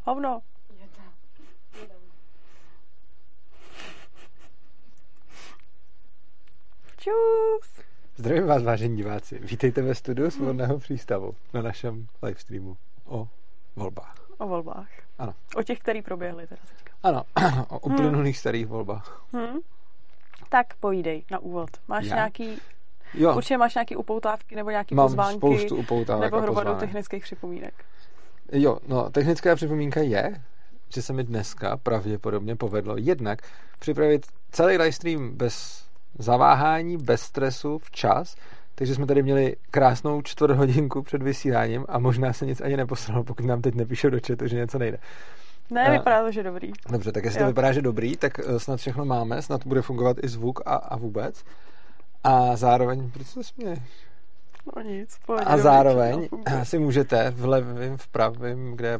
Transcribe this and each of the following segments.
Hovno. Čus. Zdravím vás, vážení diváci. Vítejte ve studiu Svobodného přístavu na našem livestreamu o volbách. O volbách. Ano. O těch, který proběhly teda teďka. Ano, o uplynulých starých volbách. Tak povídej na úvod. Máš nějaký... Jo. Určitě máš nějaký upoutávky nebo nějaký Mám pozvánky. spoustu upoutávek nebo hromadu pozvánek. technických připomínek. Jo, no, technická připomínka je, že se mi dneska pravděpodobně povedlo jednak připravit celý livestream bez zaváhání, bez stresu, včas, takže jsme tady měli krásnou 4 hodinku před vysíláním a možná se nic ani neposlalo, pokud nám teď nepíšou do chatu, že něco nejde. Ne, vypadá to, že dobrý. Dobře, tak jestli to vypadá, že dobrý, tak snad všechno máme, snad bude fungovat i zvuk a vůbec. A zároveň, proč se směješ? No nic. A zároveň si můžete v levém, v pravém, kde je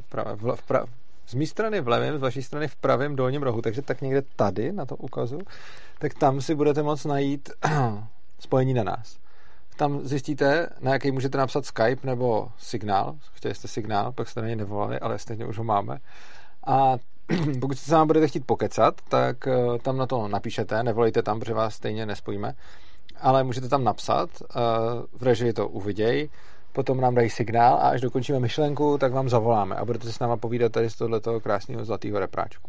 z mé strany v levém, z vaší strany v pravém dolním rohu, takže tak někde tady, na to ukazu, tak tam si budete moct najít spojení na nás. Tam zjistíte, na jaký můžete napsat Skype nebo Signál. Chtěli jste Signál, pak jste na něj nevolali, ale stejně už ho máme. A pokud se vám budete chtít pokecat, tak tam na to napíšete, nevolejte tam, protože vás stejně nespojíme, ale můžete tam napsat, v režii to uviděj, potom nám dají signál a až dokončíme myšlenku, tak vám zavoláme a budete se s náma povídat tady z tohoto krásného zlatého repráčku.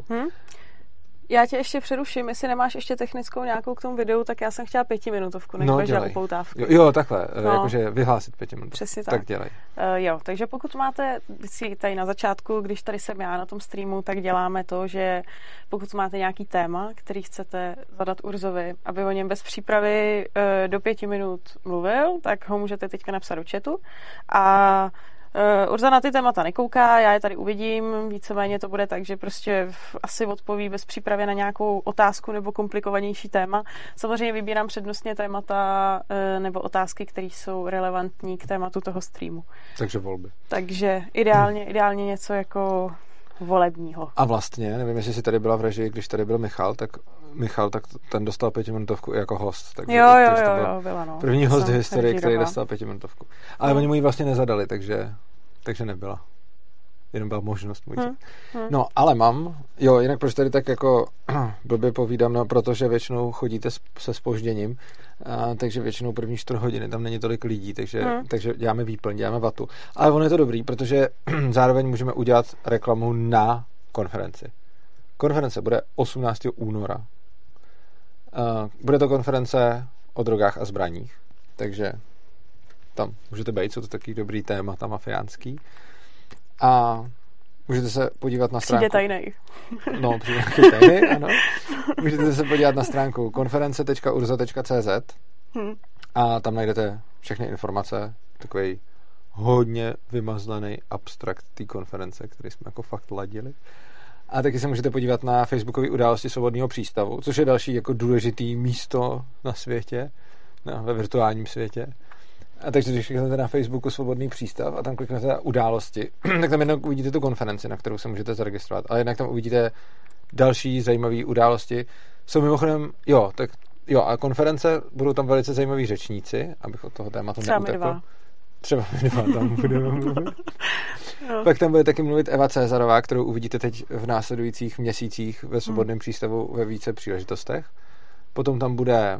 Já tě ještě přeruším, jestli nemáš ještě technickou nějakou k tomu videu, tak já jsem chtěla 5minutovku, než budeš dělat upoutávky. Jo, takhle, jakože vyhlásit 5 minut. Přesně tak dělej. Jo, takže pokud máte, vždycky tady na začátku, když tady jsem já na tom streamu, tak děláme to, že pokud máte nějaký téma, který chcete zadat Urzovi, aby o něm bez přípravy do 5 minut mluvil, tak ho můžete teďka napsat do chatu a Urza na ty témata nekouká, já je tady uvidím, víceméně to bude tak, že prostě asi odpoví bez přípravy na nějakou otázku nebo komplikovanější téma. Samozřejmě vybírám přednostně témata nebo otázky, které jsou relevantní k tématu toho streamu. Takže volby. Takže ideálně něco jako volebního. A vlastně, nevím, jestli jsi tady byla v režii, když tady byl Michal, tak ten dostal 5minutovku i jako host. Takže, jo, byla, no. První host v historii, který dostal 5minutovku. Ale oni mu ji vlastně nezadali, takže nebyla. Jenom byla možnost. No, ale jinak proč tady tak jako blbě povídám, no, protože většinou chodíte se zpožděním, takže většinou první 4 hodiny tam není tolik lidí, takže děláme výplň, děláme vatu. Ale ono je to dobrý, protože zároveň můžeme udělat reklamu na konferenci. Konference bude 18. února. Bude to konference o drogách a zbraních, takže tam můžete být, jsou to taky dobrý témata mafiánský. A můžete se podívat na stránku... Přijde tajnej. No, přijde tajnej, ano. Můžete se podívat na stránku konference.urza.cz a tam najdete všechny informace, takový hodně vymazlený abstrakt té konference, který jsme jako fakt ladili. A taky se můžete podívat na facebookové události Svobodného přístavu, což je další jako důležitý místo na světě, ve virtuálním světě. A takže když kliknete na Facebooku Svobodný přístav a tam kliknete na události, tak tam jednak uvidíte tu konferenci, na kterou se můžete zaregistrovat, ale jednak tam uvidíte další zajímavé události. Jsou mimochodem, a konference, budou tam velice zajímaví řečníci, abych od toho tématu neutekl. Třeba my dva tam budeme mluvit. Pak tam bude taky mluvit Eva Cézarová, kterou uvidíte teď v následujících měsících ve Svobodném přístavu ve více příležitostech. Potom tam bude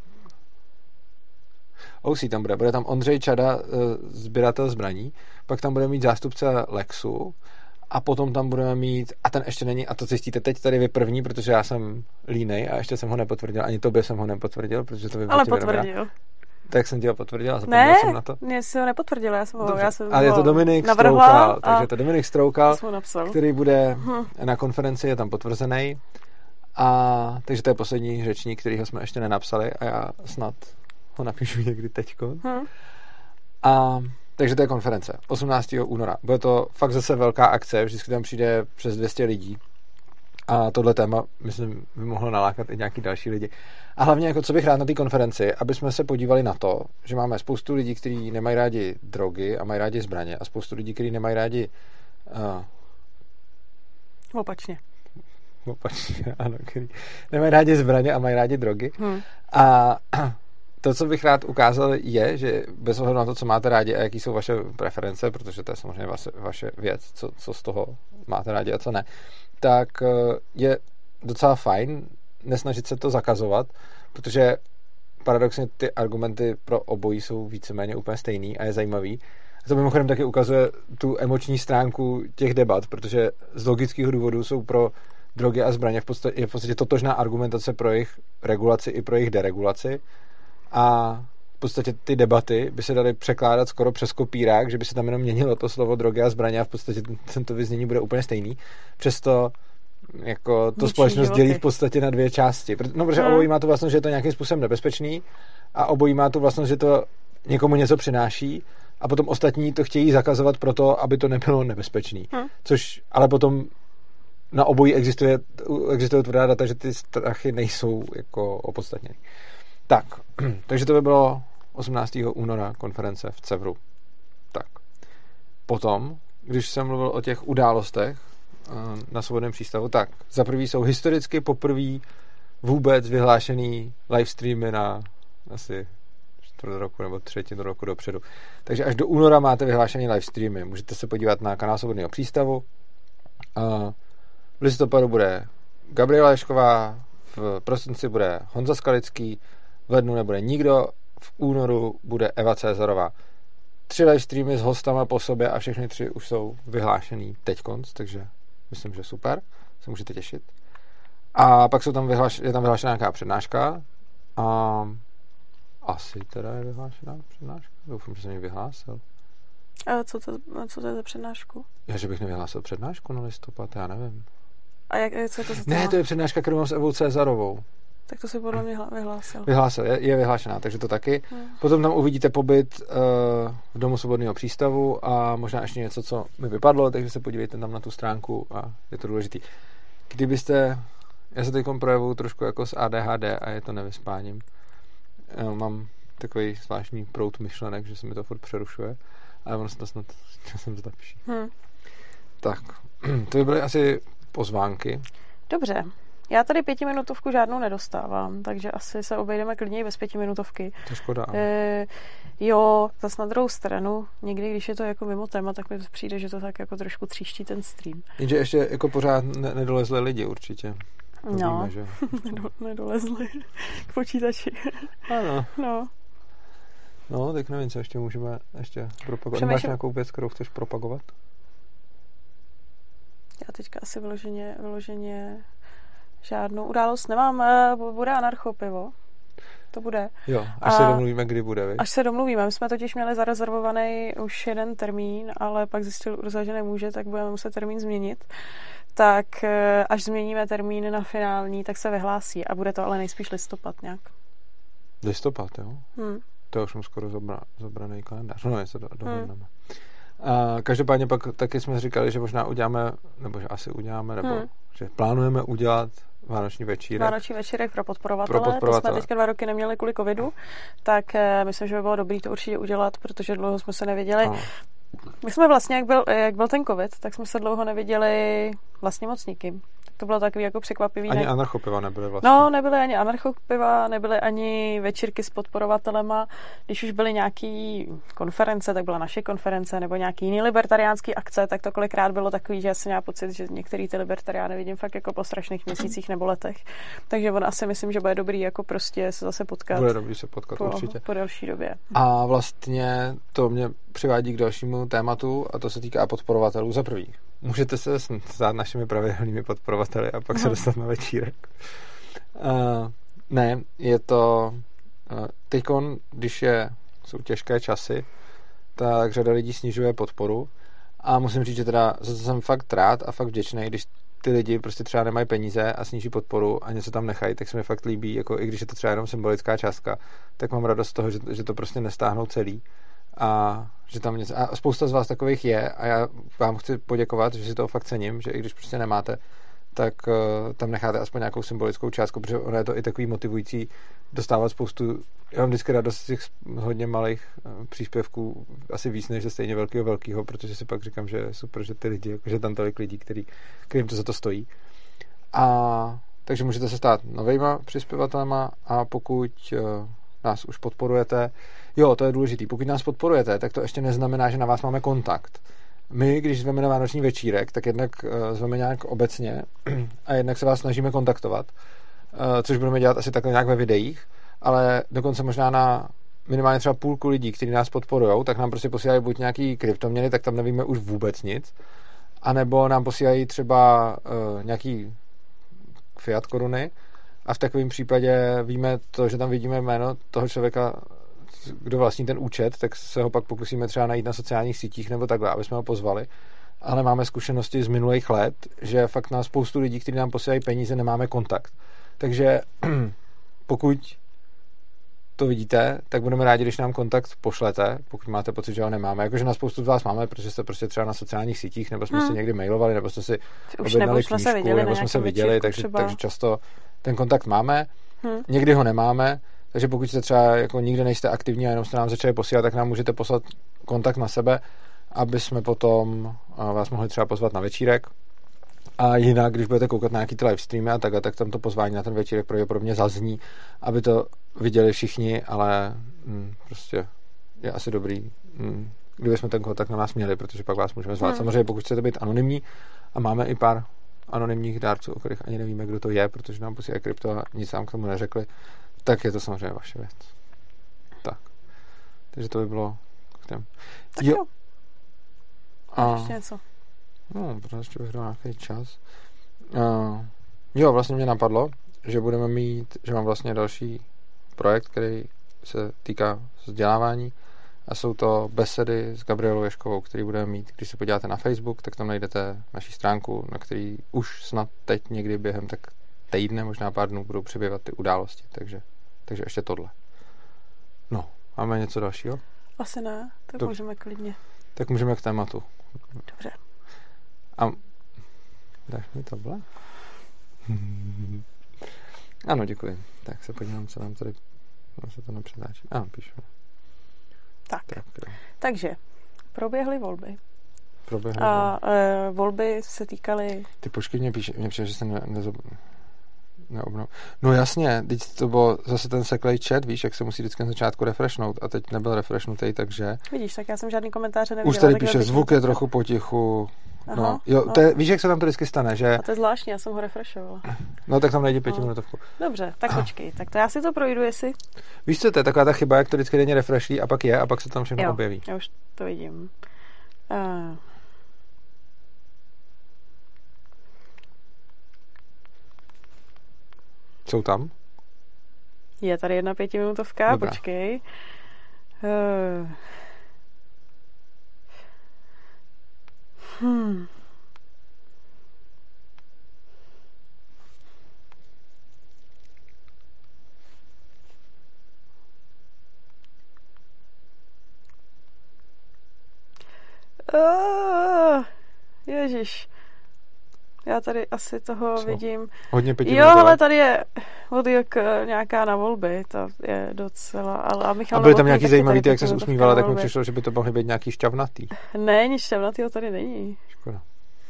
bude tam Ondřej Čada, sběratel zbraní, pak tam budeme mít zástupce Lexu a potom tam budeme mít, a ten ještě není, a to zjistíte teď tady vy první, protože já jsem línej a ještě jsem ho nepotvrdil, ani tobě jsem ho nepotvrdil, protože to by bylo. Ale potvrdil. Tak jsem ti ho potvrdil a zapomněl jsem na to. Ne, jsi ho nepotvrdil, já jsem ho ale je to Dominik Stroukal, takže je to Dominik Stroukal, který bude na konferenci, je tam potvrzený. A takže to je poslední řečník, kterýho jsme ještě nenapsali a já snad ho napíšu někdy teďko. A takže to je konference 18. února. Bude to fakt zase velká akce, vždycky tam přijde přes 200 lidí. A tohle téma, myslím, by mohlo nalákat i nějaký další lidi. A hlavně, jako co bych rád na té konferenci, aby jsme se podívali na to, že máme spoustu lidí, kteří nemají rádi drogy a mají rádi zbraně a spoustu lidí, kteří nemají rádi Opačně, ano, který nemají rádi zbraně a mají rádi drogy. A to, co bych rád ukázal, je, že bez ohledu na to, co máte rádi a jaký jsou vaše preference, protože to je samozřejmě vaše věc, co z toho máte rádi a co ne, tak je docela fajn nesnažit se to zakazovat, protože paradoxně ty argumenty pro obojí jsou víceméně úplně stejný a je zajímavý. A to mimochodem taky ukazuje tu emoční stránku těch debat, protože z logického důvodu jsou pro drogy a zbraně v podstatě totožná argumentace pro jejich regulaci i pro jejich deregulaci a v podstatě ty debaty by se daly překládat skoro přes kopírák, že by se tam jenom měnilo to slovo drogy a zbraně a v podstatě to vyznění bude úplně stejný. Přesto jako to společnost dělí v podstatě na dvě části. No, protože obojí má tu vlastnost, že je to nějakým způsobem nebezpečný a obojí má tu vlastnost, že to někomu něco přináší a potom ostatní to chtějí zakazovat proto, aby to nebylo nebezpečný. Což ale potom na obojí existuje tvrdá data, že ty strachy nejsou jako opodstatněný. Tak, takže to by bylo 18. února konference v Cevru. Tak. Potom, když jsem mluvil o těch událostech na Svobodném přístavu, tak za prvý jsou historicky poprvé vůbec vyhlášený livestreamy na asi čtvrt roku nebo třetinu roku dopředu. Takže až do února máte vyhlášený livestreamy. Můžete se podívat na kanál Svobodného přístavu. V listopadu bude Gabriela Ješková, v prosinci bude Honza Skalický, v lednu nebude nikdo, v únoru bude Eva Cezarová. 3 livestreamy s hostama po sobě a všechny 3 už jsou vyhlášený teďkonc, takže myslím, že super, se můžete těšit. A pak je tam vyhlášená nějaká přednáška a asi teda je vyhlášená přednáška. Doufám, že jsem ji vyhlásil. A co to je za přednášku? Já, že bych nevyhlásil přednášku na listopad, já nevím. A co to Ne, to je přednáška, kterou mám s Evou Cezarovou. Tak to si podle mě vyhlásil. Vyhlásil, je vyhlášená, takže to taky. Potom tam uvidíte pobyt v Domu Svobodného přístavu a možná ještě něco, co mi vypadlo, takže se podívejte tam na tu stránku a je to důležitý. Já se teď projevuju trošku jako s ADHD a je to nevyspáním. Mám takový zvláštní proud myšlenek, že se mi to furt přerušuje, ale ono se to snad časem zlepší. Tak, to by byly asi pozvánky. Dobře. Já tady 5minutovku žádnou nedostávám, takže asi se obejdeme klidně i bez 5minutovky. To je škoda. Jo, zase na druhou stranu, někdy, když je to jako mimo téma, tak mi to přijde, že to tak jako trošku tříští ten stream. Jenže ještě jako pořád nedolezli lidi určitě. To víme, že? Nedolezli k počítači. Ano. No. No, tak nevím, co ještě můžeme propagovat. Máš nějakou věc, kterou chceš propagovat? Já teďka asi vyloženě žádnou událost nemám. Bude anarchopivo. To bude. Jo, až se domluvíme, kdy bude, viď? Až se domluvíme. My jsme totiž měli zarezervovaný už jeden termín, ale pak zjistil Urza, že nemůže, tak budeme muset termín změnit. Tak až změníme termín na finální, tak se vyhlásí. A bude to ale nejspíš listopad nějak. Listopad, jo? To je už mám skoro zobraný kalendář. No, se dohodneme. Každopádně pak taky jsme říkali, že možná uděláme, nebo že asi uděláme, nebo že plánujeme udělat vánoční večírek. Vánoční večírek pro podporovatele. To jsme teďka 2 roky neměli kvůli covidu, tak myslím, že by bylo dobré to určitě udělat, protože dlouho jsme se nevěděli. My jsme vlastně, jak byl ten covid, tak jsme se dlouho neviděli vlastně moc nikým. To bylo takový jako překvapivý. Ani anarchopiva nebyly vlastně. No, nebyly ani anarchopiva, nebyly ani večírky s podporovatelema. Když už byly nějaký konference, tak byla naše konference, nebo nějaký jiný libertariánský akce, tak to kolikrát bylo takový, že já jsem měla pocit, že některý ty libertariány vidím fakt jako po strašných měsících nebo letech. Takže on asi myslím, že bude dobrý jako prostě se zase potkat. Bude dobrý se potkat určitě. Po delší době. A vlastně to mě přivádí k dalšímu tématu a to se týká podporovatelů. Za prvý, můžete se stát našimi pravidelnými podporovateli a pak se dostat na večírek. Ne, je to teďkon, když jsou těžké časy, tak řada lidí snižuje podporu a musím říct, že teda za to jsem fakt rád a fakt vděčný, když ty lidi prostě třeba nemají peníze a sníží podporu a něco tam nechají, tak se mi fakt líbí, jako i když je to třeba jenom symbolická částka, tak mám radost z toho, že to prostě nestáhnou celý. A že tam něco, a spousta z vás takových je a já vám chci poděkovat, že si toho fakt cením, že i když prostě nemáte, tak tam necháte aspoň nějakou symbolickou částku, protože ono je to i takový motivující dostávat spoustu, já mám vždycky radost z těch hodně malých příspěvků, asi víc než ze stejně velkého, protože si pak říkám, že je super, že ty lidi, že tam tolik lidí, kterým to za to stojí. A takže můžete se stát novejma přispěvatelema a pokud nás už podporujete, jo, to je důležitý. Pokud nás podporujete, tak to ještě neznamená, že na vás máme kontakt. my, když zveme na vánoční večírek, tak jednak zveme nějak obecně a jednak se vás snažíme kontaktovat, což budeme dělat asi takhle nějak ve videích, ale dokonce možná na minimálně třeba půlku lidí, kteří nás podporujou, tak nám prostě posílají buď nějaký kryptoměny, tak tam nevíme už vůbec nic, anebo nám posílají třeba nějaký fiat koruny a v takovém případě víme to, že tam vidíme jméno toho člověka, kdo vlastní ten účet, tak se ho pak pokusíme třeba najít na sociálních sítích nebo takhle, aby jsme ho pozvali. Ale máme zkušenosti z minulých let, že fakt na spoustu lidí, kteří nám posílají peníze, nemáme kontakt. Takže pokud to vidíte, tak budeme rádi, když nám kontakt pošlete, pokud máte pocit, že ho nemáme. Jakože na spoustu z vás máme, protože jste prostě třeba na sociálních sítích, nebo jsme si někdy mailovali, nebo jsme si objednali knížku, nebo jsme se viděli, takže často ten kontakt máme. Někdy ho nemáme, takže pokud jste třeba jako nikde nejste aktivní a jenom jste nám začali posílat, tak nám můžete poslat kontakt na sebe, aby jsme potom vás mohli třeba pozvat na večírek. A jinak, když budete koukat na nějaký ty live streamy a tak tam to pozvání na ten večírek pravděpodobně zazní, aby to viděli všichni, ale prostě je asi dobrý, kdyby jsme ten kontakt na nás měli, protože pak vás můžeme zvát. Samozřejmě, pokud chcete být anonymní, a máme i pár anonymních dárců, o kterých ani nevíme, kdo to je, protože nám posílají krypto a nic nám k tomu neřekli, tak je to samozřejmě vaše věc. Tak. Takže to by bylo k těm. Tak jo. A ještě něco. No, protože ještě bych dal nějaký čas. Jo, vlastně mě napadlo, že budeme mít, že mám vlastně další projekt, který se týká vzdělávání a jsou to besedy s Gabrielou Ješkovou, který budeme mít. Když se podíváte na Facebook, tak tam najdete naši stránku, na který už snad teď někdy během tak týdne, možná pár dnů budou přibývat ty události, takže ještě tohle. No, máme něco dalšího? Asi ne, tak můžeme klidně. Tak můžeme k tématu. Dobře. A dáš mi tohle? Ano, děkuji. Tak se podívám, co nám tady se to nepřetáčí. Ano, píšu. Tak. Takže proběhly volby. Volby se týkaly... Ty počkej, mě přijde, že se neobnovil. No jasně, teď to bylo zase ten seklej chat, víš, jak se musí vždycky na začátku refreshnout a teď nebyl refreshnutý, takže... Vidíš, tak já jsem žádný komentáře neviděla. Už tady píše, zvuk je trochu potichu. Aha, no, jo, no. Víš, jak se tam to vždycky stane, že... A to je zvláštní, já jsem ho refreshovala. No, tak tam najdi 5minutovku. Dobře, tak počkej, tak to já si to projdu, jestli... Víš, co to je taková ta chyba, jak to vždycky denně refreshí a pak je a pak se tam všechno objeví. Já už to vidím. Jsou tam? Je tady jedna 5minutovka, Dobrá. Počkej. Ježiš. Já tady asi toho vidím. Hodně 5 Jo, ale tady je odjek nějaká na volby, to je docela, ale a Michal... A byly tam nějaký zajímavý, jak se usmívala, tak mi přišlo, že by to mohly být nějaký šťavnatý. Ne, nic šťavnatýho tady není. Škoda.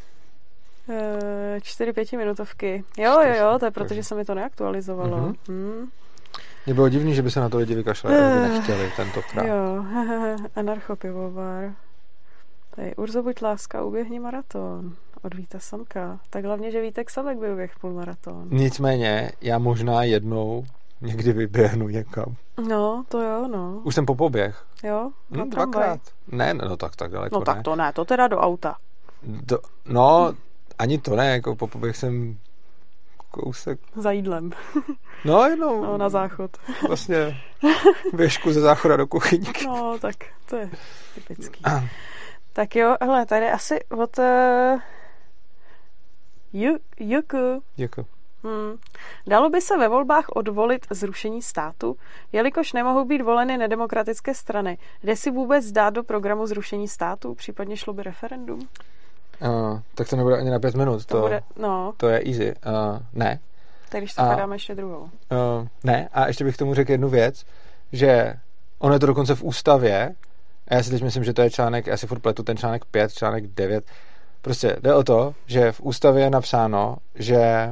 4 5minutovky. Jo, to je proto, že se mi to neaktualizovalo. Mě bylo divný, že by se na to lidi vykašlali, kdyby nechtěli tentokrát. Jo, anarchopivovar. Tady Urzo, buď láska, uběhni maraton. Od Víta Samka. Tak hlavně, že Vítek Samek by uběhl půlmaraton. Nicméně, já možná jednou někdy vyběhnu někam. No, to jo, no. Už jsem popoběh. Jo? Dvakrát. Ne, no tak daleko no, tak ne. to ne, to teda do auta. No, ani to ne, jako popoběh jsem kousek. Za jídlem. No, jednou. No, na záchod. Vlastně běžku ze záchoda do kuchyňky. No, tak to je typický. Tak jo, hele, tady asi od Juku. Děkuji. Dalo by se ve volbách odvolit zrušení státu, jelikož nemohou být voleny nedemokratické strany. Jde si vůbec dát do programu zrušení státu, případně šlo by referendum? Tak to nebude ani na 5 minut. To je easy. Ne. Tak když tak dáme ještě druhou. Ne, a ještě bych tomu řekl jednu věc, že ono je to dokonce v ústavě, a já si teď myslím, že to je článek, já si furt pletu ten článek 5, článek 9. Prostě jde o to, že v ústavě je napsáno, že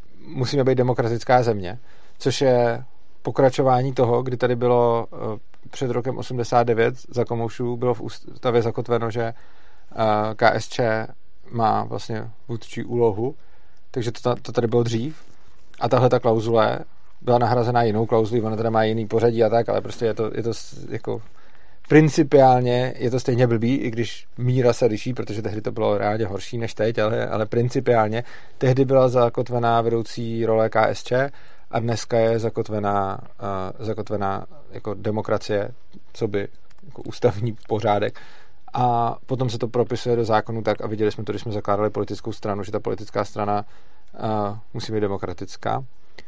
musíme být demokratická země, což je pokračování toho, kdy tady bylo před rokem 89 za komoušů bylo v ústavě zakotveno, že KSČ má vlastně vůdčí úlohu, takže to tady bylo dřív. A tahle ta klauzule byla nahrazená jinou klauzulí, ona teda má jiný pořadí a tak, ale prostě je to jako principiálně je to stejně blbý, i když míra se liší, protože tehdy to bylo reálně horší než teď, ale principiálně tehdy byla zakotvená vedoucí role KSČ a dneska je zakotvená jako demokracie, co by jako ústavní pořádek. A potom se to propisuje do zákonu tak, a viděli jsme to, když jsme zakládali politickou stranu, že ta politická strana musí být demokratická.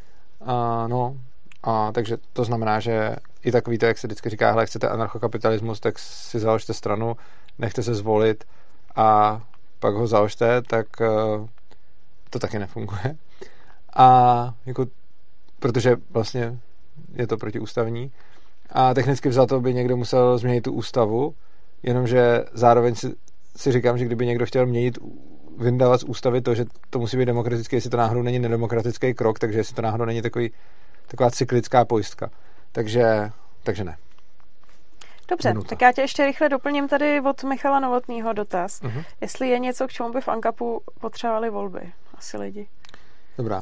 Takže to znamená, že i takový to, jak se vždycky říká, hele, chcete anarchokapitalismus, tak si založte stranu, nechte se zvolit a pak ho založte, tak to taky nefunguje. A jako, protože vlastně je to protiústavní. A technicky vzato by někdo musel změnit tu ústavu, jenomže zároveň si říkám, že kdyby někdo chtěl vyndávat z ústavy to, že to musí být demokratické, jestli to náhodou není nedemokratický krok, takže jestli to náhodou není taková cyklická pojistka. Takže ne. Dobře, tak já tě ještě rychle doplním tady od Michala Novotnýho dotaz. Jestli je něco, k čemu by v ANCAPu potřebovali volby asi lidi. Dobrá.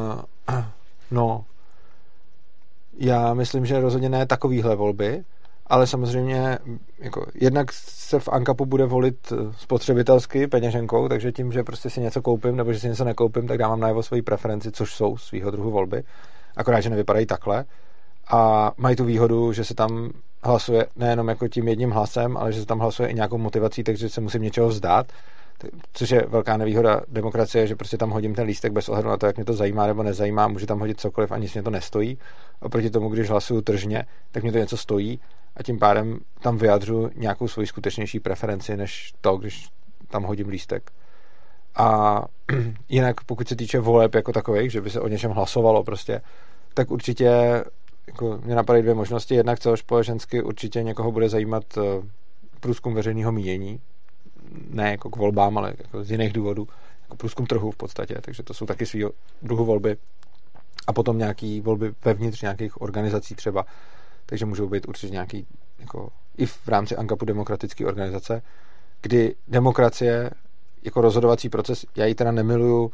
Já myslím, že rozhodně ne takovýhle volby, ale samozřejmě jako, jednak se v ANCAPu bude volit spotřebitelsky peněženkou, takže tím, že prostě si něco koupím nebo že si něco nekoupím, tak dávám najevo svoji preferenci, což jsou svýho druhu volby. Akorát, že nevypadají takhle. A mají tu výhodu, že se tam hlasuje nejenom jako tím jedním hlasem, ale že se tam hlasuje i nějakou motivací, takže se musím něčeho vzdát. Což je velká nevýhoda demokracie, že prostě tam hodím ten lístek bez ohledu na to, jak mě to zajímá nebo nezajímá, můžu tam hodit cokoliv a nic mě to nestojí. Oproti tomu, když hlasuju tržně, tak mě to něco stojí a tím pádem tam vyjadřu nějakou svoji skutečnější preferenci, než to, když tam hodím lístek. A jinak, pokud se týče voleb jako takových, že by se o něčem hlasovalo prostě, tak určitě jako mě napadají dvě možnosti. Jednak celospolečensky určitě někoho bude zajímat průzkum veřejného mínění, ne jako k volbám, ale jako z jiných důvodů, jako průzkum trhu v podstatě, takže to jsou taky svýho druhu volby. A potom nějaký volby vevnitř nějakých organizací třeba, takže můžou být určitě nějaký, jako i v rámci ANCAPu demokratické organizace, kdy demokracie jako rozhodovací proces, já ji teda nemiluju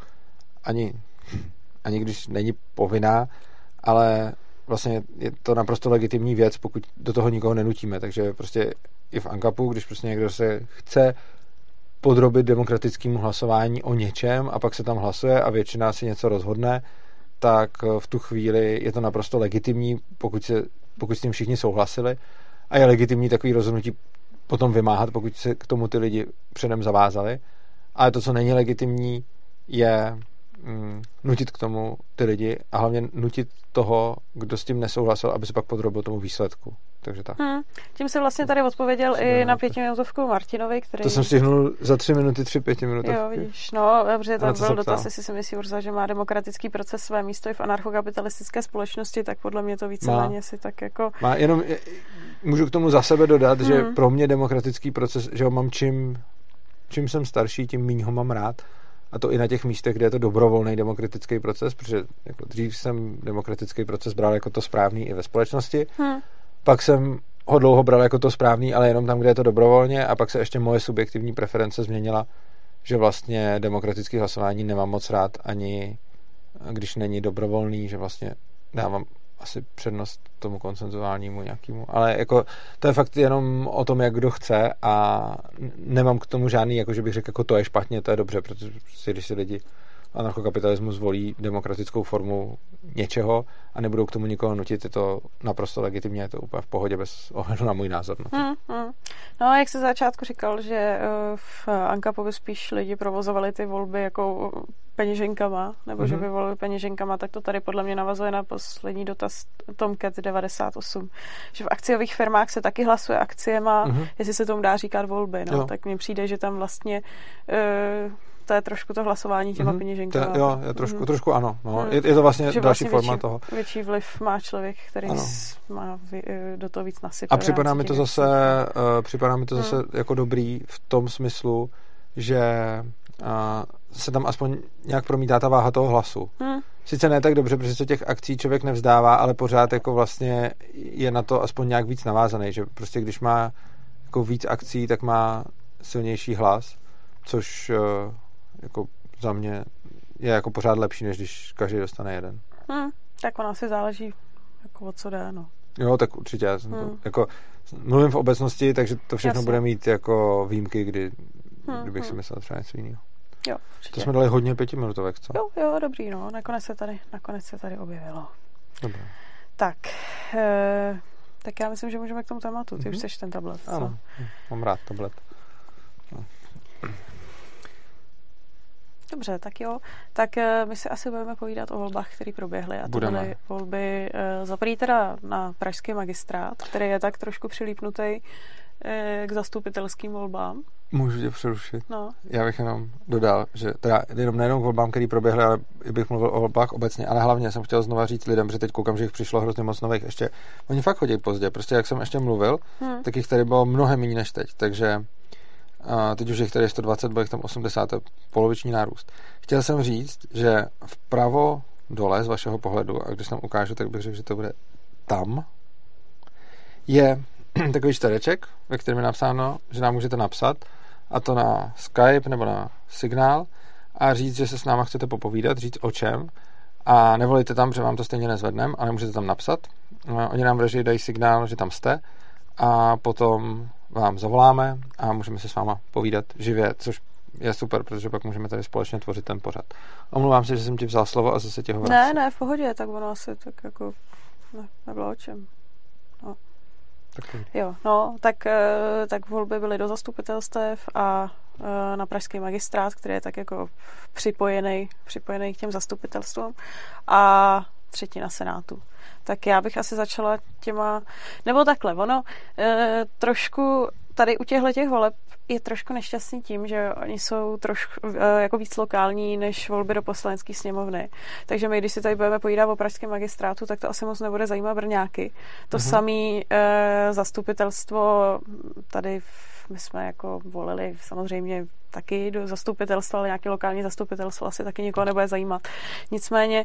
ani když není povinná, ale vlastně je to naprosto legitimní věc, pokud do toho nikoho nenutíme, takže prostě i v ANCAPu, když prostě někdo se chce podrobit demokratickému hlasování o něčem a pak se tam hlasuje a většina si něco rozhodne, tak v tu chvíli je to naprosto legitimní, pokud s tím všichni souhlasili a je legitimní takový rozhodnutí potom vymáhat, pokud se k tomu ty lidi předem zavázali. Ale to, co není legitimní, je nutit k tomu ty lidi a hlavně nutit toho, kdo s tím nesouhlasil, aby se pak podrobil tomu výsledku. Takže tak. Tím se vlastně tady odpověděl i na 5minutovku Martinovi, který... To jsem stihnul za 3 minuty, 3 5minutovky. Jo, vidíš. No, dobře, to byl dotaz, jestli si myslí Urza, že má demokratický proces své místo i v anarchokapitalistické společnosti, tak podle mě to víceméně si tak jako... Má, jenom můžu k tomu za sebe dodat, že pro mě demokratický proces, že ho mám čím jsem starší, tím míň ho mám rád. A to i na těch místech, kde je to dobrovolný demokratický proces, protože jako dřív jsem demokratický proces bral jako to správný i ve společnosti. Pak jsem ho dlouho bral jako to správný, ale jenom tam, kde je to dobrovolně, a pak se ještě moje subjektivní preference změnila, že vlastně demokratické hlasování nemám moc rád, ani když není dobrovolný, že vlastně dávám asi přednost tomu konsenzuálnímu nějakému. Ale jako to je fakt jenom o tom, jak kdo chce a nemám k tomu žádný, jako že bych řekl, jako to je špatně, to je dobře, protože když si lidi anarchokapitalismus zvolí demokratickou formu něčeho a nebudou k tomu nikoho nutit, je to naprosto legitimně, je to úplně v pohodě bez ohledu na můj názor. No, jak se začátku říkal, že v ANCAPu by spíš lidi provozovali ty volby jako peněženkama, nebo že by volili peněženkama, tak to tady podle mě navazuje na poslední dotaz Tomcat 98, že v akciových firmách se taky hlasuje akciema, jestli se tomu dá říkat volby, no, tak mně přijde, že tam vlastně to je trošku to hlasování těma peněženkama. Jo, trošku ano. No. Je to vlastně že další vlastně forma toho. Větší vliv má člověk, který má do toho víc nasypat. A připadá mi to zase jako dobrý v tom smyslu, že se tam aspoň nějak promítá ta váha toho hlasu. sice ne tak dobře, protože se těch akcí člověk nevzdává, ale pořád jako vlastně je na to aspoň nějak víc navázaný, že prostě když má jako víc akcí, tak má silnější hlas, což jako za mě je jako pořád lepší, než když každý dostane jeden. Tak ono si záleží, jako o co jde, no. Jo, tak určitě. Já jsem to, jako, mluvím v obecnosti, takže to všechno bude mít jako výjimky, kdybych si myslel třeba něco jiného. Jo, určitě. To jsme dali hodně 5minutovek, co? Jo, dobrý, no. Nakonec se tady objevilo. Dobré. Tak já myslím, že můžeme k tomu tématu. Ty už chceš ten tablet, co? Ano, mám rád tablet. No. Dobře, tak jo. Tak my si asi budeme povídat o volbách, které proběhly. A to byly volby za první teda na pražský magistrát, který je tak trošku přilípnutý k zastupitelským volbám. Můžu tě přerušit? No. Já bych jenom dodal, že teda jenom nejenom k volbám, které proběhly, ale bych mluvil o volbách obecně, ale hlavně jsem chtěl znova říct lidem, že teď koukám, že jich přišlo hrozně moc nových ještě. Oni fakt chodí pozdě, prostě jak jsem ještě mluvil, tak jich tady bylo mnohem méně než teď, takže teď už jich tady 120, bylo jich tam 80, poloviční nárůst. Chtěl jsem říct, že vpravo dole z vašeho pohledu, a když tam ukážu, tak bych řekl, že to bude tam, je takový čtvereček, ve kterém je napsáno, že nám můžete napsat, a to na Skype nebo na Signál, a říct, že se s náma chcete popovídat, říct o čem, a nevolejte tam, že vám to stejně nezvedneme, ale můžete tam napsat. Oni nám v režii dají signál, že tam jste, a potom vám zavoláme a můžeme se s váma povídat živě, což je super, protože pak můžeme tady společně tvořit ten pořad. Omlouvám se, že jsem ti vzal slovo a zase tě ho vracím. Ne, v pohodě, tak ono asi tak jako nebylo o čem. No. Jo, no, tak volby byly do zastupitelstev a na pražský magistrát, který je tak jako připojený k těm zastupitelstvům, a třetina senátu. Tak já bych asi začala těma, nebo takhle, ono trošku tady u těch voleb je trošku nešťastný tím, že oni jsou trošku jako víc lokální než volby do poslanecké sněmovny. Takže my, když si tady budeme povídat o pražském magistrátu, tak to asi moc nebude zajímat Brňáky. To samé zastupitelstvo tady my jsme jako volili samozřejmě taky do zastupitelstva, ale nějaké lokální zastupitelstvo asi taky nikoho nebude zajímat. Nicméně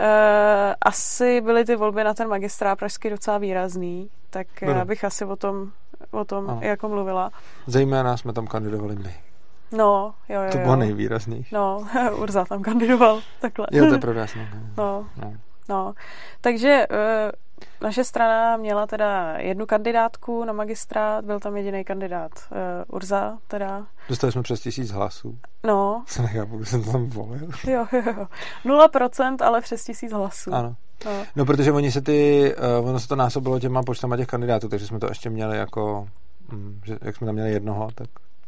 asi byly ty volby na ten magistrát pražský docela výrazný, tak já bych asi o tom jako mluvila. Zejména jsme tam kandidovali my. No, jo. To bylo nejvýraznější. No, Urza tam kandidoval, takhle. Jo, to je pravda, jasně. No. Takže naše strana měla teda jednu kandidátku na magistrát, byl tam jediný kandidát Urza, teda. Dostali jsme přes 1000 hlasů. No. Se nechápu, kdo jsem tam volil. Jo. 0%, ale přes 1000 hlasů. Ano. No, protože ono se to násobilo těma počtama těch kandidátů, takže jsme to ještě měli jako, že jak jsme tam měli jednoho, tak...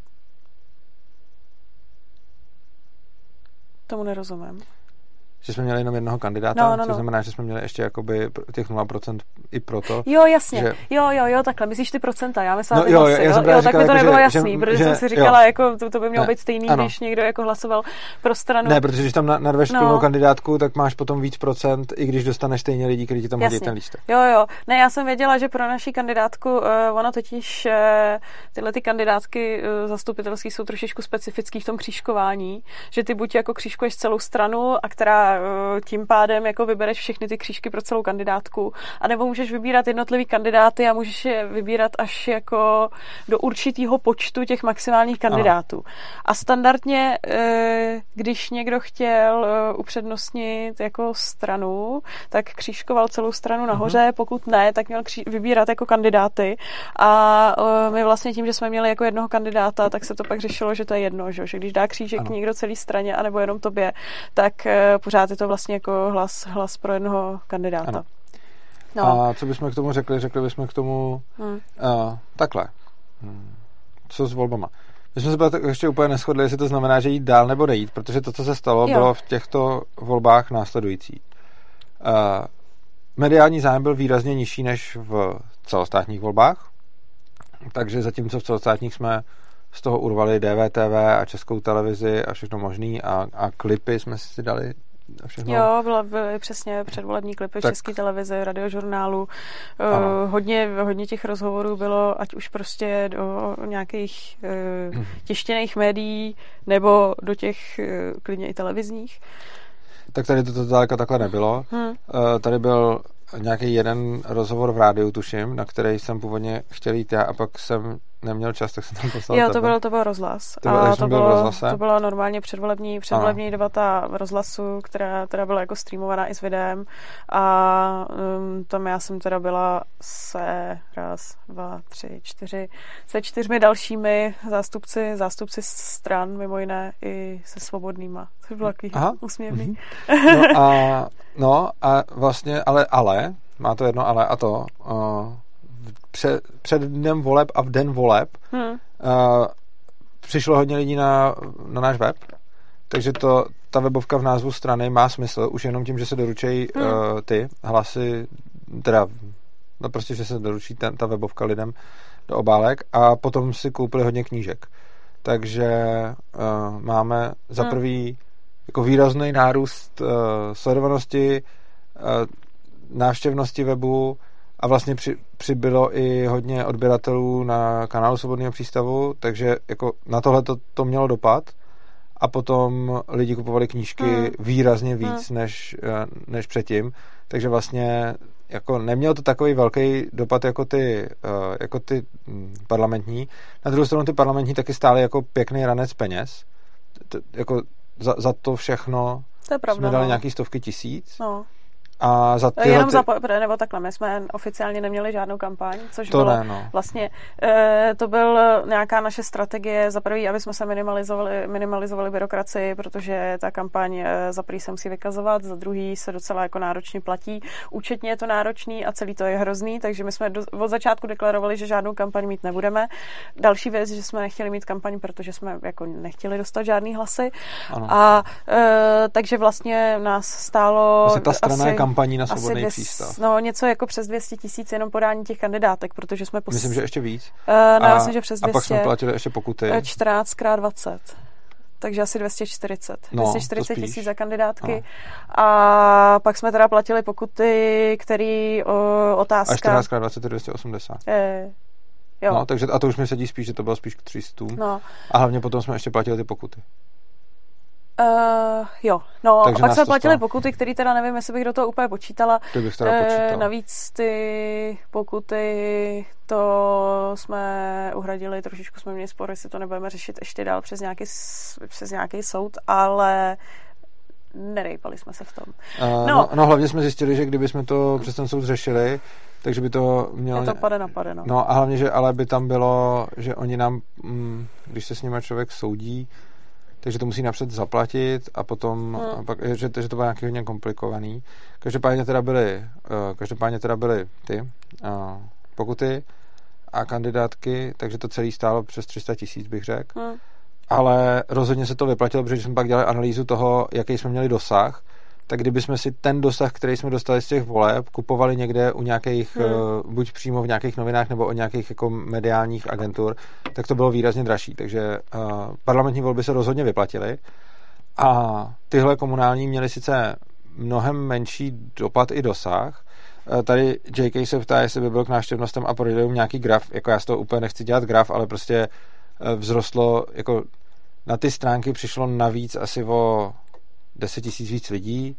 Tomu nerozumím. Že jsme měli jenom jednoho kandidáta, což znamená, že jsme měli ještě jakoby těch 0% i proto. Jo, jasně. Že... Jo, takhle. Myslíš ty procenta, já myslím, ty hlasy. Jo, tak mi to nebylo jasný, protože jsem si říkala, jo. jako to by mělo být stejný, když někdo jako hlasoval pro stranu. Ne, protože když tam narveš plnou kandidátku, tak máš potom víc procent, i když dostaneš stejně lidí, kteří ti tam hodí ten lístek. Jo. Ne, já jsem věděla, že pro naši kandidátku ono totiž tyhle ty kandidátky zastupitelský jsou trošičku specifický v tom křížkování, že ty buď jako křížkuješ celou stranu, a která tím pádem jako vybereš všechny ty křížky pro celou kandidátku, anebo můžeš vybírat jednotlivý kandidáty a můžeš je vybírat až jako do určitého počtu těch maximálních kandidátů. A standardně, když někdo chtěl upřednostnit jako stranu, tak křížkoval celou stranu nahoře, pokud ne, tak měl vybírat jako kandidáty, a my vlastně tím, že jsme měli jako jednoho kandidáta, tak se to pak řešilo, že to je jedno, že když dá křížek někdo celý straně, anebo jenom tobě, tak pořád je to vlastně jako hlas pro jednoho kandidáta. Ano. No. A co bychom k tomu řekli? Řekli bychom k tomu takhle. Co s volbama? My jsme se ještě úplně neshodli, jestli to znamená, že jít dál nebo nejít, protože to, co se stalo, bylo v těchto volbách následující. Mediální zájem byl výrazně nižší než v celostátních volbách, takže zatímco v celostátních jsme z toho urvali DVTV a Českou televizi a všechno možný a klipy jsme si dali a všechno. Jo, byly přesně předvolební klipy v České televizi, radiožurnálu. Hodně těch rozhovorů bylo, ať už prostě do nějakých tištěných médií, nebo do těch klidně i televizních. Tak tady to zdaleka takhle nebylo. Tady byl nějaký jeden rozhovor v rádiu, tuším, na který jsem původně chtěl jít já a pak jsem neměl čas, tak jsem tam poslal Jo, tebe. to byl rozhlas. To byla normálně předvolební debata v rozhlasu, která teda byla jako streamovaná i s videem a tam já jsem teda byla se 4 dalšími zástupci stran, mimo jiné i se Svobodnýma. To bylo takový úsměvný. No a vlastně, ale, má to jedno ale a to, před dnem voleb a v den voleb přišlo hodně lidí na náš web, takže ta webovka v názvu strany má smysl, už jenom tím, že se doručejí ty hlasy, teda no prostě, že se doručí ta webovka lidem do obálek a potom si koupili hodně knížek. Takže máme za prvý jako výrazný nárůst sledovanosti, návštěvnosti webu a vlastně přibylo i hodně odběratelů na kanálu Svobodného přístavu, takže jako na tohle to mělo dopad a potom lidi kupovali knížky výrazně víc než předtím, takže vlastně jako nemělo to takový velký dopad jako ty parlamentní. Na druhou stranu ty parlamentní taky stály jako pěkný ranec peněz. Jako za to všechno to je pravda, jsme dali nějaký stovky tisíc. No. A za nebo takhle, my jsme oficiálně neměli žádnou kampaň, což to bylo ne, no. vlastně, to byl nějaká naše strategie, za prvý, aby jsme se minimalizovali byrokracii, protože ta kampaň za prvý se musí vykazovat, za druhý se docela jako náročně platí, účetně je to náročný a celý to je hrozný, takže my jsme od začátku deklarovali, že žádnou kampaň mít nebudeme. Další věc, že jsme nechtěli mít kampaň, protože jsme jako nechtěli dostat žádný hlasy. Ano. A takže vlastně nás stálo vlastně ta strana je kampaní na Svobodný přístav. No, něco jako přes 200 000 jenom podání těch kandidátek, protože jsme... Myslím, že ještě víc. No, myslím, že přes 200. A pak jsme platili ještě pokuty. 14x20. Takže asi 240. No, 240 000 za kandidátky. No. A pak jsme teda platili pokuty, který otázka... A 14x20 je 280. Jo. No, takže a to už mi sedí spíš, že to bylo spíš k 300. No. A hlavně potom jsme ještě platili ty pokuty. Jo, no takže a pak jsme platili pokuty, které teda nevím, jestli bych do toho úplně počítala. To bych teda počítala. Navíc ty pokuty, to jsme uhradili, trošičku jsme měli spor, jestli to nebudeme řešit ještě dál přes nějaký soud, ale nerejpali jsme se v tom. No, hlavně jsme zjistili, že kdyby jsme to přes ten soud řešili, takže by to mělo... Je to pade na pade, no. No a hlavně, že ale by tam bylo, že oni nám, když se s nimi člověk soudí, takže to musí napřed zaplatit a potom, že to bylo nějaký hodně komplikovaný. Každopádně teda byly ty pokuty a kandidátky, takže to celé stálo přes 300 000, bych řekl. Ale rozhodně se to vyplatilo, protože jsme pak dělali analýzu toho, jaký jsme měli dosah, tak kdyby jsme si ten dosah, který jsme dostali z těch voleb, kupovali někde u nějakých, buď přímo v nějakých novinách, nebo od nějakých jako mediálních agentur, tak to bylo výrazně dražší. Takže parlamentní volby se rozhodně vyplatily a tyhle komunální měly sice mnohem menší dopad i dosah. Tady JK se ptá, jestli by byl k návštěvnostem a prodejům nějaký graf, jako já z toho úplně nechci dělat graf, ale prostě vzrostlo, jako na ty stránky přišlo navíc asi o 10 000 víc lidí,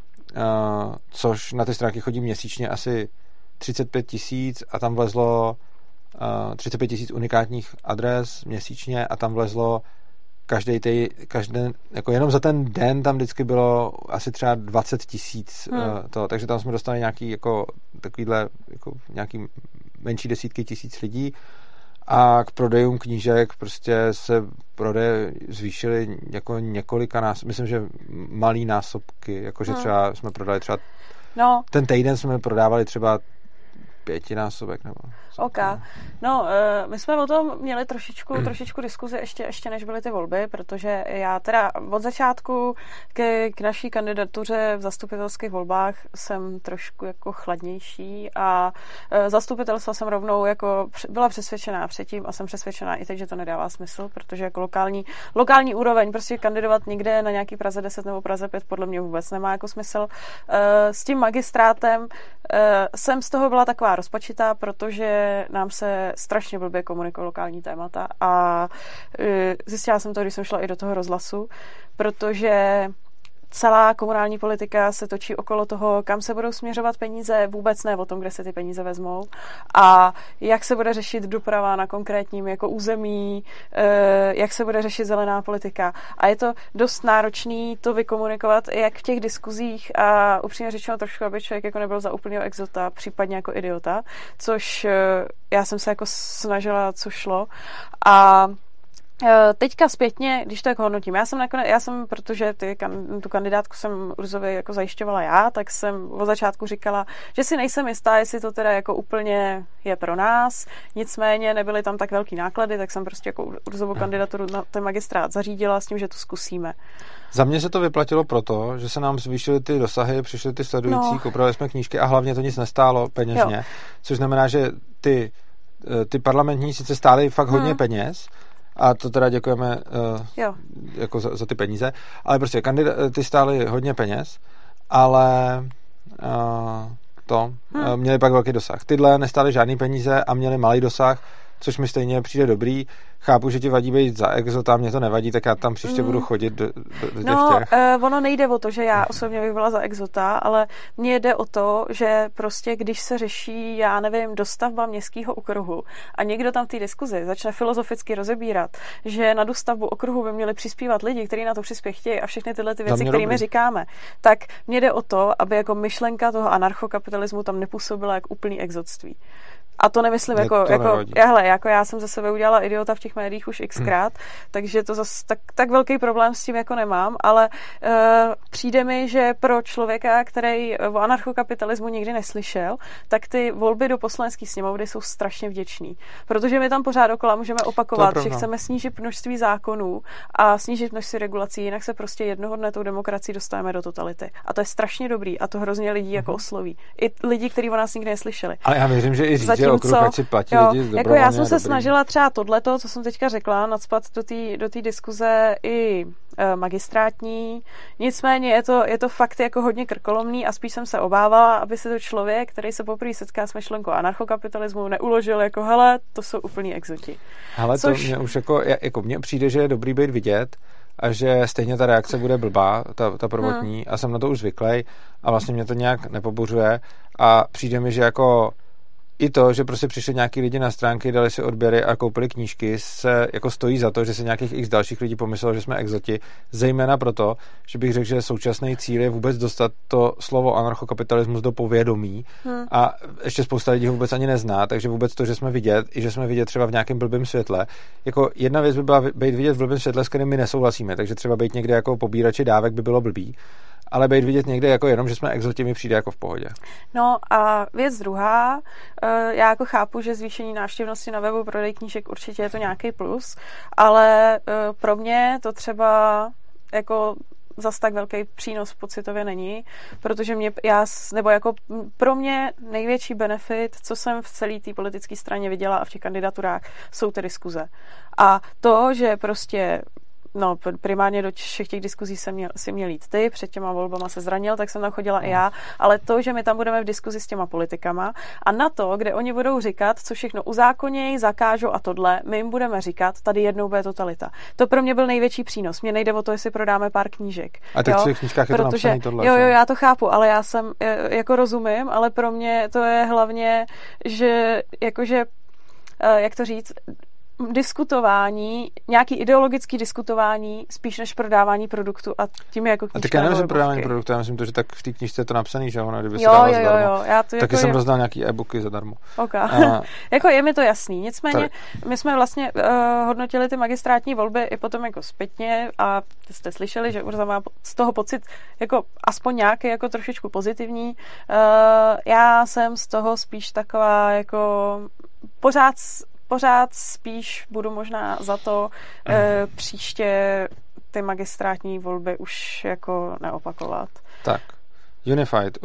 což na ty stránky chodí měsíčně asi 35 000 a tam vlezlo 35 000 unikátních adres měsíčně a tam vlezlo každý jako jenom za ten den tam vždycky bylo asi třeba 20 000 takže tam jsme dostali nějaký jako takovýhle jako nějaký menší desítky tisíc lidí a k prodejům knížek prostě se prodeje zvýšily jako několika myslím, že malý násobky, jakože třeba jsme prodali třeba ten týden jsme prodávali třeba 5násobek nebo... OK. No, my jsme o tom měli trošičku diskuzi ještě než byly ty volby, protože já teda od začátku k naší kandidatuře v zastupitelských volbách jsem trošku jako chladnější a zastupitelstva jsem rovnou jako byla přesvědčená předtím a jsem přesvědčená i teď, že to nedává smysl, protože jako lokální úroveň, prostě kandidovat někde na nějaký Praze 10 nebo Praze 5 podle mě vůbec nemá jako smysl. S tím magistrátem jsem z toho byla taková rozpačitá, protože nám se strašně blbě komunikují lokální témata a zjistila jsem to, když jsem šla i do toho rozhlasu, protože celá komunální politika se točí okolo toho, kam se budou směřovat peníze, vůbec ne o tom, kde se ty peníze vezmou a jak se bude řešit doprava na konkrétním jako území, jak se bude řešit zelená politika. A je to dost náročný to vykomunikovat jak v těch diskuzích a upřímně řečeno trošku, aby člověk jako nebyl za úplného exota, případně jako idiota, což já jsem se jako snažila, co šlo. A teďka zpětně, když to jako hodnotím, já jsem protože tu kandidátku jsem Urzovi jako zajišťovala já, tak jsem od začátku říkala, že si nejsem jistá, jestli to teda jako úplně je pro nás, nicméně nebyly tam tak velký náklady, tak jsem prostě jako Urzovu kandidaturu na ten magistrát zařídila s tím, že to zkusíme. Za mě se to vyplatilo proto, že se nám zvýšily ty dosahy, přišly ty sledující, kupovali jsme knížky a hlavně to nic nestálo peněžně, což znamená, že ty parlamentní sice stály fakt hodně peněz, a to teda děkujeme jako za ty peníze, ale prostě ty stály hodně peněz, ale měli pak velký dosah. Tyhle nestály žádný peníze a měli malý dosah, což mi stejně přijde dobrý. Chápu, že ti vadí být za exota, mě to nevadí, tak já tam příště budu chodit do těch. Ono nejde o to, že já osobně bych byla za exota, ale mně jde o to, že prostě když se řeší, já nevím, dostavba městského okruhu a někdo tam v té diskuzi začne filozoficky rozebírat, že na dostavbu okruhu by měli přispívat lidi, kteří na to přispět chtějí a všechny tyhle ty věci, které my říkáme, tak mně jde o to, aby jako myšlenka toho anarchokapitalismu tam nepůsobila jak úplný exotství. A to nemyslím jako já jsem ze sebe udělala idiota v těch médiích už xkrát, takže to zase tak velký problém s tím jako nemám, ale přijde mi, že pro člověka, který o anarchokapitalismu nikdy neslyšel, tak ty volby do poslanecké sněmovny jsou strašně vděčný, protože my tam pořád dokola můžeme opakovat, že chceme snížit množství zákonů a snížit množství regulací, jinak se prostě jednoho dne tou demokracií dostaneme do totality. A to je strašně dobrý a to hrozně lidí jako osloví. I lidi, kteří o nás nikdy neslyšeli. Ale já věřím, že i jako já jsem se snažila třeba tohleto, co jsem teďka řekla, nacpat do té diskuze i magistrátní. Nicméně je to fakt jako hodně krkolomný a spíš jsem se obávala, aby se to člověk, který se poprvé setká s myšlenkou anarchokapitalismu, neuložil jako hele, to jsou úplní exoti. Hele, to mě už jako mně přijde, že je dobrý být vidět a že stejně ta reakce bude blbá, ta prvotní, a jsem na to už zvyklý a vlastně mě to nějak nepobuřuje a přijde mi, že jako i to, že prostě přišli nějaký lidi na stránky, dali si odběry a koupili knížky, se jako stojí za to, že se nějakých x dalších lidí pomyslelo, že jsme exoti, zejména proto, že bych řekl, že současný cíl je vůbec dostat to slovo anarchokapitalismus do povědomí a ještě spousta lidí ho vůbec ani nezná, takže vůbec to, že jsme vidět, i že jsme vidět třeba v nějakém blbém světle, jako jedna věc by byla být vidět v blbém světle, s kterým my nesouhlasíme, takže třeba být někde jako pobírači dávek by bylo blbý. Ale být vidět někde jako jenom, že jsme exoti, mi přijde jako v pohodě. No a věc druhá, já jako chápu, že zvýšení návštěvnosti na webu prodej knížek určitě je to nějaký plus, ale pro mě to třeba jako zas tak velký přínos pocitově není, protože pro mě největší benefit, co jsem v celé té politické straně viděla a v těch kandidaturách, jsou ty diskuze. A to, že prostě primárně do všech těch diskuzí si měl jít ty, před těma volbama se zranil, tak jsem tam chodila i já, ale to, že my tam budeme v diskuzi s těma politikama a na to, kde oni budou říkat, co všechno uzákonějí, zakážou a tohle, my jim budeme říkat, tady jednou bude totalita. To pro mě byl největší přínos. Mně nejde o to, jestli prodáme pár knížek. A tak v těch knížkách je to napsaný tohle. Jo, já to chápu, ale já jsem jako rozumím, ale pro mě to je hlavně, že jakože, jak to říct, diskutování, nějaký ideologický diskutování spíš než prodávání produktu a tím je jako knížka. A tak já nemyslím prodávání produktu, já myslím to, že tak v té knížce je to napsaný, že ono, kdyby se jo, já to taky jako jsem rozdal nějaký e-booky zadarmo. Okay. Jako je mi to jasný, nicméně my jsme vlastně hodnotili ty magistrátní volby i potom jako zpětně a jste slyšeli, že Urza má z toho pocit jako aspoň nějaký jako trošičku pozitivní. Já jsem z toho spíš taková jako pořád spíš budu možná za to příště ty magistrátní volby už jako neopakovat. Tak, Unified,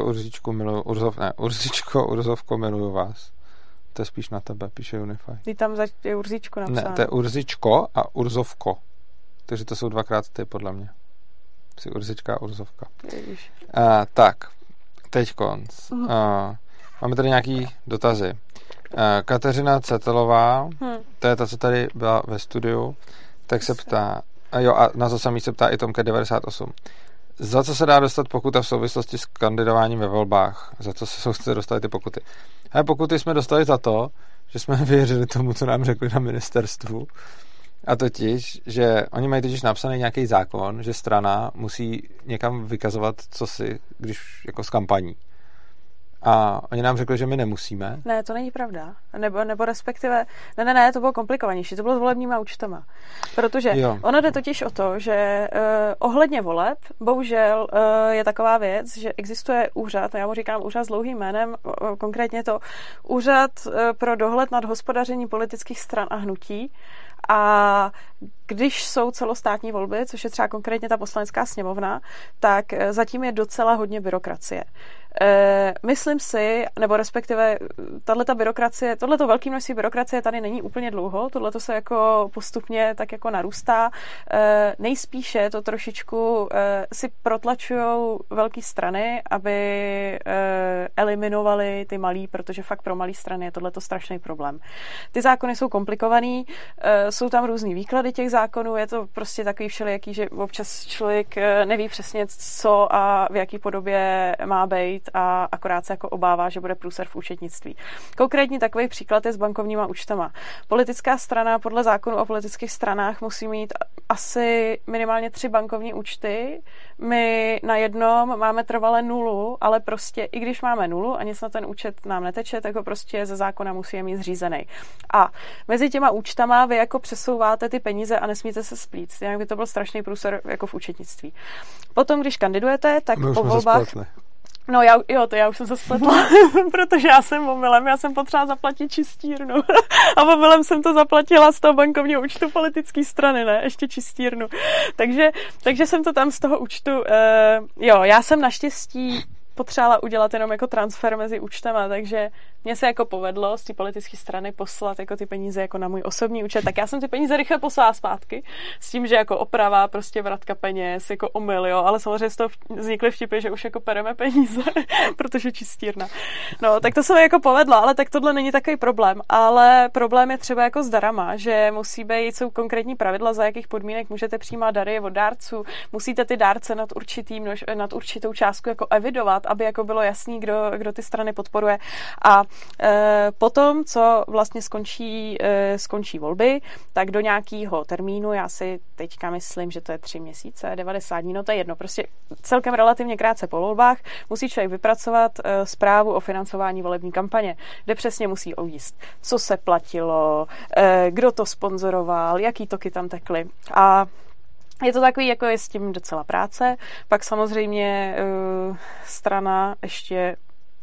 Urzovko, miluju vás. To je spíš na tebe, píše Unified. Ty tam je Urzičko napsáno. Ne, to je Urzičko a Urzovko. Takže to jsou dvakrát ty, podle mě. Jsi Urzička a Urzovka. Tak, teď konc. Máme tady nějaký dotazy. Kateřina Cetelová, to je ta, co tady byla ve studiu, tak se ptá, a na to samý se ptá i Tomka 98. Za co se dá dostat pokuta v souvislosti s kandidováním ve volbách? Za co se dostali ty pokuty? A pokuty jsme dostali za to, že jsme věřili tomu, co nám řekli na ministerstvu. A totiž, že oni mají totiž napsaný nějaký zákon, že strana musí někam vykazovat cosi, když jako s kampaní. A oni nám řekli, že my nemusíme. Ne, to není pravda. Nebo respektive, ne, to bylo komplikovanější. To bylo s volebníma účtama. Protože ono jde totiž o to, že ohledně voleb, bohužel je taková věc, že existuje úřad, já mu říkám úřad s dlouhým jménem, konkrétně to úřad pro dohled nad hospodařením politických stran a hnutí. A když jsou celostátní volby, což je třeba konkrétně ta poslanecká sněmovna, tak zatím je docela hodně byrokracie. Myslím si, nebo respektive tato byrokracie, tohleto velké množství byrokracie tady není úplně dlouho, tohleto se jako postupně tak jako narůstá. Nejspíše to trošičku si protlačujou velké strany, aby eliminovali ty malý, protože fakt pro malé strany je tohleto strašný problém. Ty zákony jsou komplikovaný, jsou tam různý výklady těch zákonů, je to prostě takový všelijaký, že občas člověk neví přesně, co a v jaký podobě má být a akorát se jako obává, že bude průser v účetnictví. Konkrétní takový příklad je s bankovníma účtama. Politická strana podle zákonu o politických stranách musí mít asi minimálně 3 bankovní účty. My na jednom máme trvale 0, ale prostě i když máme 0 a nic na ten účet nám neteče, tak ho prostě ze zákona musíme mít zřízený. A mezi těma účtama vy jako přesouváte ty peníze a nesmíte se splít. Jinak by to byl strašný průser jako v účetnictví. Potom, když kandidujete, tak po volbách... No já už jsem se spletla, protože já jsem potřeba zaplatit čistírnu. A omylem jsem to zaplatila z toho bankovního účtu politické strany, ne? Ještě čistírnu. Takže jsem to tam z toho účtu... já jsem naštěstí potřebovala udělat jenom jako transfer mezi účtama, takže mně se jako povedlo z té politické strany poslat jako ty peníze jako na můj osobní účet, tak já jsem ty peníze rychle poslala zpátky s tím, že jako oprava, prostě vratka peněz, jako omyl, jo, ale samozřejmě z toho vznikly vtipy, že už jako pereme peníze, protože čistírna. No, tak to se mi jako povedlo, ale tak tohle není takový problém, ale problém je třeba jako s darama, že musí být, jsou konkrétní pravidla, za jakých podmínek můžete přijímat dary od dárců, musíte ty dárce nad určitou částku jako evidovat, aby jako bylo jasný, kdo ty strany podporuje. A potom, co vlastně skončí volby, tak do nějakého termínu, já si teďka myslím, že to je 3 měsíce, 90 dní, no to je jedno, prostě celkem relativně krátce po volbách musí člověk vypracovat zprávu o financování volební kampaně, kde přesně musí uvíct, co se platilo, kdo to sponzoroval, jaký toky tam tekly. A je to takový, jako je s tím docela práce. Pak samozřejmě strana ještě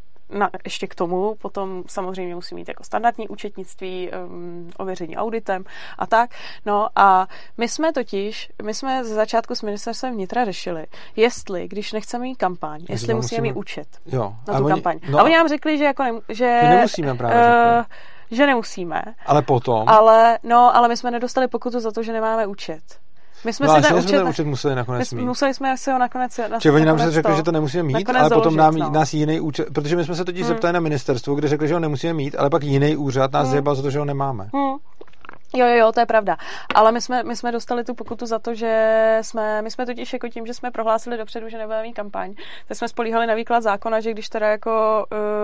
k tomu, potom samozřejmě musí mít jako standardní účetnictví, ověření auditem a tak. No a my jsme ze začátku s ministerstvem vnitra řešili, jestli, když nechceme mít kampaň, jestli musíme mít účet na tu kampaň. A oni nám řekli, že jako že nemusíme právě že nemusíme. Ale potom? Ale my jsme nedostali pokutu za to, že nemáme účet. My jsme si ten účet museli nakonec mít. Museli jsme si ho nakonec... Čiže oni nám řekli, že to nemusíme mít, ale potom nás jiný účet... Protože my jsme se totiž zeptali na ministerstvu, kde řekli, že ho nemusíme mít, ale pak jiný úřad nás zjebal za to, že ho nemáme. Jo, to je pravda. Ale my jsme dostali tu pokutu za to, že my jsme totiž jako tím, že jsme prohlásili dopředu, že nebudeme mít kampaň, tak jsme spolíhali na výklad zákona, že když teda jako...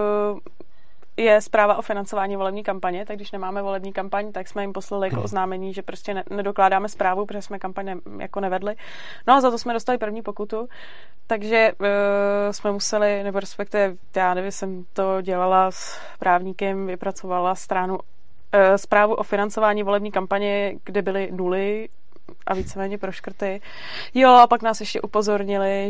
je zpráva o financování volební kampaně, tak když nemáme volební kampaň, tak jsme jim poslali jako oznámení, že prostě nedokládáme zprávu, protože jsme kampaň jako nevedli. No a za to jsme dostali první pokutu, takže jsme museli, nebo respektive, já nevím, jsem to dělala s právníkem, vypracovala zprávu o financování volební kampaně, kde byly 0 a víceméně proškrty. Jo, a pak nás ještě upozornili,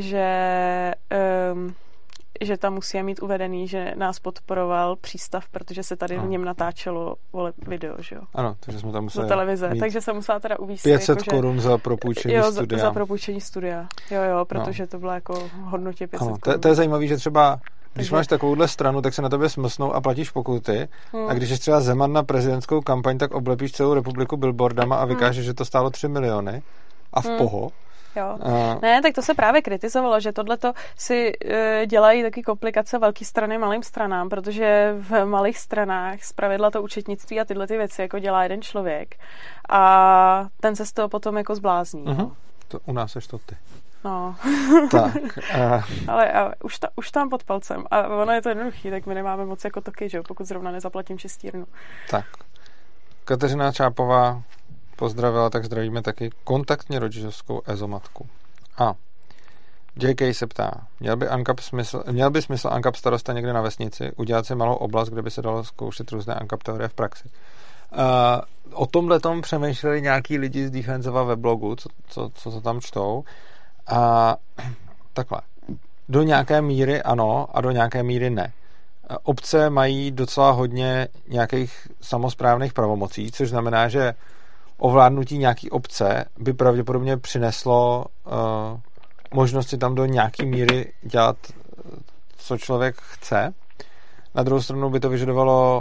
že tam musíme mít uvedený, že nás podporoval přístav, protože se tady v něm natáčelo video, že jo? Ano, takže jsme tam museli do televize, takže jsem musela teda uvíct 500 korun za propůjčení studia. Za propůjčení studia. Jo, protože to bylo jako hodnotě 500 korun. To je zajímavé, že třeba když máš takovouhle stranu, tak se na tebe smlsnou a platíš pokuty. A když jsi třeba Zeman na prezidentskou kampaň, tak oblepíš celou republiku billboardama a vykážeš, že to stálo 3 miliony. A v poho. Jo. Ne, tak to se právě kritizovalo, že tohleto si dělají taky komplikace velký strany malým stranám, protože v malých stranách zpravidla to účetnictví a tyhle ty věci jako dělá jeden člověk a ten se z toho potom jako zblázní. To u nás seš to ty. No. Tak. Ale už tam pod palcem. A ono je to jednoduchý, tak my nemáme moc jako toky, že jo, pokud zrovna nezaplatím čistírnu. Tak. Kateřina Čápová pozdravila, tak zdravíme taky kontaktně rodičovskou ezomatku. A JK se ptá, měl by smysl ANCAP starosta někde na vesnici udělat si malou oblast, kde by se dalo zkoušet různé ANCAP teorie v praxi? O tomhletom přemýšleli nějaký lidi z Defensova weblogu, co tam čtou. A takhle. Do nějaké míry ano a do nějaké míry ne. Obce mají docela hodně nějakých samosprávných pravomocí, což znamená, že ovládnutí nějaký obce by pravděpodobně přineslo možnost si tam do nějaký míry dělat, co člověk chce. Na druhou stranu by to vyžadovalo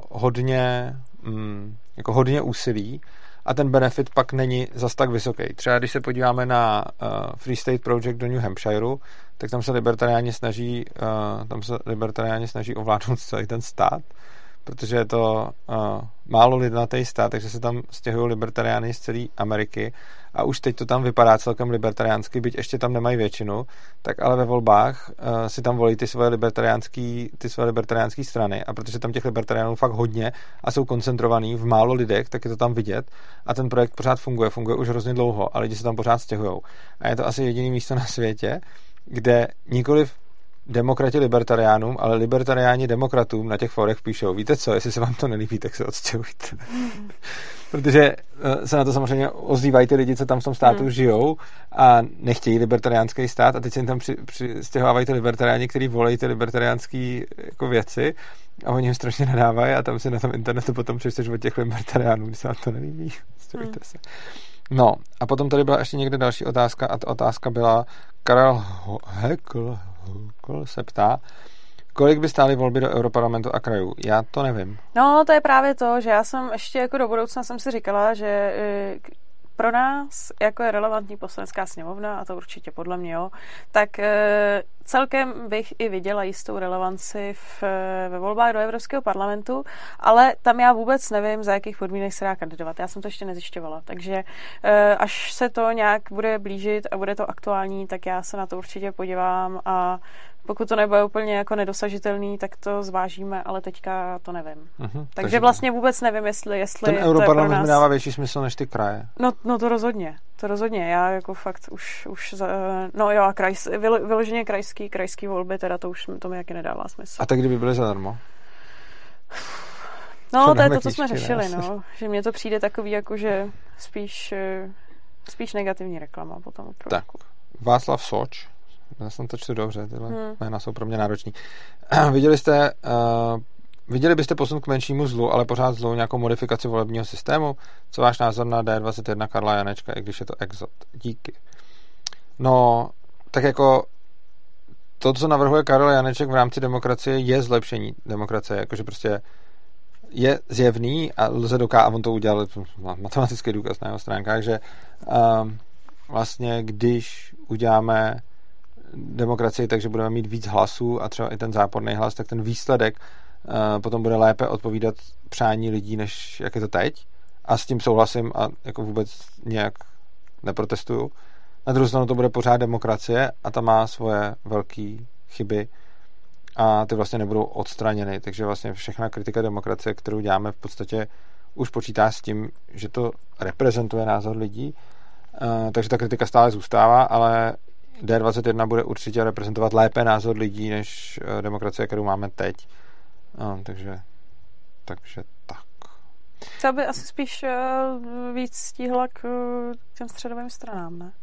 hodně úsilí a ten benefit pak není zas tak vysoký. Třeba když se podíváme na Free State Project do New Hampshireu, tak tam se libertariáni snaží ovládnout celý ten stát, protože je to málo lidnatý stát, takže se tam stěhují libertariány z celé Ameriky a už teď to tam vypadá celkem libertariánsky, byť ještě tam nemají většinu, tak ale ve volbách si tam volí ty svoje libertariánské strany a protože tam těch libertariánů fakt hodně a jsou koncentrovaný v málo lidech, tak je to tam vidět a ten projekt pořád funguje už hrozně dlouho a lidi se tam pořád stěhujou. A je to asi jediné místo na světě, kde nikoliv demokrati libertariánům, ale libertariáni demokratům na těch forech píšou, víte co, jestli se vám to nelíbí, tak se odstěhujte. Protože se na to samozřejmě ozývají ty lidi, co tam v tom státu žijou a nechtějí libertariánský stát a teď se jim tam stěhovávají ty libertariáni, kteří volají ty libertariánský jako věci a oni jim strašně nadávají a tam si na tom internetu potom přečteš od těch libertariánů, když se vám to nelíbí, odstěhujte se. No, a potom tady byla ještě někde další otázka a ta otázka byla Karel Hekl se ptá, kolik by stály volby do Europarlamentu a krajů? Já to nevím. No, to je právě to, že já jsem ještě jako do budoucna jsem si říkala, že pro nás, jako je relevantní poslanecká sněmovna, a to určitě podle mě, jo, tak celkem bych i viděla jistou relevanci ve volbách do Evropského parlamentu, ale tam já vůbec nevím, za jakých podmínek se dá kandidovat. Já jsem to ještě nezjišťovala, takže až se to nějak bude blížit a bude to aktuální, tak já se na to určitě podívám a pokud to nebude úplně jako nedosažitelný, tak to zvážíme, ale teďka to nevím. Takže vlastně vůbec nevím, jestli ten Europarlament mi dává větší smysl než ty kraje. No to rozhodně. Já jako fakt už no jo, a vyloženě krajský volby, teda to mi jaký nedává smysl. A tak kdyby byly zadarmo? No, to je to, co jsme řešili, no. Že mně to přijde takový, jako že spíš negativní reklama potom. Tak, Václav Soč, já jsem to čtu dobře, tyhle jména jsou pro mě nároční. Viděli byste posun k menšímu zlu, ale pořád zlou nějakou modifikaci volebního systému? Co váš názor na D21 Karla Janečka, i když je to exot? Díky. No, tak jako to, co navrhuje Karel Janeček v rámci demokracie, je zlepšení demokracie, jakože prostě je zjevný a lze dokázat, a on to udělal matematický důkaz na jeho stránkách, že vlastně když uděláme demokracii, takže budeme mít víc hlasů a třeba i ten záporný hlas, tak ten výsledek potom bude lépe odpovídat přání lidí, než jak je to teď. A s tím souhlasím a jako vůbec nějak neprotestuju. Na druhou stranu to bude pořád demokracie a ta má svoje velké chyby a ty vlastně nebudou odstraněny. Takže vlastně všechna kritika demokracie, kterou děláme, v podstatě už počítá s tím, že to reprezentuje názor lidí. Takže ta kritika stále zůstává, ale D21 bude určitě reprezentovat lépe názor lidí, než demokracie, kterou máme teď. Takže tak. To by asi spíš víc stíhla k těm středovým stranám, ne?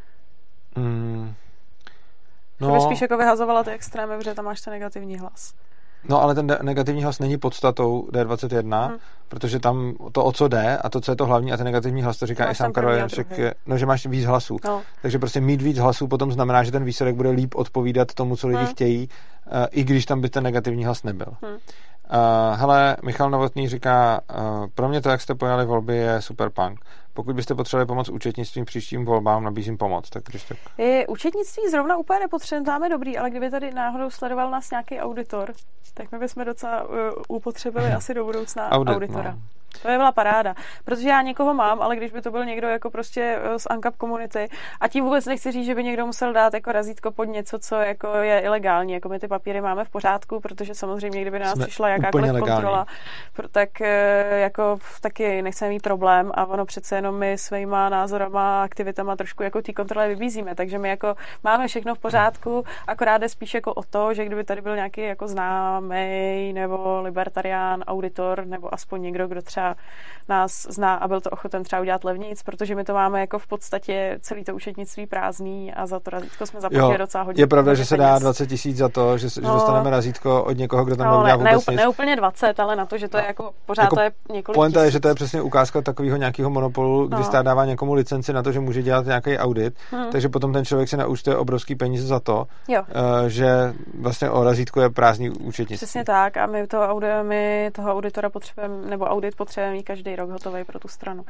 No, to by spíš jako vyhazovala ty extrémy, protože tam máš ten negativní hlas. No, ale ten negativní hlas není podstatou D21, protože tam to, o co jde, a to, co je to hlavní, a ten negativní hlas, to říká i sám Karel Janeček, že máš víc hlasů. No. Takže prostě mít víc hlasů potom znamená, že ten výsledek bude líp odpovídat tomu, co lidi chtějí, i když tam by ten negativní hlas nebyl. Hele, Michal Novotný říká, pro mě to, jak jste pojali volby, je super punk. Pokud byste potřebovali pomoc účetnictvím příštím volbám, nabízím pomoc. Tak když tak. Účetnictví zrovna úplně nepotřebujeme, dobrý, ale kdyby tady náhodou sledoval nás nějaký auditor, tak my bychom docela upotřebili asi do budoucna auditora. No. To by byla paráda, protože já někoho mám, ale když by to byl někdo jako prostě z UNCAP komunity a tím vůbec nechci říct, že by někdo musel dát jako razítko pod něco, co jako je ilegální, jako my ty papíry máme v pořádku, protože samozřejmě kdyby na nás přišla jakákoliv kontrola, tak jako taky nechceme mít problém a ono přece jenom my svýma názorama a aktivitama trošku jako té kontrole vybízíme, takže my jako máme všechno v pořádku, akorát jde spíš jako o to, že kdyby tady byl nějaký jako známý nebo libertarián, auditor nebo aspoň někdo, kdo třeba nás zná a byl to ochoten třeba udělat levnic, protože my to máme jako v podstatě celý to účetnictví prázdný a za to razítko jsme zaplatili docela hodně. Je pravda, že se dá 20 000 za to, že dostaneme razítko od někoho, kdo tam neudělá vůbec nic. Ne úplně 20, ale na to, že to je jako pořád jako to je několik pointa tisíc. Je, že to je přesně ukázka takového nějakého monopolu, kdy stát dává někomu licenci na to, že může dělat nějaký audit, takže potom ten člověk se naúčtuje obrovský peníze za to, že vlastně o razítku je prázdný účetnictví. Přesně tak a my toho auditora potřebujeme, nebo audit potřebujeme mít každý rok hotový pro tu stranu.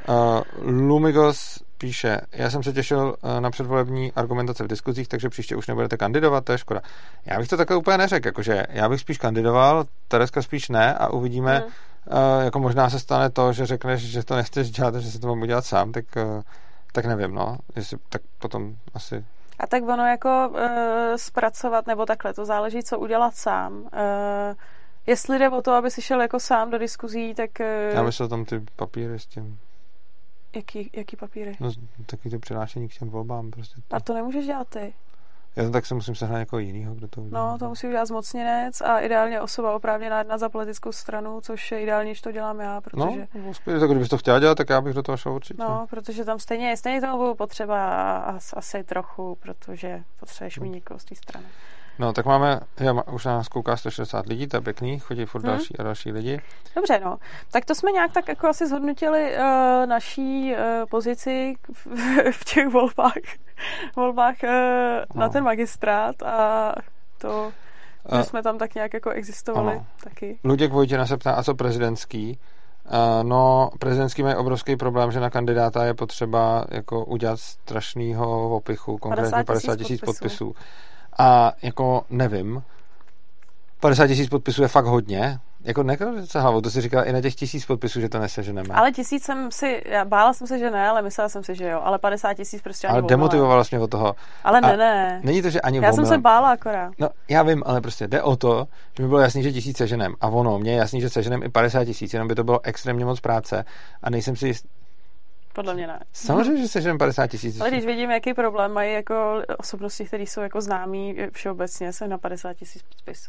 Lumigos píše, já jsem se těšil na předvolební argumentace v diskuzích, takže příště už nebudete kandidovat, to je škoda. Já bych to takhle úplně neřekl, jakože já bych spíš kandidoval, Tereska spíš ne a uvidíme, jako možná se stane to, že řekneš, že to nechceš dělat, že se to mám udělat sám, tak nevím, no, jestli tak potom asi... A tak ono jako zpracovat, nebo takhle, to záleží, co udělat sám. Jestli jde o to, aby si šel jako sám do diskuzí, tak... Já myslel tam ty papíry s tím. Jaký papíry? No, taky to přihlášení k těm volbám prostě. A to nemůžeš dělat ty. Já tak se musím sehnat někoho jinýho, kdo to udělá. No, to musí udělat zmocněnec a ideálně osoba oprávněná jedna za politickou stranu, což je ideálně, když to dělám já, protože... No, tak kdybys to chtěla dělat, tak já bych do toho šel určitě. No, protože tam stejně tomu bylo potřeba asi trochu, protože potřebuješ mít někoho z té strany. No, tak už na nás kouká 160 lidí, to je pěkný, chodí furt další a další lidi. Dobře, no. Tak to jsme nějak tak jako asi zhodnotili naší pozici v těch volbách na ten magistrát a to, že jsme tam tak nějak jako existovali taky. Luděk Vojtěna se ptá, a co prezidentský? No, prezidentský mají obrovský problém, že na kandidáta je potřeba jako udělat strašnýho opichu, konkrétně 50 000 podpisů. A jako nevím, 50 000 podpisů je fakt hodně. Jako nekladete se hlavou, to si říkala i na těch 1000 podpisů, že to neseženeme. Ale 1000 bála jsem se, že ne, ale myslela jsem si, že jo. Ale 50 000 prostě ani ale demotivovala jsi mě od toho. Ale ne. Není to, že ani já jsem se bála akorát. No, já vím, ale prostě jde o to, že mi bylo jasný, že 1000 seženem. A ono, mně je jasný, že seženem i 50 000, jenom by to bylo extrémně moc práce. A nejsem si jist... Podle mě ne. Samozřejmě, že seženem 50 000. Ale když vidím, jaký problém mají jako osobnosti, které jsou jako známí všeobecně, jsem na 50 000 podpisů.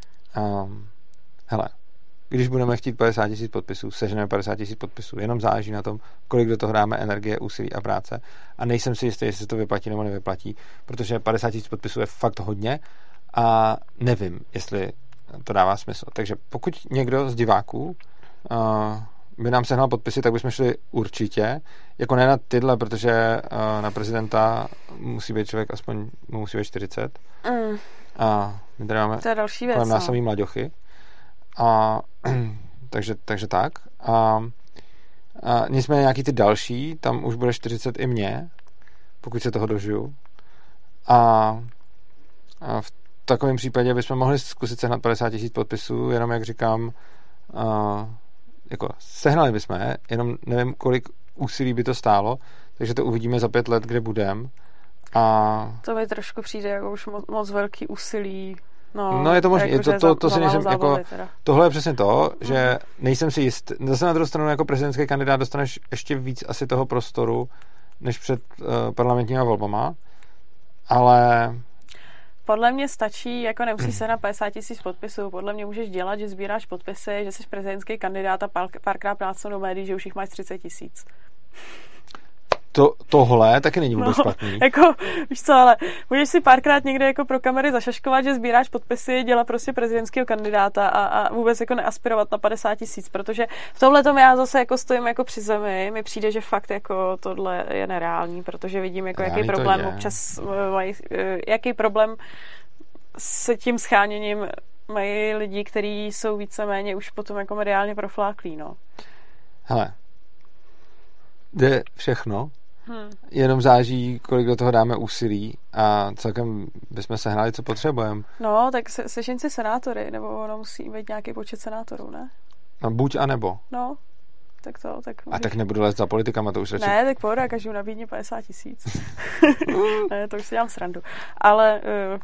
Hele, když budeme chtít 50 000 podpisů, seženeme 50 000 podpisů. Jenom záleží na tom, kolik do toho dáme energie, úsilí a práce. A nejsem si jistý, jestli to vyplatí nebo nevyplatí, protože 50 000 podpisů je fakt hodně a nevím, jestli to dává smysl. Takže pokud někdo z diváků by nám sehnal podpisy, tak bychom šli určitě. Jako ne na tyhle, protože na prezidenta musí být člověk aspoň, musí být 40. A my tady máme to je další věc, kolem nás samý mlaďochy. A takže tak. A nicméně nějaký ty další, tam už bude 40 i mě, pokud se toho dožiju. A v takovém případě bychom mohli zkusit sehnat 50 000 podpisů, jenom jak říkám, jako sehnali bychom je, jenom nevím, kolik úsilí by to stálo, takže to uvidíme za 5 let, kde budeme. To mi trošku přijde jako už moc velký úsilí. No je to možné, jako, to si nejsem, jako, tohle je přesně to, že nejsem si jist, zase na druhou stranu jako prezidentský kandidát dostaneš ještě víc asi toho prostoru, než před parlamentníma volbama, ale... Podle mě stačí, jako nemusíš se na 50 000 podpisů, podle mě můžeš dělat, že sbíráš podpisy, že jsi prezidentský kandidát a párkrát plácnou do médií, že už jich máš 30 000. Tohle taky není vůbec špatný. Jako, víš co, ale můžeš si párkrát někde jako pro kamery zašaškovat, že sbíráš podpisy, dělat prostě prezidentského kandidáta a vůbec jako neaspirovat na 50 000, protože v tomhle tom já zase jako stojím jako při zemi, mi přijde, že fakt jako tohle je nereální, protože vidím jako jaký problém občas mají, jaký problém s tím scháněním mají lidi, kteří jsou víceméně už potom jako mediálně profláklí, no. Hele, jde všechno, jenom záží, kolik do toho dáme úsilí a celkem bychom sehnali, co potřebujeme. No, tak sežeň si senátory, nebo ono musí být nějaký počet senátorů, ne? No, buď a nebo. No. A tak nebudu lézt za politikama, to už radši. Ne, tak pohoda, každou nabídni 50 000. Ne, to už si dělám srandu. Ale,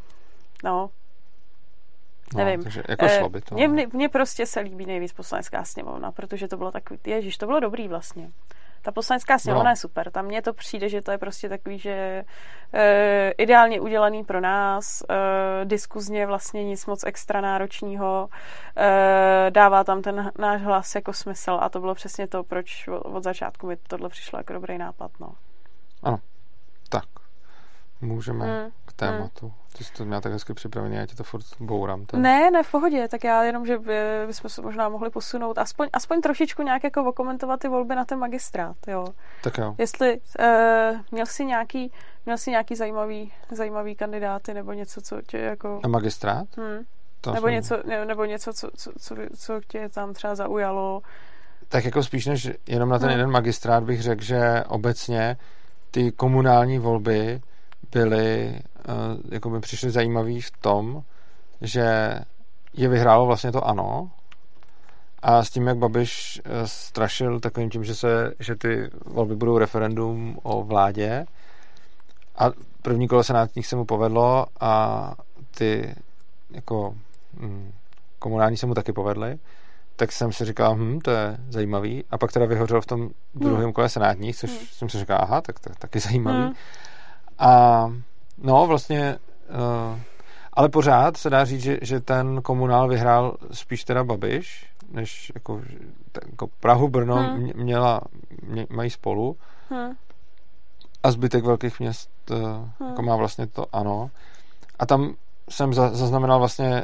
nevím. Takže jako šlo by to. Mně prostě se líbí nejvíc Poslanecká sněmovna, protože to bylo takový, ježiš, to bylo dobrý vlastně. Ta Poslanecká sněmovna je super. Tam mně to přijde, že to je prostě takový, že ideálně udělaný pro nás, diskuzně vlastně nic moc extra náročního, dává tam ten náš hlas jako smysl a to bylo přesně to, proč od začátku mi tohle přišlo jako dobrý nápad. No. Ano, tak. Můžeme k tématu. Ty jsi to měla tak hezky připravený, já ti to furt bourám. Ne, v pohodě, tak já jenom, že bychom se možná mohli posunout, aspoň trošičku nějak jako okomentovat ty volby na ten magistrát, jo. Tak jo. Jestli měl jsi nějaký zajímavý kandidáty, nebo něco, co tě jako... Na magistrát? Nebo něco, co tě tam třeba zaujalo. Tak jako spíš než jenom na ten jeden magistrát bych řekl, že obecně ty komunální volby byly, jako by přišly zajímavý v tom, že je vyhrálo vlastně to ANO a s tím, jak Babiš strašil takovým tím, že ty volby budou referendum o vládě a první kolo senátních se mu povedlo a ty jako komunální se mu taky povedly, tak jsem si říkal, to je zajímavý a pak teda vyhořel v tom druhém kole senátních, což jsem si říkal, aha, tak to je taky zajímavý. A no vlastně ale pořád se dá říct, že ten komunál vyhrál spíš teda Babiš, než jako Prahu, Brno mají spolu a zbytek velkých měst jako má vlastně to ANO. A tam jsem zaznamenal vlastně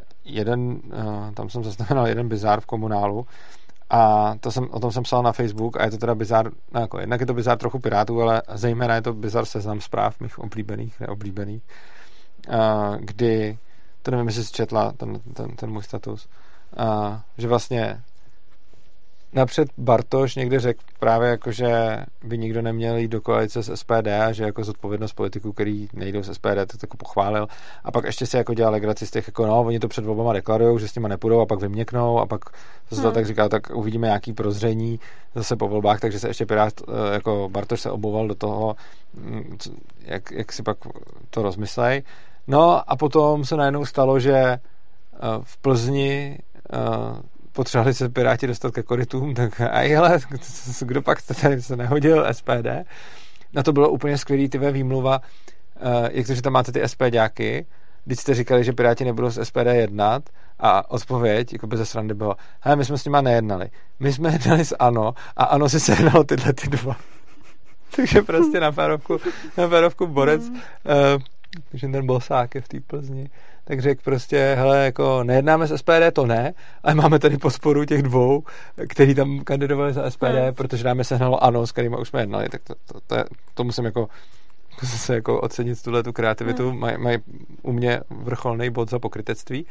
jeden bizár v komunálu a o tom jsem psal na Facebook a je to teda bizár, jako jednak je to bizár trochu Pirátů, ale zejména je to bizár Seznam Zpráv, mých neoblíbených, kdy, to nevím, jestli jsi četla ten můj status, že vlastně napřed Bartoš někde řekl právě jako, že by nikdo neměl jít do koalice s SPD a že jako zodpovědnost politiků, který nejdou s SPD, to jako pochválil. A pak ještě si jako dělal legraci z těch, jako oni to před volbama deklarujou, že s nima nepůjdou a pak vyměknou a pak to tak říkal, tak uvidíme nějaký prozření zase po volbách, takže se ještě Pirát, jako Bartoš se obouval do toho, jak si pak to rozmyslej. No a potom se najednou stalo, že v Plzni potřebovali se Piráti dostat ke korytům, tak hele, kdo pak tady se nehodil, SPD. Na to bylo úplně skvělý výmluva, jak to, že tam máte ty SPďáky, když jste říkali, že Piráti nebudou s SPD jednat a odpověď, jako bez srandy bylo, hele, my jsme s nima nejednali. My jsme jednali s ANO a ANO si sehnalo tyhle ty dva. Takže prostě na férovku borec, že ten Bosák je v té Plzni, tak řekl prostě, hele, jako nejednáme s SPD, to ne, ale máme tady podporu těch dvou, kteří tam kandidovali za SPD, protože nám je sehnalo ANO, s kterýma už jsme jednali, tak to musím jako zase jako ocenit tu kreativitu, mají u mě vrcholný bod za pokrytectví.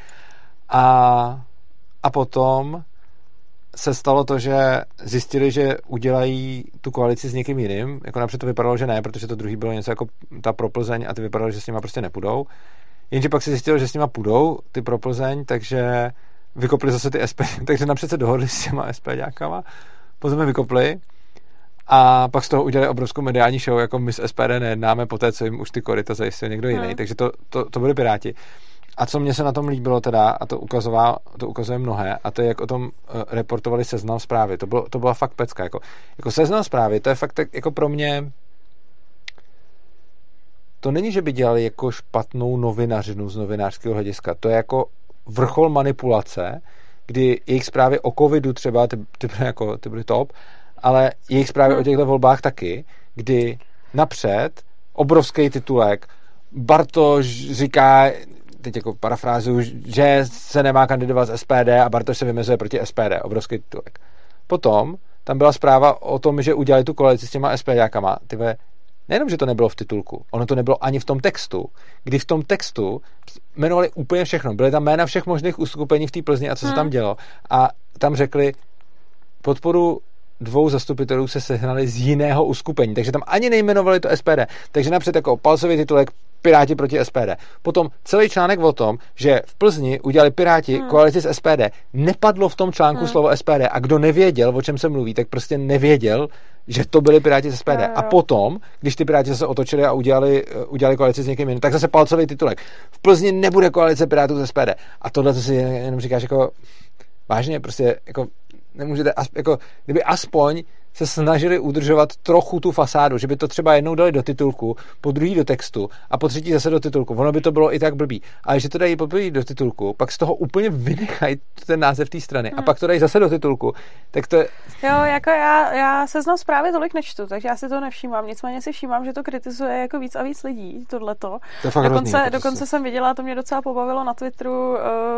A potom se stalo to, že zjistili, že udělají tu koalici s někým jiným, jako napřed to vypadalo, že ne, protože to druhý bylo něco jako ta pro Plzeň a ty vypadalo, že s nima prostě nepůjdou. Jenže pak se zjistilo, že s nima půjdou ty pro Plzeň, takže vykopli zase ty SPD, takže napřed se dohodli s těma SPďákama, potom je vykopli a pak z toho udělali obrovskou mediální show, jako my s SPD nejednáme poté, co jim už ty koryta zajistil někdo jiný, takže to byli Piráti. A co mě se na tom líbilo teda, a to ukazuje mnohé, a to je, jak o tom reportovali Seznam Zprávy. To byla fakt pecka. Jako Seznam Zprávy, to je fakt tak, jako pro mě, to není, že by dělali jako špatnou novinařinu z novinářského hlediska. To je jako vrchol manipulace, kdy jejich zprávy o covidu třeba, ty byly top, ale jejich zprávy o těchto volbách taky, kdy napřed obrovský titulek, Bartoš říká, teď jako parafrázuju, že se nemá kandidovat z SPD a Bartoš se vymezuje proti SPD. Obrovský titulek. Potom tam byla zpráva o tom, že udělali tu koalici s těma SPďákama. Nejenom, že to nebylo v titulku, ono to nebylo ani v tom textu, kdy v tom textu jmenovali úplně všechno. Byly tam jména všech možných uskupení v té Plzni a co se tam dělo. A tam řekli, podporu 2 zastupitelů se sehnali z jiného uskupení, takže tam ani nejmenovali to SPD. Takže napřed jako palcový titulek, Piráti proti SPD. Potom celý článek o tom, že v Plzni udělali Piráti koalici s SPD. Nepadlo v tom článku slovo SPD a kdo nevěděl, o čem se mluví, tak prostě nevěděl, že to byli Piráti z SPD. Jo. A potom, když ty Piráti se otočili a udělali koalici s někým jiným, tak zase palcový titulek. V Plzni nebude koalice Pirátů z SPD. A tohle to si jenom říkáš jako vážně, prostě jako nemůžete, jako kdyby aspoň se snažili udržovat trochu tu fasádu, že by to třeba jednou dali do titulku, po druhý do textu a po třetí zase do titulku. Ono by to bylo i tak blbý. Ale že to dají po druhý do titulku, pak z toho úplně vynechají ten název té strany a pak to dají zase do titulku, tak to je... Jo, jako já Seznam Zprávy tolik nečtu, takže já si to nevšímám. Nicméně si všímám, že to kritizuje jako víc a víc lidí, tohleto. Dokonce jsem viděla, to mě docela pobavilo na Twitteru,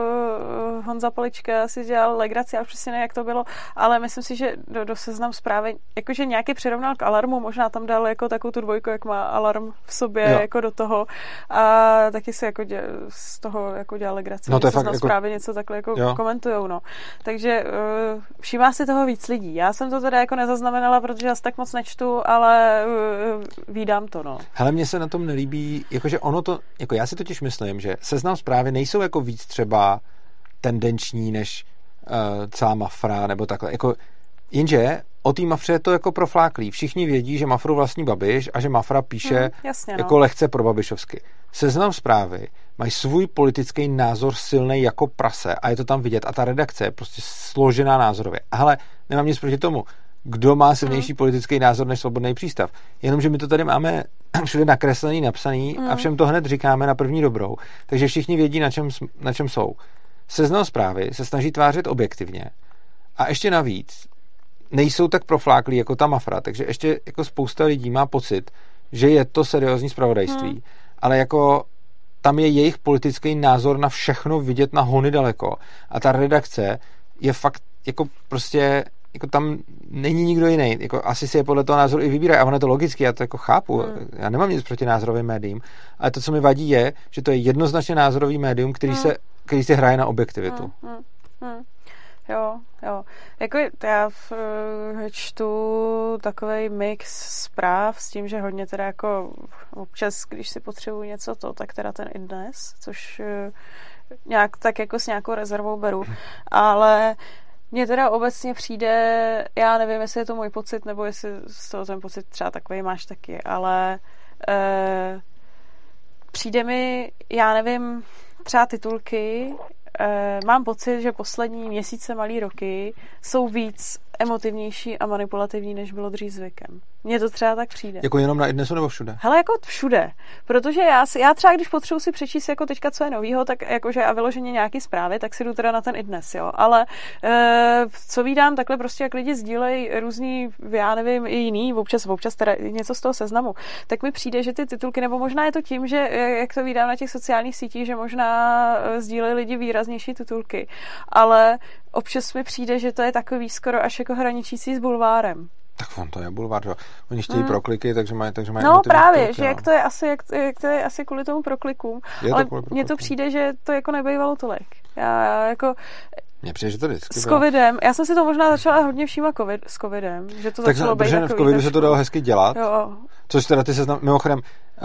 Honza Polička si dělal legraci, já už přesně nevím, jak to bylo, ale myslím si, že do Seznam Zprávy jakože nějaký přirovnal k Alarmu, možná tam dal jako takovou tu dvojku, jak má Alarm v sobě, jo. Jako do toho a taky si jako z toho jako dělal legraci. No to je fakt jako... Zprávy něco takhle jako komentujou, no. Takže všímá si toho víc lidí. Já jsem to teda jako nezaznamenala, protože já tak moc nečtu, ale vídám to, no. Hele, mně se na tom nelíbí, jakože ono to, jako já si totiž myslím, že Seznam Zprávy nejsou jako víc třeba tendenční, než celá Mafra, nebo takhle, jako jenže o té Mafře je to jako profláklý. Všichni vědí, že Mafru vlastní Babiš a že Mafra píše jasně, jako lehce probabišovsky. Seznam Zprávy mají svůj politický názor silný jako prase a je to tam vidět a ta redakce je prostě složená názorově. Ale nemám nic proti tomu. Kdo má silnější politický názor než Svobodný přístav? Jenomže my to tady máme všude nakreslený, napsaný a všem to hned říkáme na první dobrou. Takže všichni vědí, na čem jsou. Seznam Zprávy se snaží tvářit objektivně a ještě navíc nejsou tak profláklí jako ta Mafra, takže ještě jako spousta lidí má pocit, že je to seriózní zpravodajství, ale jako tam je jejich politický názor na všechno vidět na hony daleko a ta redakce je fakt jako prostě jako tam není nikdo jiný, jako asi si je podle toho názoru i vybírají a ono je to logicky, já to jako chápu, já nemám nic proti názorovým médiím, ale to, co mi vadí je, že to je jednoznačně názorový médium, který si hraje na objektivitu. Jo. Jako já čtu takovej mix zpráv s tím, že hodně teda jako občas, když si potřebuji něco tak teda ten iDnes, což nějak tak jako s nějakou rezervou beru, ale mně teda obecně přijde, já nevím, jestli je to můj pocit, nebo jestli z toho ten pocit třeba takový máš taky, ale přijde mi, já nevím, třeba titulky, mám pocit, že poslední měsíce, malý roky jsou víc emotivnější a manipulativní, než bylo dřív zvykem. Mně to třeba tak přijde. Jako jenom na iDnesu nebo všude? Hele, jako všude. Protože já třeba, když potřebuji si přečíst jako teďka, co je novýho, tak jakože a vyloženě nějaký zprávy, tak si jdu teda na ten iDnes, jo. Ale co vídám, takhle prostě, jak lidi sdílejí různý, já nevím, i jiný, občas teda něco z toho seznamu, tak mi přijde, že ty titulky, nebo možná je to tím, že jak to vídám na těch sociálních sítích, že možná sdílejí lidi výraznější titulky. Ale občas mi přijde, že to je takový skoro až jako hraničící s bulvárem. Tak on to je bulvár, jo. Oni chtějí prokliky, takže mají no právě, titulky, že jak to je asi kvůli tomu proklikům. Ale mně to přijde, že to jako nebejvalo tolik. Já jako mně přijde, že to vždycky s covidem, já jsem si to možná začala hodně všímat s covidem, že to tak začalo být takový. Tak v covidu se to dalo hezky dělat, jo. Což teda ty seznam, mimochodem,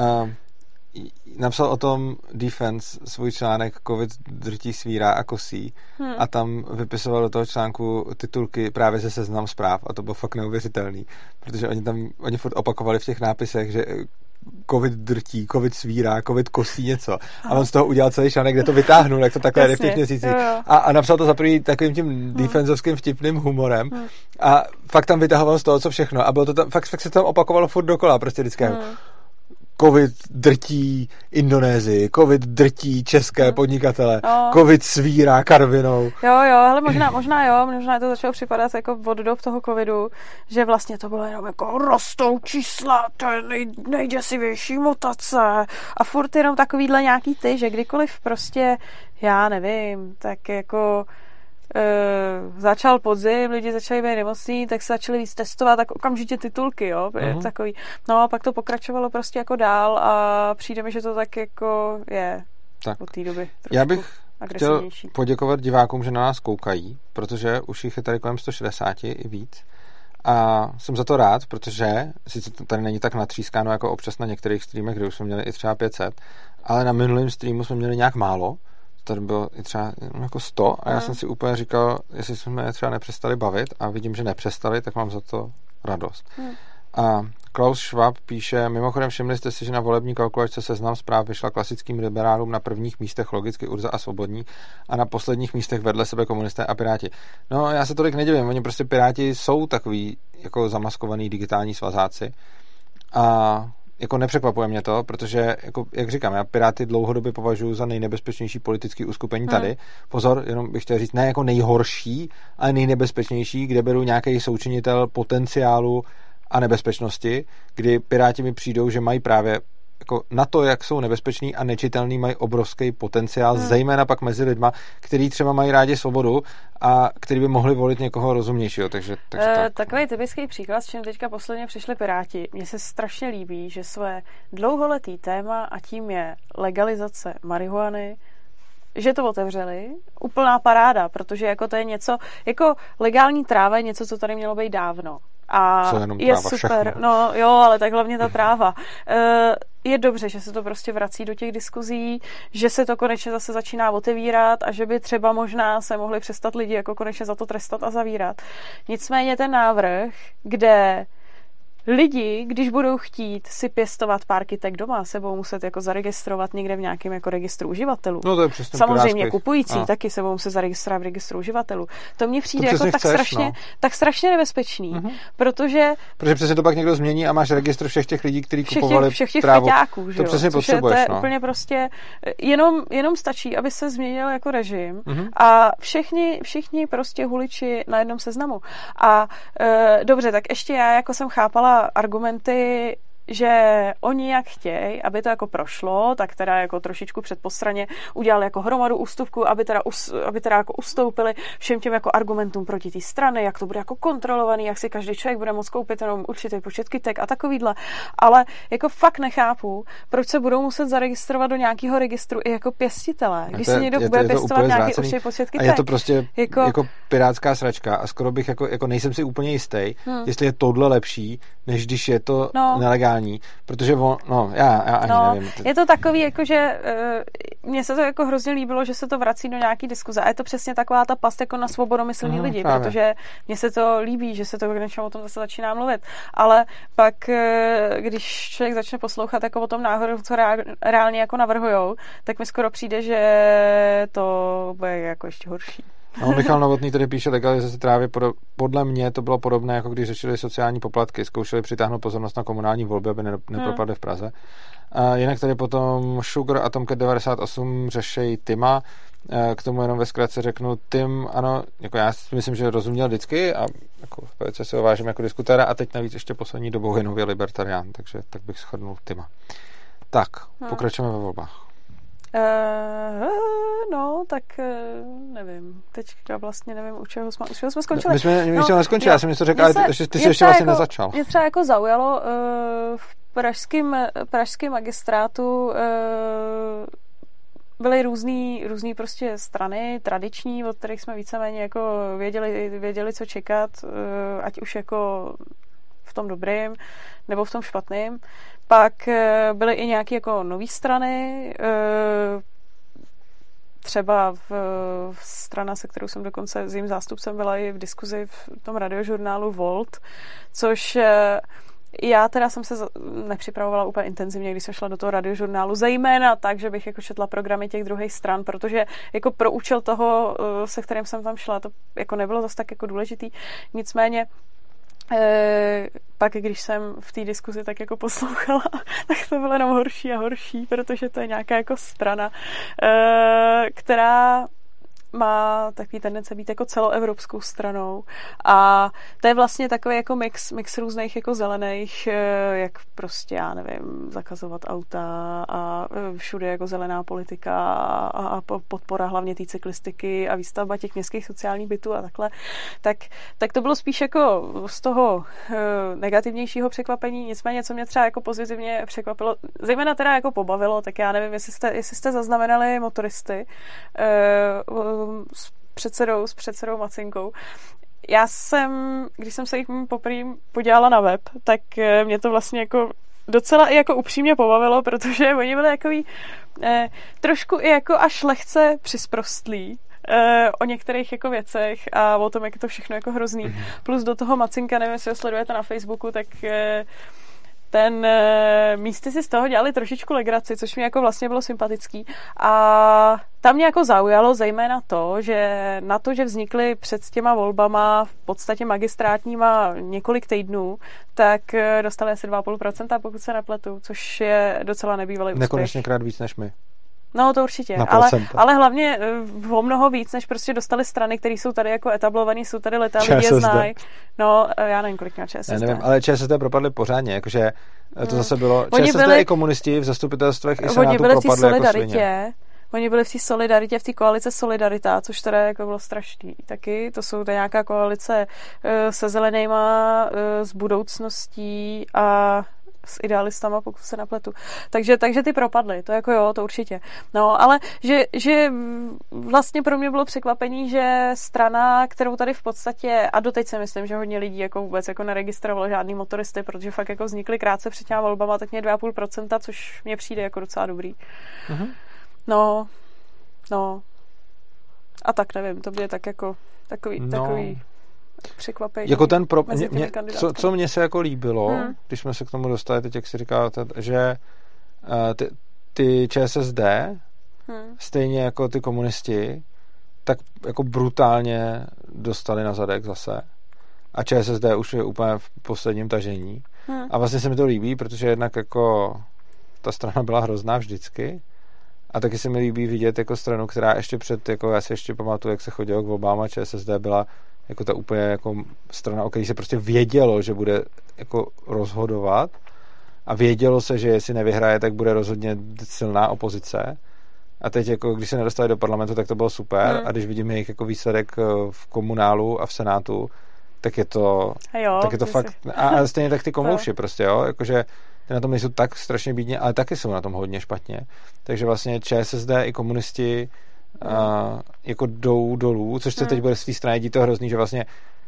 napsal o tom Defense svůj článek Covid drtí, svírá a kosí a tam vypisoval do toho článku titulky právě ze Seznam Zpráv a to bylo fakt neuvěřitelný, protože oni furt opakovali v těch nápisech, že Covid drtí, Covid svírá, Covid kosí něco. A on z toho udělal celý článek, kde to vytáhnul, jak to takhle jde v těch měsících. A napsal to za první takovým tím defenzovským vtipným humorem. A fakt tam vytahoval z toho, co všechno. A bylo to tam, fakt se tam opakovalo furt dokola, prostě vždycky. Covid drtí Indonésii, Covid drtí české podnikatele, Covid svírá Karvinou. Jo, ale možná to začalo připadat jako od dob toho covidu, že vlastně to bylo jenom jako rostou čísla, to je nejděsivější mutace a furt jenom takovýhle nějaký že kdykoliv prostě, já nevím, tak jako začal podzim, lidi začali být nemocní, tak se začali víc testovat, tak okamžitě titulky, jo, takový. No a pak to pokračovalo prostě jako dál a přijde mi, že to tak jako je tak. od té doby. Já bych chtěl poděkovat divákům, že na nás koukají, protože už jich je tady kolem 160 i víc A jsem za to rád, protože sice to tady není tak natřískáno jako občas na některých streamech, kde už jsme měli i třeba 500, ale na minulém streamu jsme měli nějak málo. Tady bylo i třeba jako 100 a já jsem si úplně říkal, jestli jsme je třeba nepřestali bavit a vidím, že nepřestali, tak mám za to radost. A Klaus Schwab píše, mimochodem všimli jste si, že na volební kalkulačce Seznam Zpráv vyšla klasickým liberálům na prvních místech logicky Urza a Svobodní a na posledních místech vedle sebe komunisté a Piráti. No, já se tolik nedivím, oni prostě Piráti jsou takový jako zamaskovaný digitální svazáci a jako nepřekvapuje mě to, protože, jako, jak říkám, já Piráty dlouhodobě považuji za nejnebezpečnější politické uskupení tady. Pozor, jenom bych chtěl říct, ne jako nejhorší, ale nejnebezpečnější, kde beru nějaký součinitel potenciálu a nebezpečnosti, kdy Piráti mi přijdou, že mají právě jako na to, jak jsou nebezpeční a nečitelný, mají obrovský potenciál, zejména pak mezi lidma, kteří třeba mají rádi svobodu a kteří by mohli volit někoho rozumnějšího. Takže tak. Takový typický příklad, s čím teďka posledně přišli Piráti. Mně se strašně líbí, že své dlouholetý téma a tím je legalizace marihuany, že to otevřeli, úplná paráda, protože jako to je něco, jako legální tráva je něco, co tady mělo být dávno. A je super, všechno. No jo, ale tak hlavně ta tráva. Je dobře, že se to prostě vrací do těch diskuzí, že se to konečně zase začíná otevírat a že by třeba možná se mohli přestat lidi jako konečně za to trestat a zavírat. Nicméně ten návrh, kde lidi, když budou chtít si pěstovat pár kytek doma, se budou muset jako zaregistrovat někde v nějakém jako registru uživatelů. No to je přesně samozřejmě kupující taky se budou muset zaregistrovat v registru uživatelů. To mně přijde jako tak strašně nebezpečný, protože přesně to pak někdo změní a máš registr všech těch lidí, kteří kupovali všech těch trávu. feťáků, to přesně potřebuješ. To je úplně prostě jenom stačí, aby se změnil jako režim a všichni prostě huliči na jednom seznamu. A dobře, tak ještě já jako jsem chápala argumenty, že oni jak chtějí, aby to jako prošlo, tak teda jako trošičku předpostraně udělali jako hromadu ústupků, aby teda jako ustoupili všem těm jako argumentům proti té strany, jak to bude jako kontrolovaný, jak si každý člověk bude moct koupit jenom určitý počet kytek a takovýhle. Ale jako fakt nechápu, proč se budou muset zaregistrovat do nějakého registru i jako pěstitelé, když si někdo bude pěstovat nějaký určitý počet kytek. A je to prostě jako pirátská sračka a skoro bych jako nejsem si úplně jistý, jestli je tohle lepší, než když je to nelegální. Protože já ani nevím. Je to takový, jakože mně se to jako hrozně líbilo, že se to vrací do nějaký diskuze a je to přesně taková ta past jako na svobodomyslní lidi, právě. Protože mně se to líbí, že se to k něčemu o tom zase začíná mluvit, ale pak, když člověk začne poslouchat jako o tom náhodu, co reálně jako navrhujou, tak mi skoro přijde, že to bude jako ještě horší. No, Michal Novotný tady píše, legalizace trávy, podle mě to bylo podobné, jako když řešili sociální poplatky, zkoušeli přitáhnout pozornost na komunální volby, aby nepropadly v Praze. A jinak tady potom Sugar a Tomcat 98 řeší Tima, k tomu jenom ve zkratce řeknu, Tim, ano, jako já myslím, že rozuměl vždycky a jako velice si ho vážím jako diskutéra a teď navíc ještě poslední dobou je nově libertarián, takže tak bych shodnul Tima. Tak, pokračujeme ve volbách. Tak nevím. Teďka vlastně nevím, u čeho jsme skončili. My jsme neskončili, já jsem něco řekl, ale ty jsi ještě vlastně nezačal. Mě třeba jako zaujalo v pražském magistrátu byly různý prostě strany tradiční, od kterých jsme víceméně jako věděli, co čekat, ať už jako v tom dobrým nebo v tom špatným. Pak byly i nějaké jako nové strany, třeba v strana, se kterou jsem dokonce s jejím zástupcem byla i v diskuzi v tom radiožurnálu Volt, což já teda jsem se nepřipravovala úplně intenzivně, když jsem šla do toho radiožurnálu, zejména tak, že bych jako četla programy těch druhých stran, protože jako pro účel toho, se kterým jsem tam šla, to jako nebylo zase tak jako důležitý. Nicméně pak, když jsem v té diskuzi tak jako poslouchala, tak to bylo jenom horší a horší, protože to je nějaká jako strana, která má takový tendence být jako celoevropskou stranou a to je vlastně takový jako mix různých jako zelených, jak prostě, já nevím, zakazovat auta a všude jako zelená politika a podpora hlavně té cyklistiky a výstavba těch městských sociálních bytů a takhle, tak to bylo spíš jako z toho negativnějšího překvapení, nicméně, co mě třeba jako pozitivně překvapilo, zejména teda jako pobavilo, tak já nevím, jestli jste zaznamenali motoristy s předsedou Macinkou. když jsem se jich poprvé podívala na web, tak mě to vlastně jako docela i jako upřímně pobavilo, protože oni byli takový trošku i jako až lehce přisprostlí o některých jako věcech a o tom, jak je to všechno jako hrozný. Mm-hmm. Plus do toho Macinka, nevím, jestli ho sledujete na Facebooku, tak ten místy si z toho dělali trošičku legraci, což mi jako vlastně bylo sympatický. A tam mě jako zaujalo zejména to, že vznikly před těma volbama v podstatě magistrátníma několik týdnů, tak dostali asi 2,5%, pokud se nepletu, což je docela nebývalý úspěch. Nekonečněkrát víc než my. No to určitě, ale hlavně o mnoho víc, než prostě dostali strany, které jsou tady jako etablovaný, jsou tady leta, lidi je znají. No, já nevím, kolik měl ČSSD. Já nevím, ale ČSSD propadli pořádně, jakože to zase bylo, ČSSD i komunisti v zastupitelstvech i senátu propadli jako svině. Oni byli v té solidaritě, v té koalice Solidarita, což teda jako bylo strašný taky. To jsou nějaká koalice se zelenýma, s budoucností a s idealistama, pokud se napletu. Takže ty propadly, to jako jo, to určitě. No, ale že vlastně pro mě bylo překvapení, že strana, kterou tady v podstatě, a doteď si myslím, že hodně lidí jako vůbec jako neregistrovalo žádný motoristy, protože fakt jako vznikly krátce před těma volbama, tak mě 2,5%, což mně přijde jako docela dobrý. Mhm. No. A tak nevím, to bude tak jako takový překvapení. Jako ten co mně se jako líbilo, když jsme se k tomu dostali, teď jak si říkal, že ty ČSSD, stejně jako ty komunisti, tak jako brutálně dostali na zadek zase. A ČSSD už je úplně v posledním tažení. A vlastně se mi to líbí, protože jednak jako ta strana byla hrozná vždycky. A taky se mi líbí vidět jako stranu, která ještě před, jako já si ještě pamatuju, jak se chodilo k volbám a ČSSD byla jako ta úplně jako strana, o které se prostě vědělo, že bude jako rozhodovat a vědělo se, že jestli nevyhraje, tak bude rozhodně silná opozice. A teď jako, když se nedostali do parlamentu, tak to bylo super a když vidím jejich jako výsledek v komunálu a v senátu, tak je to fakt a stejně tak ty komouši prostě, jo, jakože ty na tom nejsou tak strašně bídně, ale taky jsou na tom hodně špatně. Takže vlastně ČSSD i komunisti jako jdou dolů, což se teď bude z té strany dít to hrozný, že vlastně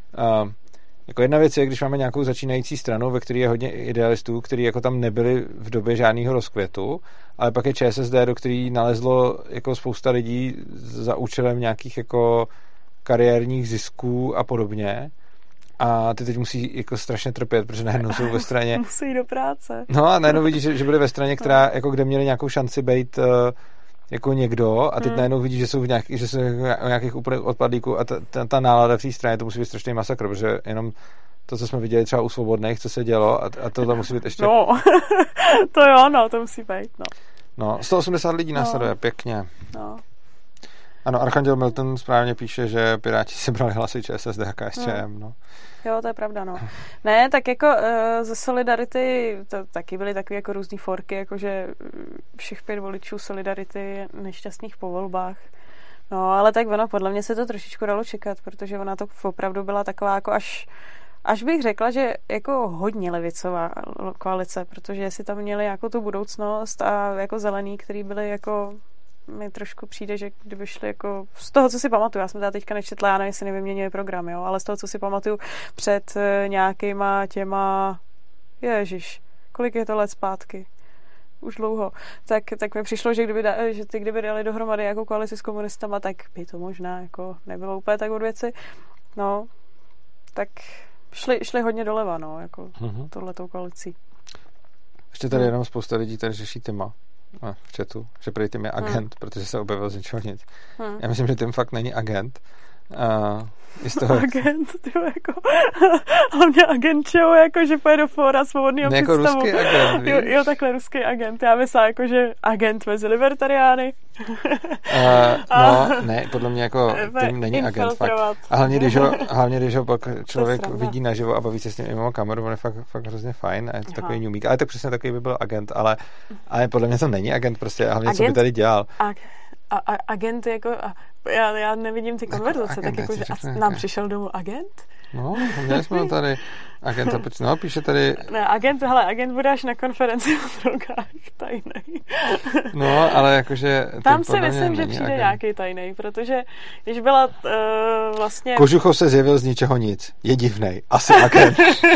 jako jedna věc je, když máme nějakou začínající stranu, ve které je hodně idealistů, kteří jako tam nebyli v době žádného rozkvětu, ale pak je ČSSD, do který nalezlo jako spousta lidí za účelem nějakých jako kariérních zisků a podobně. A ty teď musí jako strašně trpět, protože najednou jsou ve straně. Musí do práce. No a najednou vidíš, že byli ve straně, která jako kde měli nějakou šanci být jako někdo a teď najednou vidíš, že jsou že jsou nějakých úplných odpadlíků a ta nálada v té straně, to musí být strašný masakr, protože jenom to, co jsme viděli třeba u Svobodných, co se dělo a to tam musí být ještě. No, to jo, no, to musí být, no. No, 180 lidí následuje, pěkně. No. Ano, Archanděl Milton správně píše, že Piráti si brali hlasy ČSSD a KSČM, no. Jo, to je pravda, no. Ne, tak jako ze Solidarity to taky byly takové jako různý forky, jakože všech 5 voličů Solidarity nešťastných po volbách. No, ale tak ono, podle mě se to trošičku dalo čekat, protože ona to opravdu byla taková jako až bych řekla, že jako hodně levicová koalice, protože si tam měli jako tu budoucnost a jako zelený, který byli jako mi trošku přijde, že kdyby šli jako z toho, co si pamatuju, já jsem teda teďka nečetla, já nevím, jestli nevyměnili program, jo, ale z toho, co si pamatuju před nějakýma těma kolik je to let zpátky? Už dlouho. Tak mi přišlo, že kdyby dali dohromady jako koalici s komunistama, tak by to možná jako nebylo úplně tak od věci. No, tak šli hodně doleva, no, jako tohletou koalicí. Ještě tady jenom spousta lidí tady řeší Tima v chatu, že prý Tim je agent, protože se objevil z ničeho nic. Já myslím, že Tim fakt není agent. Agent, tyjo, jako hlavně agent, čeho, jako, že pojede do fóra svobodného jako představu. Ruský agent, víš? Jo, takhle ruský agent. Já myslím, jako, že agent mezi libertariány. Ne, podle mě jako Tim není agent, fakt. A hlavně, když ho pak člověk vidí naživo a baví se s ním i mimo kameru, on je fakt hrozně fajn a je to takový ňumík. Ale tak přesně takový by byl agent, ale podle mě to není agent prostě, a hlavně agent, co by tady dělal. Agent jako, já nevidím ty konverzace, tak jakože nám přišel domů agent? No, měli jsme tady agenta, no, píše tady... Ne, agent bude až na konferenci o drogách, tajnej. No, ale jakože... Tam si myslím, že přijde nějaký tajnej, protože když byla vlastně... Kožuchov se zjevil z ničeho nic. Je divnej. Asi agent.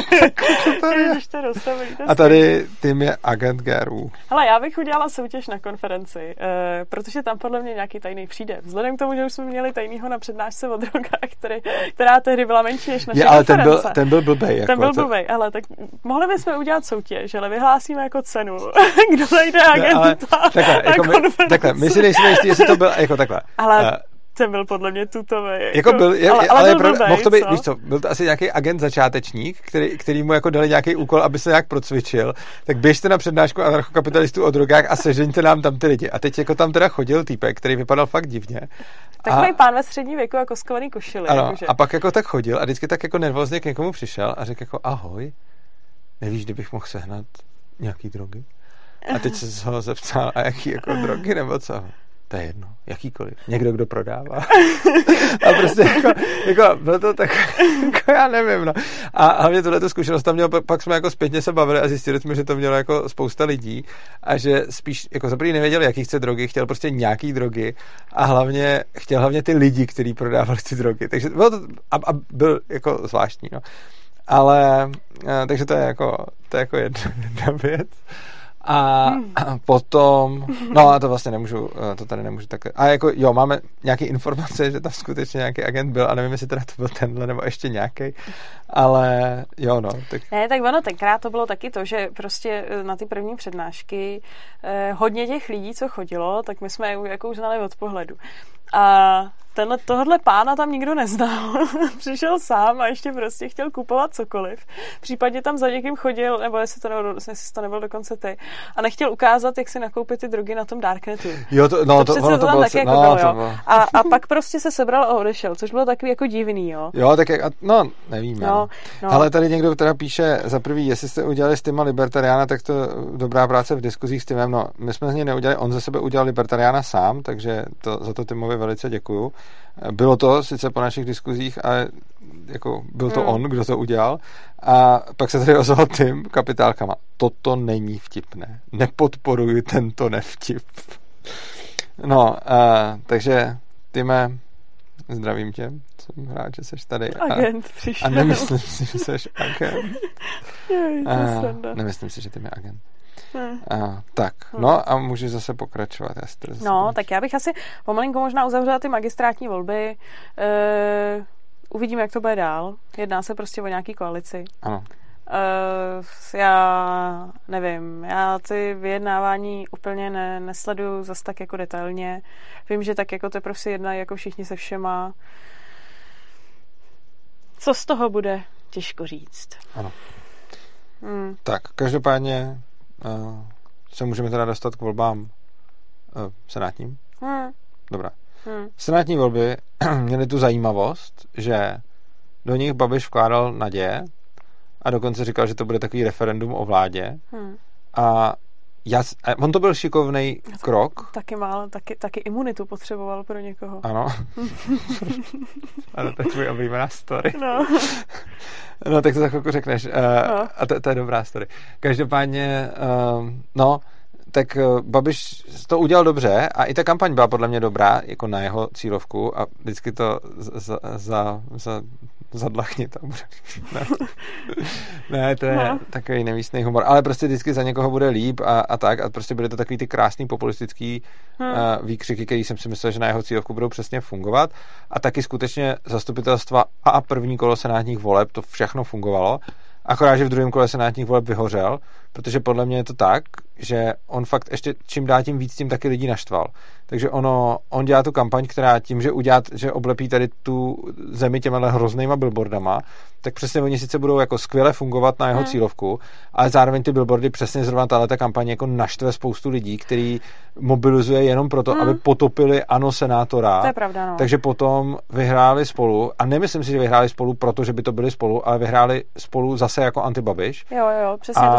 A tady tým je agent GRU. Hele, já bych udělala soutěž na konferenci, protože tam podle mě nějaký tajnej přijde. Vzhledem k tomu, že už jsme měli tajnýho na přednášce o drogách, která tehdy byla menší než naše konference. Ten byl blbej. Jako ten byl blbej, ale tak mohli bychom udělat soutěž, ale vyhlásíme jako cenu. Kdo najde agenta na konferenci. Takhle, my si nejsme jistí, jestli to byl jako takhle. Ale ten byl podle mě tutový. Jako byl, ale byl blbej, mohl to být, víš co, byl to asi nějaký agent začátečník, který mu jako dali nějaký úkol, aby se nějak procvičil, tak běžte na přednášku anarchokapitalistů o drogách a sežeňte nám tam ty lidi. A teď jako tam teda chodil týpek, který vypadal fakt divně. Takový pán ve středním věku jako skovaný košily. Ano, jakože. a pak jako tak chodil a vždycky tak jako nervózně k někomu přišel a řekl jako ahoj, nevíš, kdybych mohl sehnat nějaký drogy? A teď se ho zeptal, a jaký jako drogy nebo co? To je jedno, jakýkoliv. Někdo, kdo prodává. A prostě jako bylo to tak, jako já nevím, no. A hlavně tuhleto zkušenost tam měl, pak jsme jako zpětně se bavili a zjistili jsme, že to mělo jako spousta lidí a že spíš, jako za první nevěděl, jaký chce drogy, chtěl prostě nějaký drogy a chtěl hlavně ty lidi, kteří prodávali ty drogy. Takže bylo to, a byl jako zvláštní, no. Ale, takže to je jako jedna věc. A potom, no a to vlastně nemůžu, to tady nemůžu tak, a jako jo, máme nějaké informace, že tam skutečně nějaký agent byl a nevím, jestli teda to byl tenhle nebo ještě nějaký, ale jo, no. Tak... Ne, tak ono tenkrát to bylo taky to, že prostě na ty první přednášky hodně těch lidí, co chodilo, tak my jsme jako už znali od pohledu. A tohle pána tam nikdo neznal. Přišel sám a ještě prostě chtěl kupovat cokoliv. Případně tam za někým chodil, nebo jestli to nebyl dokonce ty, a nechtěl ukázat, jak si nakoupit ty drogy na tom darknetu. Jo, to tam bylo taky jako bylo, jo. A pak prostě se sebral a odešel, což bylo takový jako divný, jo. Jo, tak no, nevíme. No. Ale tady někdo teda píše, za prvý, jestli jste udělali s Tima libertariána, tak to dobrá práce v diskuzích s Timem. No, my jsme z něj neudělali, on ze sebe udělal libertariána sám, takže za to Timovi velice děkuju. Bylo to sice po našich diskuzích, ale jako byl to on, kdo to udělal. A pak se tady ozval Tim kapitálkama. Toto není vtipné. Nepodporuji tento nevtip. No, takže Time, zdravím tě. Jsem rád, že jsi tady. Agent přišel. A nemyslím si, že jsi agent. Nemyslím si, že ty je agent. Tak, no a můžeš zase pokračovat. Tak já bych asi pomalinku možná uzavřela ty magistrátní volby. Uvidíme, jak to bude dál. Jedná se prostě o nějaký koalici. Ano. Já nevím, já ty vyjednávání úplně nesleduju zas tak jako detailně. Vím, že tak jako teprve si jednají jako všichni se všema. Co z toho bude, těžko říct. Ano. Tak, každopádně se můžeme teda dostat k volbám senátním. Dobrá. Senátní volby měly tu zajímavost, že do nich Babiš vkládal naděje a dokonce říkal, že to bude takový referendum o vládě. A on to byl šikovnej krok. Taky imunitu potřeboval pro někoho. Ano. Ano, to je tvůj oblíbená story. No. No, tak to za chvilku řekneš. A to je dobrá story. Každopádně, tak Babiš to udělal dobře a i ta kampaň byla podle mě dobrá, jako na jeho cílovku a vždycky to zadlachni to bude. Ne, to je takový nemístný humor, ale prostě vždycky za někoho bude líp a tak a prostě byly to takový ty krásný populistický výkřiky, který jsem si myslel, že na jeho cílovku budou přesně fungovat a taky skutečně zastupitelstva a první kolo senátních voleb, to všechno fungovalo. Akorát, že v druhém kole senátních voleb vyhořel, protože podle mě je to tak, že on fakt ještě čím dál tím víc tím taky lidí naštval. Takže on dělá tu kampaň, která tím, že oblepí tady tu zemi těma hroznýma billboardama, tak přesně oni sice budou jako skvěle fungovat na jeho cílovku, ale zároveň ty billboardy přesně zrovna tato kampaň jako naštve spoustu lidí, který mobilizuje jenom proto, aby potopili ANO senátora. To je pravda, no. Takže potom vyhráli Spolu a nemyslím si, že vyhráli Spolu, protože by to byli Spolu, ale vyhráli Spolu zase jako antibabiš. Jo, přesně, to si taky myslím.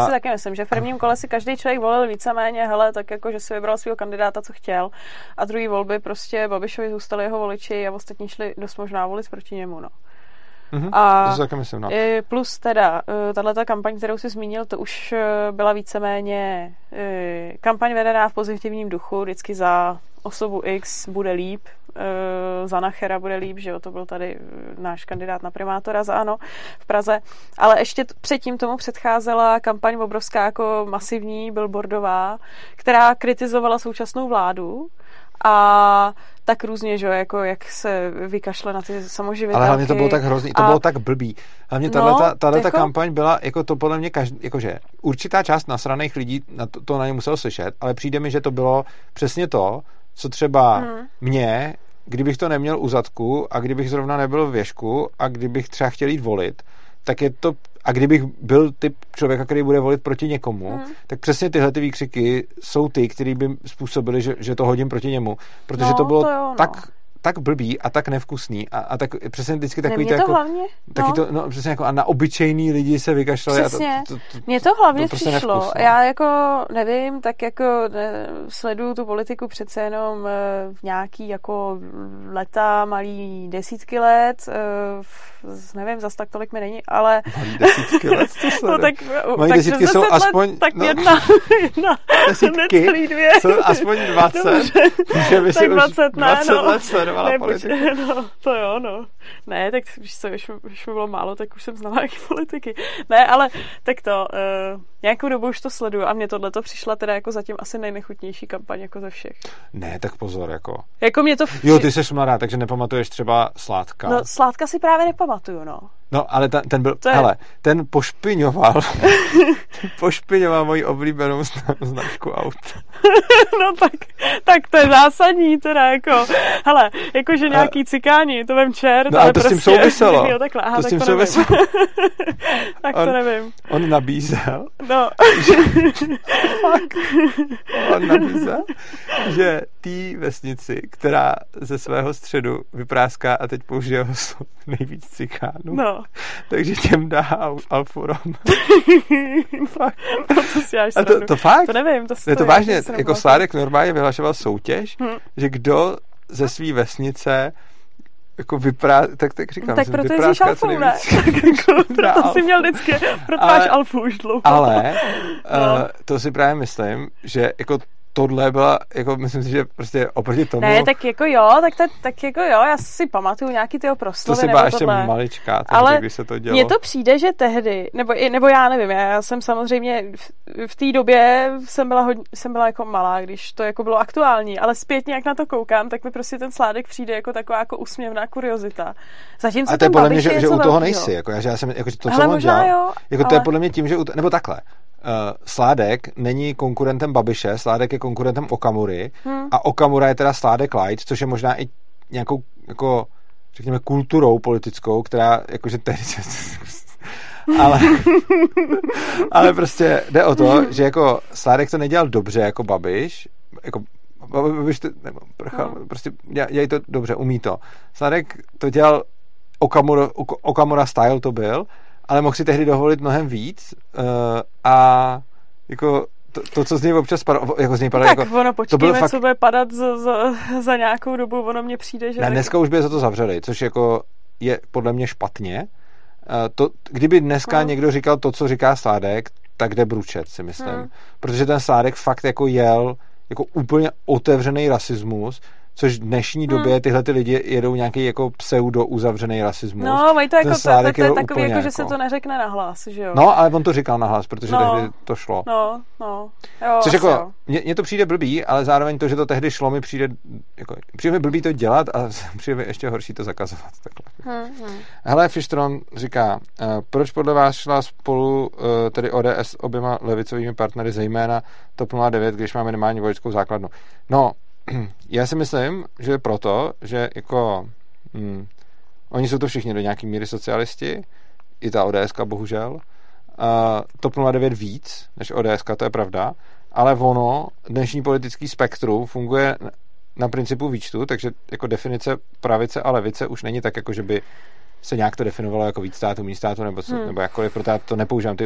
myslím, že v prvním kole si každý člověk volil víceméně, hele, tak jako, že si vybral svého kandidáta, co chtěl, a druhý volby prostě Babišovi zůstali jeho voliči a ostatní šli dost možná volit proti němu, no. A to taky myslím, no. Plus teda, tahleta kampaň, kterou jsi zmínil, to už byla víceméně kampaň vedená v pozitivním duchu, vždycky za osobu X bude líp, za Nachera bude líp, že jo, to byl tady náš kandidát na primátora za ANO v Praze, ale ještě předtím tomu předcházela kampaň obrovská jako masivní, billboardová, která kritizovala současnou vládu a tak různě, že jako jak se vykašle na ty samoživitelky. Ale hlavně to bylo tak hrozný, to bylo tak blbý. Hlavně tato jako... kampaň byla, jako to podle mě jakože určitá část nasraných lidí to na ně muselo slyšet, ale přijde mi, že to bylo přesně to, co třeba mě, kdybych to neměl u zadku a kdybych zrovna nebyl v věšku a kdybych třeba chtěl jít volit, tak je to, a kdybych byl typ člověka, který bude volit proti někomu, tak přesně tyhle ty výkřiky jsou ty, který by způsobili, že to hodím proti němu, protože to bylo tak blbý a tak nevkusný a tak přesně vždycky takový to jako hlavně, taky to, no přesně jako a na obyčejný lidi se vykašlali. Přesně. Mně to hlavně to přišlo. Nevkusno. Já jako nevím, tak jako sleduju tu politiku přece jenom v nějaký jako leta, malý desítky let, nevím, zas tak tolik mi není, ale malý desítky let, to no, tak desítky jsou aspoň let, tak jedna necelý 2. Jsou aspoň 20. Že by si 20, už 20 let sledovala politiku. No, to jo, no. Ne, tak víš co, když mi bylo málo, tak už jsem znala jaký politiky. Ne, ale tak to, nějakou dobu už to sleduju a mně tohleto přišla teda jako zatím asi nejnechutnější kampaň jako ze všech. Ne, tak pozor, jako. Jako mě to... Jo, ty jsi mladá, takže nepamatuješ třeba Sládka. No, Sládka si právě nepamatuju, no. No, ale ten byl, hele, ten pošpiňoval moji oblíbenou značku aut. No tak to je zásadní teda, jako, hele, jakože nějaký cikáni, to vem čert, no, ale to prostě, s tím souviselo. Jo, takhle, aha, to tak s tím to souviselo. Tak to nevím. On nabízel, no. on nabízel, že té vesnici, která ze svého středu vypráská a teď použije nejvíc cikánů, no. Takže těm dá Alfu Rom. Fakt. No, to si a to fakt? To nevím. Je to vážně, jako Sládek normálně vyhlašoval soutěž, že kdo ze své vesnice jako tak říkám, tak proto jezdíš Alfou, ne? To si měl vždycky, proto máš Alfu už dlouho. Ale to si právě myslím, že jako tohle byla, jako myslím si, že prostě oproti tomu... Ne, tak jako jo, tak jako jo, já si pamatuju nějaký tyho proslovy, to si byla ještě maličká, takže když se to dělo. Mně to přijde, že tehdy, nebo já nevím, já jsem samozřejmě v té době jsem byla jako malá, když to jako bylo aktuální, ale zpětně, jak na to koukám, tak mi prostě ten Sládek přijde jako taková jako úsměvná kuriozita. Zatímco a to je podle mě, že u toho nejsi, jako já jsem, jako to, co on dělal, jo, jako to je podle mě tím, že, nebo takhle, Sládek není konkurentem Babiše, Sládek je konkurentem Okamury a Okamura je teda Sládek light, což je možná i nějakou, jako, řekněme, kulturou politickou, která, jakože tehdy ale prostě jde o to, že jako Sládek to nedělal dobře jako Babiš, jako Babiš to, nebo prostě dělají to dobře, umí to. Sládek to dělal Okamura style to byl, ale mohl si tehdy dovolit mnohem víc a jako to co z něj občas padalo, jako z něj padalo, tak jako, ono počkejme, fakt... co bude padat za nějakou dobu, ono mně přijde, že... Ne, dneska už by za to zavřeli, což jako je podle mě špatně. Kdyby dneska někdo říkal to, co říká Sládek, tak jde bručet, si myslím. Protože ten Sládek fakt jako jel jako úplně otevřený rasismus, což v dnešní době tyhle ty lidi jedou nějaký jako pseudo uzavřený rasismus. No, mají to jako, to je takový jako, že se to neřekne nahlas, že jo? No, ale on to říkal nahlas, protože tehdy to šlo. No. Jo, což jako, mně to přijde blbý, ale zároveň to, že to tehdy šlo, mi přijde mi blbý to dělat a přijde mi ještě horší to zakazovat. Takhle. Hele, Fischtron říká, proč podle vás šla spolu tedy ODS s oběma levicovými partnery, zejména TOP 09, když má minimální vojenskou základnu? No, já si myslím, že proto, že jako oni jsou to všichni do nějaký míry socialisti, i ta ODSka bohužel, TOP 09 víc než ODSka, to je pravda, ale ono, dnešní politický spektrum funguje na principu výčtu, takže jako definice pravice a levice už není tak, jako že by se nějak to definovalo jako víc států, méně států, nebo jakkoliv, proto já to nepoužívám ty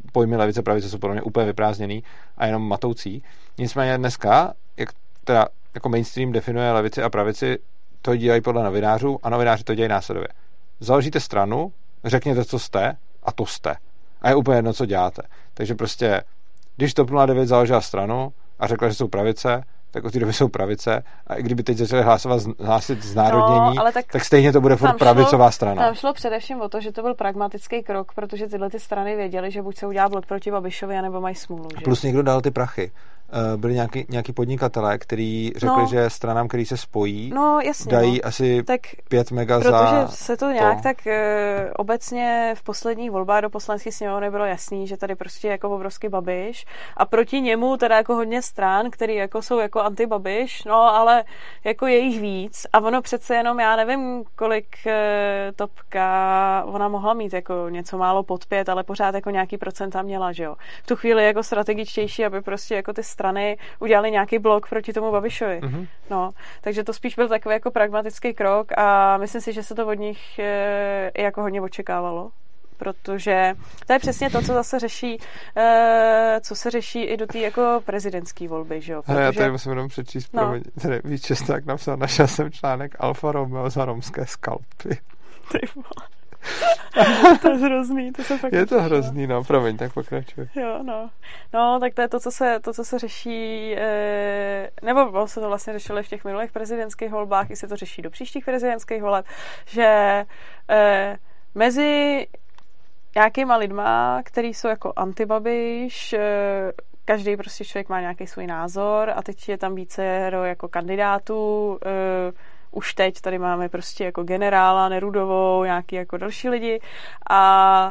pojmy levice, pravice jsou podle mě úplně vyprázdněný a jenom matoucí. Nicméně dneska, jak teda jako mainstream definuje levici a pravici, to dělají podle novinářů a novináři to dělají následově. Založíte stranu, řekněte, co jste a to jste. A je úplně jedno, co děláte. Takže prostě, když TOP 09 založila stranu a řekla, že jsou pravice, tak od té doby jsou pravice a i kdyby teď začali hlásit znárodnění, tak stejně to bude furt pravicová strana. Tam šlo především o to, že to byl pragmatický krok, protože tyhle ty strany věděly, že buď se udělá blok proti Babišovi, anebo mají smůlu. Že? Plus někdo dal ty prachy. Byli nějaký podnikatelé, kteří řekli, že stranám, který se spojí, dají asi tak 5 mega za... Protože se to nějak tak obecně v posledních volbách do poslanecké sněmovny bylo jasný, že tady prostě jako obrovský Babiš a proti němu teda jako hodně stran, který jako jsou jako anti-Babiš, no ale jako je jich víc a ono přece jenom, já nevím, kolik Topka, ona mohla mít jako něco málo pod 5, ale pořád jako nějaký procenta měla, že jo. V tu chvíli jako strategičtější, aby prostě jako ty strany udělali nějaký blok proti tomu Babišovi. Mm-hmm. No, takže to spíš byl takový jako pragmatický krok a myslím si, že se to od nich jako hodně očekávalo. Protože to je přesně to, co zase řeší, co se řeší i do té jako prezidentské volby, že jo? Protože... Já tady musím jenom přečíst, tady víc Česták napsal, našel jsem článek Alfa Romeo za romské skalpy. Ty vole. To je hrozný, to se fakt je to hrozný, no, promiň, tak pokračuj. Jo, no, tak to je to, co se řeší, nebo se to vlastně řešilo v těch minulých prezidentských volbách, i se to řeší do příštích prezidentských voleb, že mezi nějakýma lidma, který jsou jako anti-Babiš, každý prostě člověk má nějaký svůj názor a teď je tam více jako kandidátů, už teď tady máme prostě jako generála Nerudovou, nějaký jako další lidi a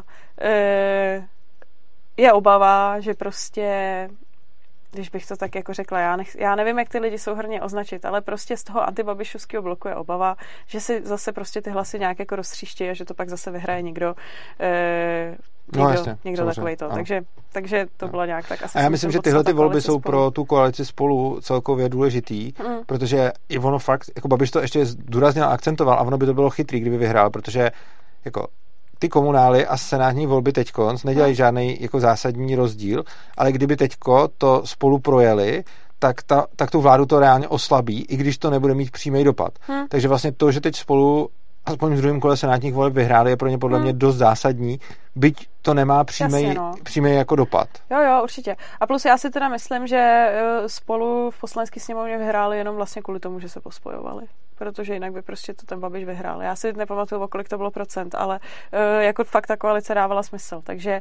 je obava, že prostě, když bych to tak jako řekla, já nevím, jak ty lidi souhrnně označit, ale prostě z toho antibabišovského bloku je obava, že si zase prostě ty hlasy nějak jako roztříští a že to pak zase vyhraje někdo takovej to. Takže to bylo nějak tak asi. A já myslím, že tyhle ty volby jsou pro tu koalici Spolu celkově důležitý, protože i ono fakt, jako Babiš to ještě důrazně akcentoval a ono by to bylo chytrý, kdyby vyhrál, protože jako ty komunály a senátní volby teďkonc nedělají žádný jako zásadní rozdíl, ale kdyby teďko to Spolu projeli, tak tu vládu to reálně oslabí, i když to nebude mít přímý dopad. Takže vlastně to, že teď Spolu aspoň v druhém kole senátních voleb vyhráli, je pro ně podle mě dost zásadní, byť to nemá přímý jako dopad. Jo, určitě. A plus já si teda myslím, že Spolu v poslanecké sněmovně vyhráli jenom vlastně kvůli tomu, že se pospojovali. Protože jinak by prostě to ten Babiš vyhrál. Já si nepamatuju, o kolik to bylo procent, ale jako fakt ta koalice dávala smysl. Takže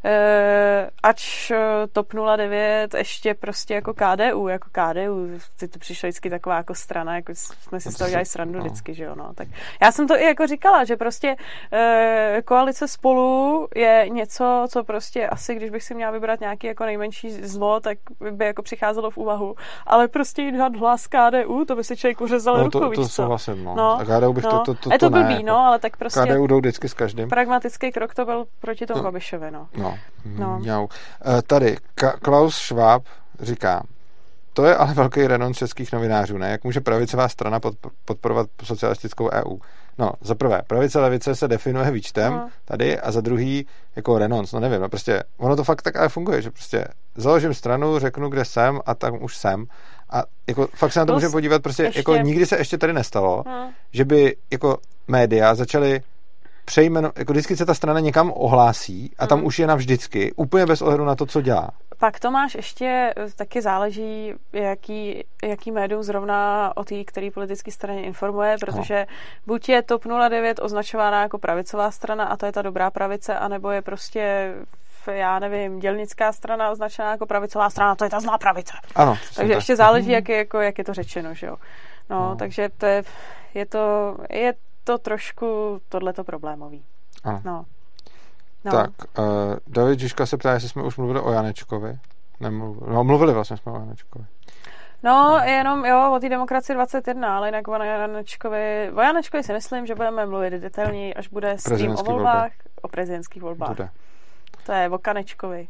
ač TOP 09 ještě prostě jako KDU, ty to přišla vždycky taková jako strana, jako jsme si z toho dělali srandu vždycky, že jo, no. Tak já jsem to i jako říkala, že prostě koalice Spolu je něco, co prostě asi, když bych si měla vybrat nějaký jako nejmenší zlo, tak by jako přicházelo v úvahu. Ale prostě jít dát hlas KDU, to by si člověk uřezal rukou, víš co? Souhlasím, no. A KDU bych to je to blbý, ne, jako, ale tak prostě KDU jdou vždycky s každým. Pragmatický krok to byl proti tomu Babišovi, no. Tady Klaus Schwab říká, to je ale velký renonc českých novinářů, ne? Jak může pravicová strana podporovat socialistickou EU? No, za prvé, pravice levice se definuje výčtem tady a za druhý jako renonc, no nevím, no prostě ono to fakt tak ale funguje, že prostě založím stranu, řeknu, kde jsem a tam už jsem a jako fakt se na to můžeme podívat, prostě ještě... jako nikdy se ještě tady nestalo, že by jako média začaly jako vždycky se ta strana někam ohlásí a tam už je navždycky, úplně bez ohledu na to, co dělá. Pak to máš ještě, taky záleží, jaký médium zrovna o té který politické straně informuje, protože buď je TOP 09 označována jako pravicová strana a to je ta dobrá pravice, anebo je prostě já nevím, dělnická strana označená jako pravicová strana, to je ta zlá pravice. Ano. Takže ještě záleží, jak je to řečeno, že jo. No, takže je to trošku tohleto problémový. Ano. No. Tak, David Žižka se ptá, jestli jsme už mluvili o Janečkovi. Mluvili vlastně jsme o Janečkovi. No, jenom o té demokracii 21, ale jinak o Janečkovi si myslím, že budeme mluvit detailněji, až bude stream o volbách, o prezidentských volbách. Bude. To je o Kanečkovi.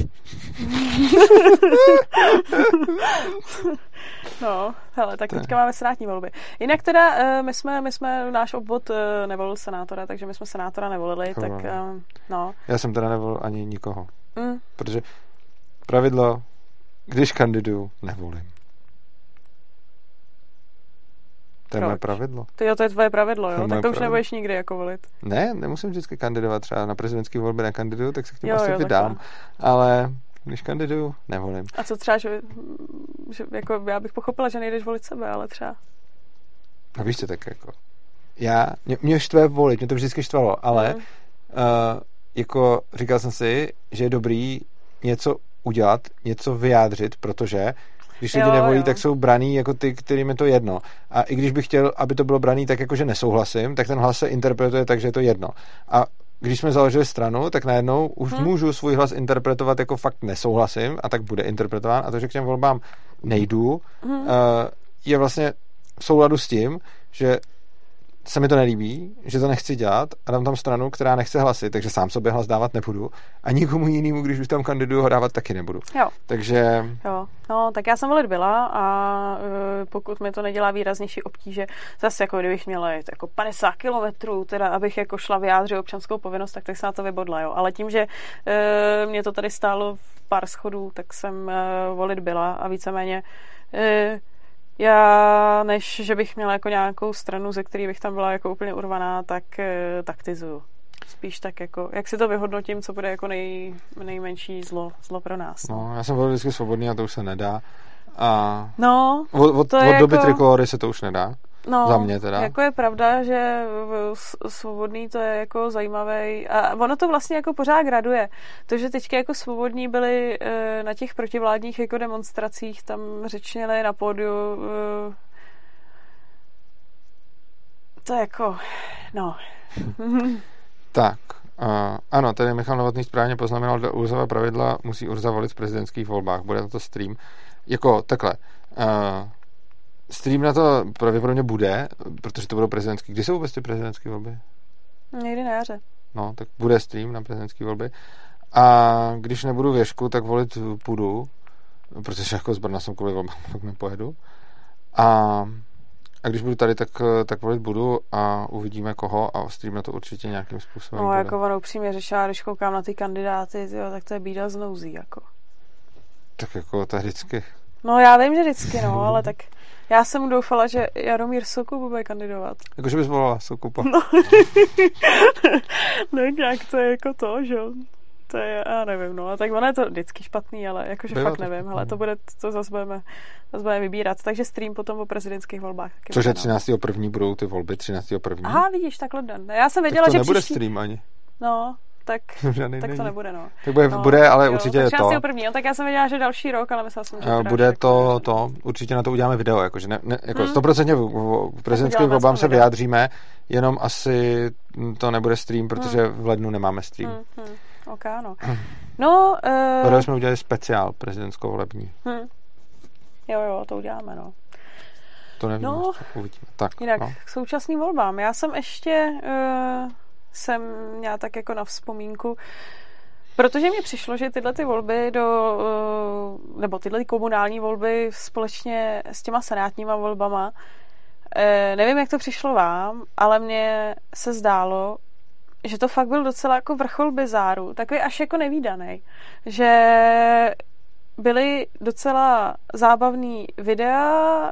No, hele, tak teďka máme senátní volby. Jinak teda my jsme náš obvod nevolil senátora, takže my jsme senátora nevolili, tak no. Já jsem teda nevolil ani nikoho. Protože pravidlo, když kandiduju, nevolím. To je moje pravidlo. To je tvoje pravidlo, jo? Tak to už nebudeš nikdy jako volit. Ne, nemusím vždycky kandidovat. Třeba na prezidentské volby nekandiduju, tak se k tomu asi vydám. Ale když kandiduju, nevolím. A co třeba, že jako já bych pochopila, že nejdeš volit sebe, ale třeba... No víš co, tak jako... Mě štve volit, mě to vždycky štvalo, ale jako říkal jsem si, že je dobrý něco udělat, něco vyjádřit, protože když lidi nevolí, tak jsou braný jako ty, kterým je to jedno. A i když bych chtěl, aby to bylo braný tak, jako že nesouhlasím, tak ten hlas se interpretuje tak, že je to jedno. A když jsme založili stranu, tak najednou už můžu svůj hlas interpretovat jako fakt nesouhlasím a tak bude interpretován. A to, že k těm volbám nejdu, je vlastně v souladu s tím, že se mi to nelíbí, že to nechci dělat a dám tam stranu, která nechce hlasy, takže sám sobě hlas dávat nebudu a nikomu jinému, když už tam kandiduju, ho dávat taky nebudu. Jo. Takže... Jo. No, tak já jsem volit byla a pokud mi to nedělá výraznější obtíže, zase jako kdybych měla jít jako 50 kilometrů, teda abych jako šla vyjádřit občanskou povinnost, tak se na to vybodla, jo. Ale tím, že mě to tady stálo pár schodů, tak jsem volit byla a víceméně já, než že bych měla jako nějakou stranu, ze který bych tam byla jako úplně urvaná, tak taktizuju. Spíš tak jako, jak si to vyhodnotím, co bude jako nejmenší zlo pro nás. No, já jsem byl vždycky svobodný a to už se nedá. A no, od doby Trikolory se to už nedá. No, za mě teda. Jako je pravda, že svobodný to je jako zajímavý a ono to vlastně jako pořád graduje. To, že teďka jako svobodní byli na těch protivládních jako demonstracích, tam řečnili na pódiu, to je jako, no. Tak, ano, tady Michal Novotný správně poznamenal, že Urzova pravidla musí Urza volit v prezidentských volbách. Bude to stream. Jako takhle, stream na to pravděpodobně bude, protože to budou prezidentský. Kdy jsou vůbec ty prezidentské volby? Někdy na jaře. No, tak bude stream na prezidentské volby. A když nebudu věšku, tak volit půjdu, protože jako z Brna jsem kvůli volbám, tak nepojedu. A když budu tady, tak volit budu a uvidíme koho a stream na to určitě nějakým způsobem no, bude. Jako ono upřímně řešila, když koukám na ty kandidáty, tyjo, tak to je bída z nouzí, jako. Tak jako to je vždycky. No já vím, že vždycky, no, ale tak já jsem doufala, že Jaromír Soukup bude kandidovat. Jakože bys volala Soukupa. No, no nějak to je jako to, že jo. To je, já nevím, no, a tak ono je to vždycky špatný, ale jakože fakt nevím, hele, to zase budeme vybírat, takže stream potom o prezidentských volbách. Cože 13.1. budou ty volby, 13.1. Aha, vidíš, takhle den. Já jsem věděla, tak to že nebude příští... stream ani. No, tak to nebude, no. Tak bude, ale jo, určitě je to. 13.1. No, tak já jsem věděla, že další rok, ale myslela jsem, že bude to, určitě na to uděláme video, jakože jako 100% v prezidentským volbám se vyjádříme, jenom asi to nebude stream, protože v lednu nemáme stream. Ok, no. No, Tady jsme udělali speciál prezidentskou volební. Jo, to uděláme, no. To nevím, uvidíme. Tak, jinak k současným volbám. Já jsem ještě jsem měla tak jako na vzpomínku, protože mi přišlo, že tyhle ty volby nebo tyhle komunální volby společně s těma senátníma volbama, nevím, jak to přišlo vám, ale mně se zdálo, že to fakt byl docela jako vrchol bizáru, takový až jako nevídaný, že byly docela zábavný videa,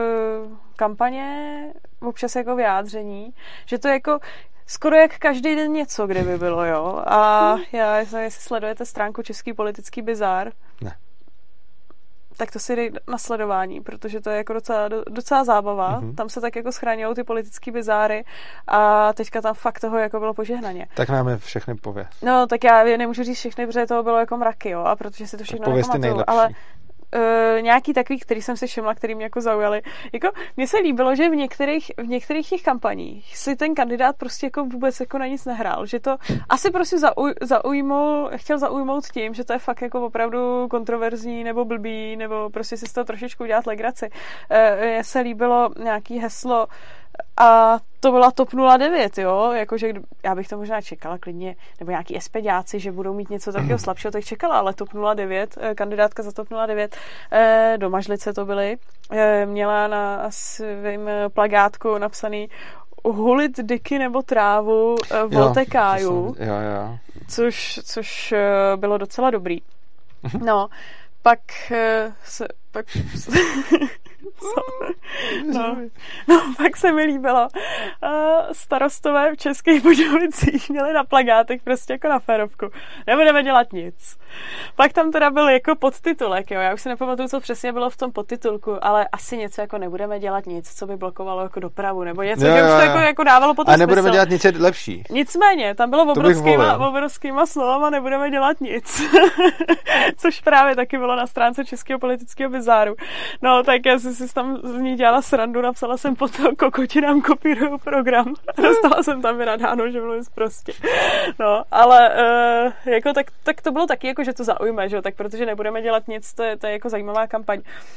kampaně, občas jako vyjádření, že to jako skoro jak každý den něco, kdyby bylo, jo. A já, jestli sledujete stránku Český politický bizár, ne, tak to si dej na sledování, protože to je jako docela zábava. Tam se tak jako schraňují ty politický bizáry a teďka tam fakt toho jako bylo požehnaně. Tak nám je všechny pověz. No, tak já nemůžu říct všechny, protože toho bylo jako mraky, jo, a protože si to všechno nepamatuju, ale nějaký takový, který jsem si všimla, který mě jako zaujaly. Jako, mně se líbilo, že v některých těch kampaních si ten kandidát prostě jako vůbec jako na nic nehrál, že to asi prostě chtěl zaujmout tím, že to je fakt jako opravdu kontroverzní nebo blbý, nebo prostě si z toho trošičku udělat legraci. Mně se líbilo nějaký heslo a to byla TOP 09, jo, jakože já bych to možná čekala klidně, nebo nějaký SPDáci, že budou mít něco takového slabšího, tak čekala, ale TOP 09, kandidátka za TOP 09, do Mažlice to byly, měla na svým plagátku napsaný hulit dyky nebo trávu Voltekáju, jo. Což bylo docela dobrý. No, pak pak se mi líbilo. Starostové v Českých Budějovicích měli na plakátech prostě jako na férovku. Nebudeme dělat nic. Pak tam teda byl jako podtitulek, jo. Já už si nepamatuju, co přesně bylo v tom podtitulku, ale asi něco jako nebudeme dělat nic, co by blokovalo jako dopravu, nebo něco, jako dávalo potom smysl. A nebudeme smysl. dělat nic lepší. Nicméně, tam bylo obrovskýma slovama nebudeme dělat nic. Což právě taky bylo na stránce Českého politického bizáru. No, tak já jsem si tam z ní dělala srandu, napsala jsem po toho kokotinám kopíruju program. Dostala jsem tam vynadáno, že mluvím prostě. No, ale jako tak to bylo taky, jako, že to zaujme, že? Tak protože nebudeme dělat nic, to je jako zajímavá kampaň.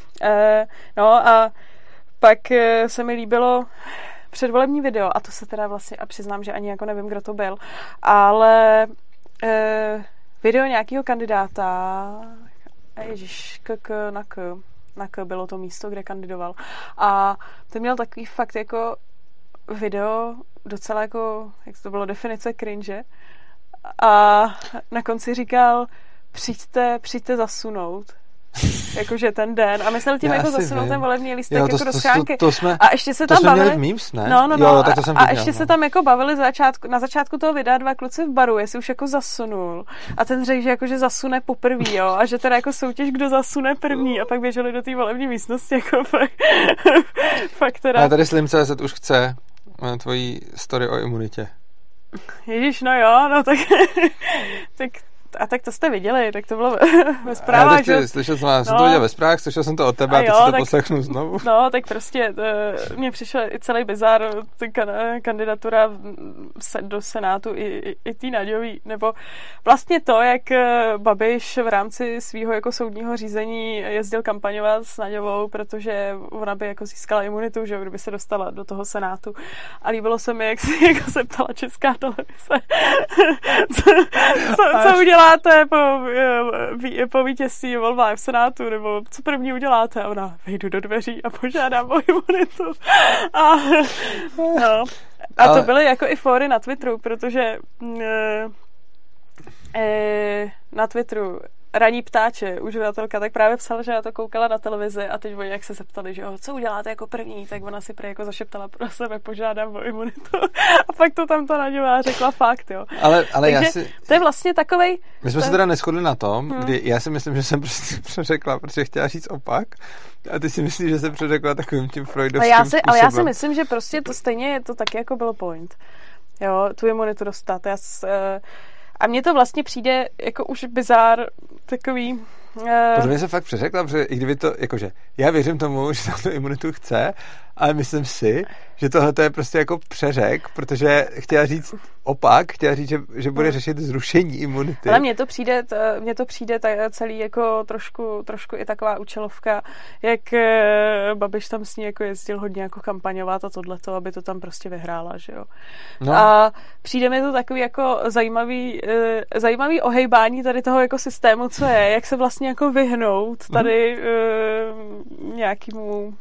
No a pak se mi líbilo předvolební video, a to se teda vlastně, a přiznám, že ani jako nevím, kdo to byl, ale video nějakého kandidáta, ježiš, na K bylo to místo, kde kandidoval. A ten měl takový fakt jako video, docela jako, jak to bylo, definice cringe. A na konci říkal, přijďte zasunout. Jakože ten den. A myslel tím jako zasunout ten volební lístek jako do schránky. A ještě se tam bavili. Memes, ne? No. Jo, tak to jsem a ještě se tam jako bavili na začátku toho videa dva kluci v baru, jestli už jako zasunul. A ten řekl, že jakože zasune poprvý, jo. A že teda jako soutěž, kdo zasune první. A pak běželi do té volební místnosti, jako fakt teda. A tady Slim.cz už chce tvojí story o imunitě. Ježíš, no jo, no tak tak to jste viděli, tak to bylo ve zprávách, že? Jsem to viděl ve zprávách, slyšel jsem to od tebe a teď si to poslechnu znovu. No, tak prostě mně přišel i celý bizár, kandidatura do Senátu i tý Naďový, nebo vlastně to, jak Babiš v rámci svého jako soudního řízení jezdil kampaňovat s Naďovou, protože ona by jako získala imunitu, že kdyby se dostala do toho Senátu. A líbilo se mi, jak se jako se ptala Česká televize, co uděláte po vítězství volbách v Senátu, nebo co první uděláte? A ona, vejdu do dveří a požádám o imunitu. A to byly jako i fóry na Twitteru, protože na Twitteru Raní ptáče, uživatelka, tak právě psala, že já to koukala na televizi a teď oni jak se zeptali, že co uděláte jako první, tak ona si prý jako zašeptala pro sebe, požádám o imunitu. A pak to tam ta Naďová řekla fakt, jo. Ale takže to je vlastně takovej... My jsme se teda neshodli na tom, kdy já si myslím, že jsem prostě přeřekla, protože chtěla říct opak a ty si myslíš, že jsem přeřekla takovým tím freudovským způsobem. Ale já si myslím, že prostě to stejně je to taky jako byl point. Jo, tu imunitu dostat. A mně to vlastně přijde jako už bizár takový... Podle mě jsem fakt přeřekla, protože i kdyby to, jakože, já věřím tomu, že tam tu imunitu chce, ale myslím si, že tohle je prostě jako přeřek, protože chtěla říct opak, chtěla říct, že bude řešit zrušení imunity. Ale mně to přijde celý jako trošku i taková účelovka, jak Babiš tam s ní jako jezdil hodně jako kampaňovat a tohleto, aby to tam prostě vyhrála, že jo. No. A přijde mi to takový jako zajímavý ohejbání tady toho jako systému, co je, jak se vlastně jako vyhnout tady nějakému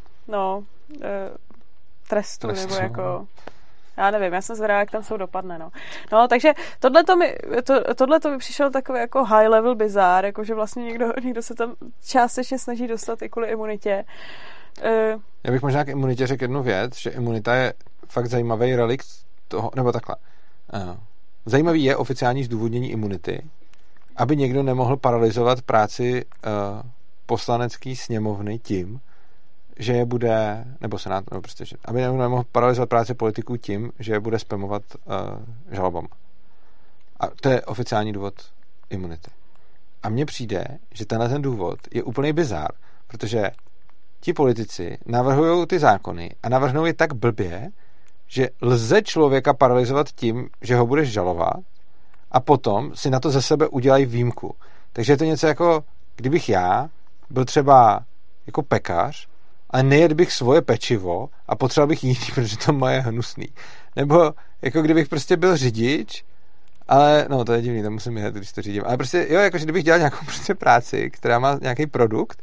trestu, nebo jako... Já nevím, já jsem zvědavá, jak tam jsou dopadne, no. Takže tohleto mi přišel takový jako high level bizár, jako že vlastně někdo se tam částečně snaží dostat i kvůli imunitě. Já bych možná k imunitě řekl jednu věc, že imunita je fakt zajímavý relikt toho, nebo takhle. Zajímavý je oficiální zdůvodnění imunity, aby někdo nemohl paralyzovat práci poslanecké sněmovny tím, že je bude, nebo senát, nebo prostě, aby nemohl paralyzovat práci politiků tím, že je bude spamovat žalobama. A to je oficiální důvod imunity. A mně přijde, že tenhle ten důvod je úplný bizár, protože ti politici navrhují ty zákony a navrhnou je tak blbě, že lze člověka paralyzovat tím, že ho budeš žalovat a potom si na to ze sebe udělají výjimku. Takže je to něco jako, kdybych já byl třeba jako pekař, a nejedl bych svoje pečivo a potřeboval bych jiný, protože to moje hnusný. Nebo jako kdybych prostě byl řidič, ale no to je divný, to musím jet, když to řídím. Ale prostě jo, jakože kdybych dělal nějakou prostě práci, která má nějaký produkt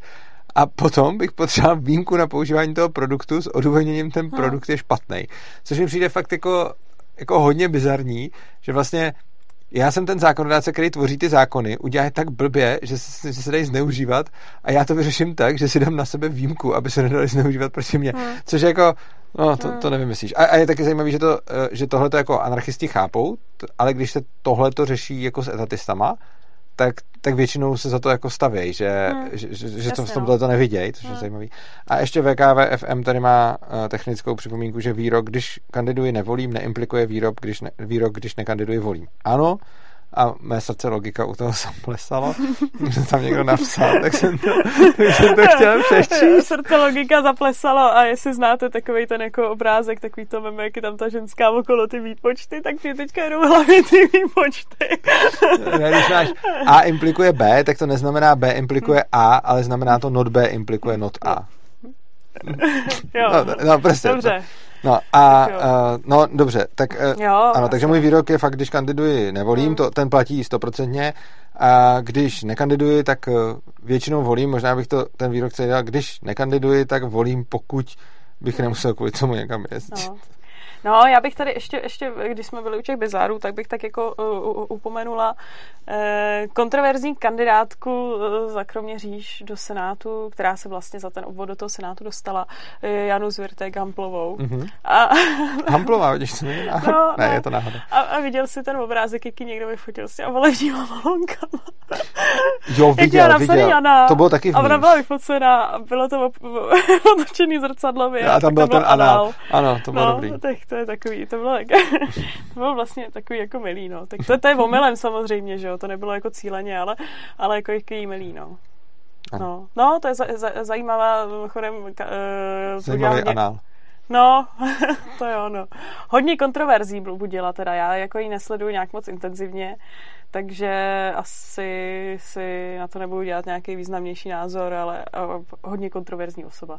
a potom bych potřeboval výjimku na používání toho produktu s odůvodněním, ten produkt je špatný. Což mi přijde fakt jako hodně bizarní, že vlastně já jsem ten zákonodárce, který tvoří ty zákony, udělá tak blbě, že se dají zneužívat a já to vyřeším tak, že si dám na sebe výjimku, aby se nedali zneužívat proti mě. Což jako, no to nevymyslíš. A je taky zajímavý, že tohle to jako anarchisti chápou, ale když se tohle to řeší jako s etatistama, tak většinou se za to jako stavějí, že to v tomhle to nevidějí, což je zajímavý. A ještě VKVFM tady má technickou připomínku, že výrok, když kandiduji nevolím, neimplikuje výrok, když nekandiduji volím. Ano, a mé srdce logika u toho zaplesalo, že tam někdo napsal, tak jsem to chtěl přečíst. Srdce logika zaplesalo a jestli znáte takovej ten jako obrázek, takový to meme, jak je tam ta ženská okolo ty výpočty, tak mě teďka jdou hlavně ty výpočty. Ne, když máš A implikuje B, tak to neznamená B implikuje A, ale znamená to not B implikuje not A. Jo, no prostě. Dobře. No no dobře, tak ano, takže můj výrok je fakt, když kandiduji, nevolím, ten platí 100%, a když nekandiduji, tak většinou volím, možná bych ten výrok celý dal, když nekandiduji, tak volím, pokud bych nemusel kvůli tomu někam jezdit. No, já bych tady ještě, když jsme byli u těch bizárů, tak bych tak jako upomenula kontroverzní kandidátku za Kroměříž do Senátu, která se vlastně za ten obvod do toho Senátu dostala, Janu Zwirtek Hamplovou. Mm-hmm. Hamplová, vidíš, to není náhoda? No, ne, je to náhoda. A viděl jsi ten obrázek, jaký někdo vyfotil s těma volebníma balonkama. Jo, viděl. Jana, to bylo taky v a ona byla vyfocená a bylo to otočený zrcadlově. A tam byl ten anál. Ano, to bylo dobrý. To je takový, to bylo vlastně takový jako milý, no. Tak to je omylem samozřejmě, že jo, to nebylo jako cíleně, ale jako jaký milý, no. No, to je zajímavá chodem. Zajímavý anál. No, to jo, no. Hodně kontroverzí budila teda, já jako ji nesleduju nějak moc intenzivně, takže asi si na to nebudu dělat nějaký významnější názor, ale hodně kontroverzní osoba.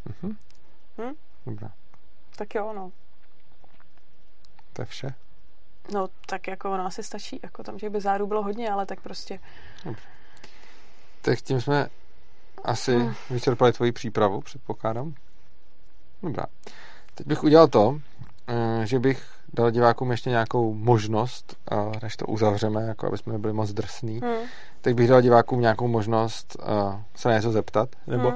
Dobrá. Tak jo, no. To je vše? No, tak jako ono asi stačí, jako tam těch bizárů bylo hodně, ale tak prostě. Dobře. Tak tím jsme asi vyčerpali tvoji přípravu, předpokládám. Dobrá. Teď bych udělal to, že bych dal divákům ještě nějakou možnost, než to uzavřeme, jako aby jsme nebyli moc drsný, tak bych dal divákům nějakou možnost se na něco zeptat, nebo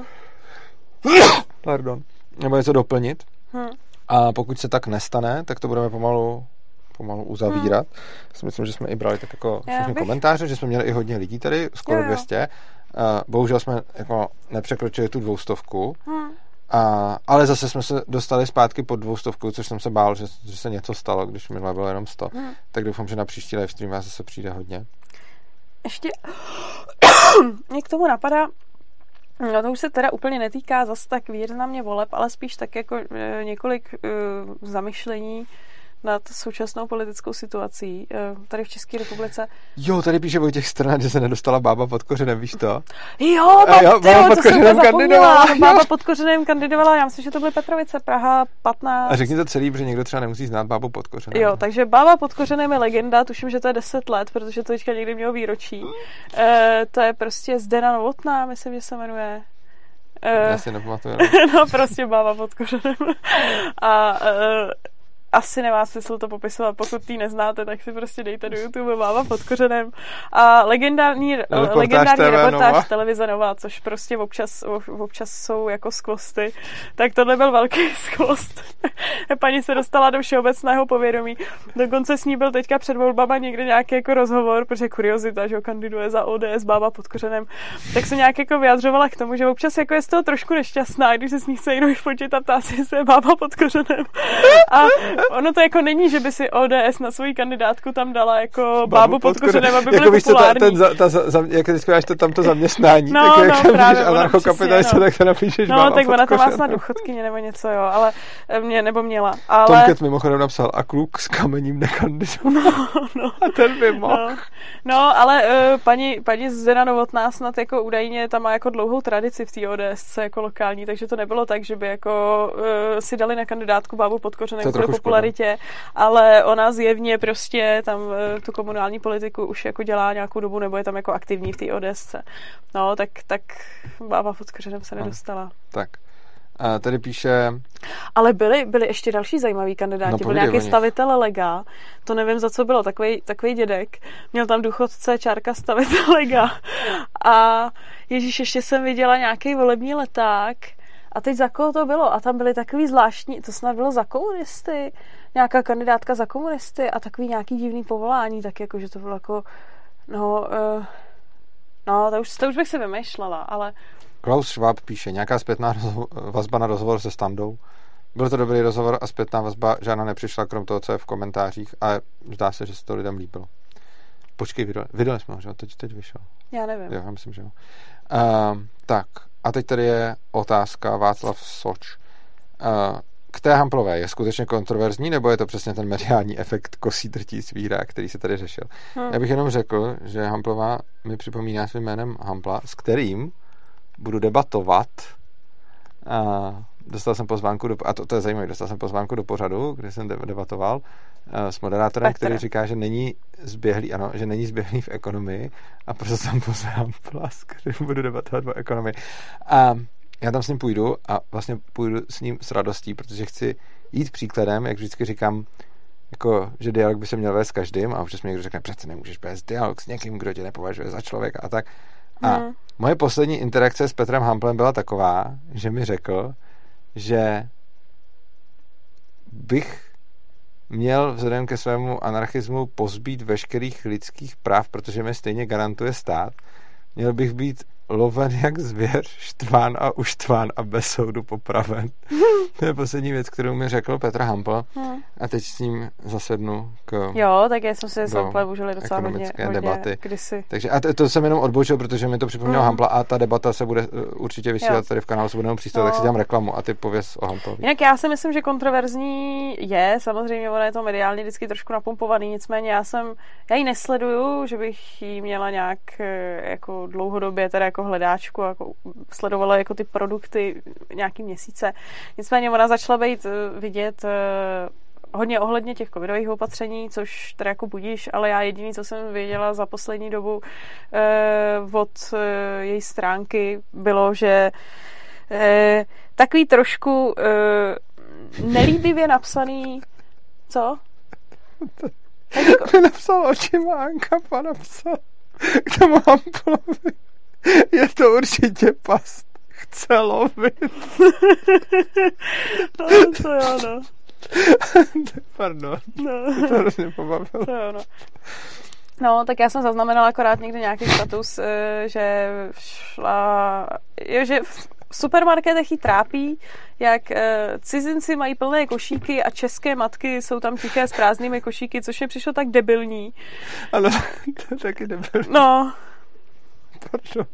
nebo něco doplnit. A pokud se tak nestane, tak to budeme pomalu uzavírat. Myslím, že jsme i brali tak jako všechny komentáře, že jsme měli i hodně lidí tady, skoro 200. Bohužel jsme jako nepřekročili tu 200. Ale zase jsme se dostali zpátky pod 200, což jsem se bál, že se něco stalo, když minule bylo jenom 100. Tak doufám, že na příští live stream vás zase přijde hodně. Ještě mě k tomu napadá, no to už se teda úplně netýká zase tak významně voleb, ale spíš tak jako několik zamyšlení nad současnou politickou situací tady v České republice. Jo, tady píše Vojtěch Strnad, že se nedostala bába pod kořenem, víš to? Jo, to jsem kandidovala. Bába pod kořenem kandidovala, já myslím, že to byly Petrovice, Praha 15. A řekni to celý, protože někdo třeba nemusí znát bábu pod kořenem. Jo, takže bába pod kořenem je legenda, tuším, že to je 10 let, protože to teďka někdy mělo výročí. To je prostě Zdena Novotná, myslím, že se jmenuje. Já si nepamatuju. No prostě bába pod kořenem. A asi nemá smysl to popisovat, pokud ty neznáte, tak si prostě dejte do YouTube Bába pod kořenem. A legendární reportáž televize Nova, což prostě občas jsou jako skvosty. Tak tohle byl velký skvost. Paní se dostala do všeobecného povědomí. Dokonce s ní byl teďka před volbama někde nějaký jako rozhovor, protože kuriozita, že ho kandiduje za ODS Bába pod kořenem. Tak se nějak jako vyjadřovala k tomu, že občas jako je z toho trošku nešťastná, když se s ní chce někdo vyfotit a ptá si, jestli je Bába pod kořenem. A ono to jako není, že by si ODS na svoji kandidátku tam dala jako bábu pod kořenem, aby byly populární. Jak teď říkáš to zaměstnání, no, tak jak právě, anarchokapitalista, tak to napíšeš no, bába tak pod ona to má kořenem. snad důchodkyně nebo něco, jo, ale mě neuměla. Ale... Tomcat mimochodem napsal a kluk s kamením nekandidoval. No. A ten by mohl. No, ale paní Zdena Novotná snad jako údajně tam má jako dlouhou tradici v té ODS jako lokální, takže to nebylo tak, že by jako si dali na kandidátku bábu Podkořenek pro popularitě, ale ona zjevně prostě tam tu komunální politiku už jako dělá nějakou dobu, nebo je tam jako aktivní v té ODSce. No, tak bába Podkořenek se nedostala. Tak. A tady píše... Ale byli ještě další zajímaví kandidáti. Byl nějaký stavitel lega, to nevím, za co bylo, takový dědek. Měl tam důchodce Čárka stavitel lega. A ježíš, ještě jsem viděla nějaký volební leták. A teď za koho to bylo? A tam byly takový zvláštní, to snad bylo za komunisty, nějaká kandidátka za komunisty a takový nějaký divný povolání, tak jako, že to bylo jako, to už bych si vymýšlela, ale... Klaus Schwab píše, nějaká zpětná vazba na rozhovor se Standou. Byl to dobrý rozhovor a zpětná vazba žádná nepřišla, krom toho, co je v komentářích, ale zdá se, že se to lidem líbilo. Počkej, vydali jsme ho, že jo? Teď vyšel. Já nevím. Jo, já myslím, že jo. Tak, a teď tady je otázka Václav Soč. K té Hamplové je skutečně kontroverzní, nebo je to přesně ten mediální efekt kosí drtí svíra, který se tady řešil? Já bych jenom řekl, že Hamplová mi připomíná svým jménem Hampla, s kterým budu debatovat. Dostal jsem pozvánku a to je zajímavé, dostal jsem pozvánku do pořadu, kde jsem debatoval s moderátorem, který říká, že není zběhlý v ekonomii, a proto jsem pozval Hampla, s kterým budu debatovat o ekonomii. A já tam s ním půjdu a vlastně půjdu s ním s radostí, protože chci jít příkladem, jak vždycky říkám, jako, že dialog by se měl vést s každým, a občas mi někdo řekne, přece nemůžeš vést dialog s někým, kdo tě nepovažuje za člověka a tak. A moje poslední interakce s Petrem Hamplem byla taková, že mi řekl, že bych měl vzhledem ke svému anarchismu pozbít veškerých lidských práv, protože mi stejně garantuje stát. Měl bych být loven jak zvěř, štván a uštván a bez soudu popraven. To je poslední věc, kterou mi řekl Petr Hampl. A teď s ním zasednu k... Jo, tak já jsem si s Hamplem užili docela hodně debaty. Kdysi. Takže a to jsem jenom odbočil, protože mi to připomnělo Hampla a ta debata se bude určitě vysílat tady v kanálu Svobodného přístavu, tak si dělám reklamu a ty pověz o Hamplovi. Jinak já si myslím, že kontroverzní je, samozřejmě ona je to mediálně vždycky trošku napumpovaný, nicméně já ji nesleduju, že bych ji měla nějak jako dlouhodobě teda jako hledáčku, jako sledovala jako ty produkty nějaký měsíce. Nicméně ona začala být vidět hodně ohledně těch covidových opatření, což teda jako budíš, ale já jediný, co jsem věděla za poslední dobu od její stránky, bylo, že takový trošku nelíbivě napsaný, co? To napsal očima Anka, napsal k tomu Hamplovi. Je to určitě past. Chce lovit. No, to jo, no. Pardon. No. To hrozně pobavilo. To jo, no. No, tak já jsem zaznamenala akorát někde nějaký status, že že v supermarketech jí trápí, jak cizinci mají plné košíky a české matky jsou tam tiché s prázdnými košíky, což mi přišlo tak debilní. Ano, to je taky debilní. No. Pardon.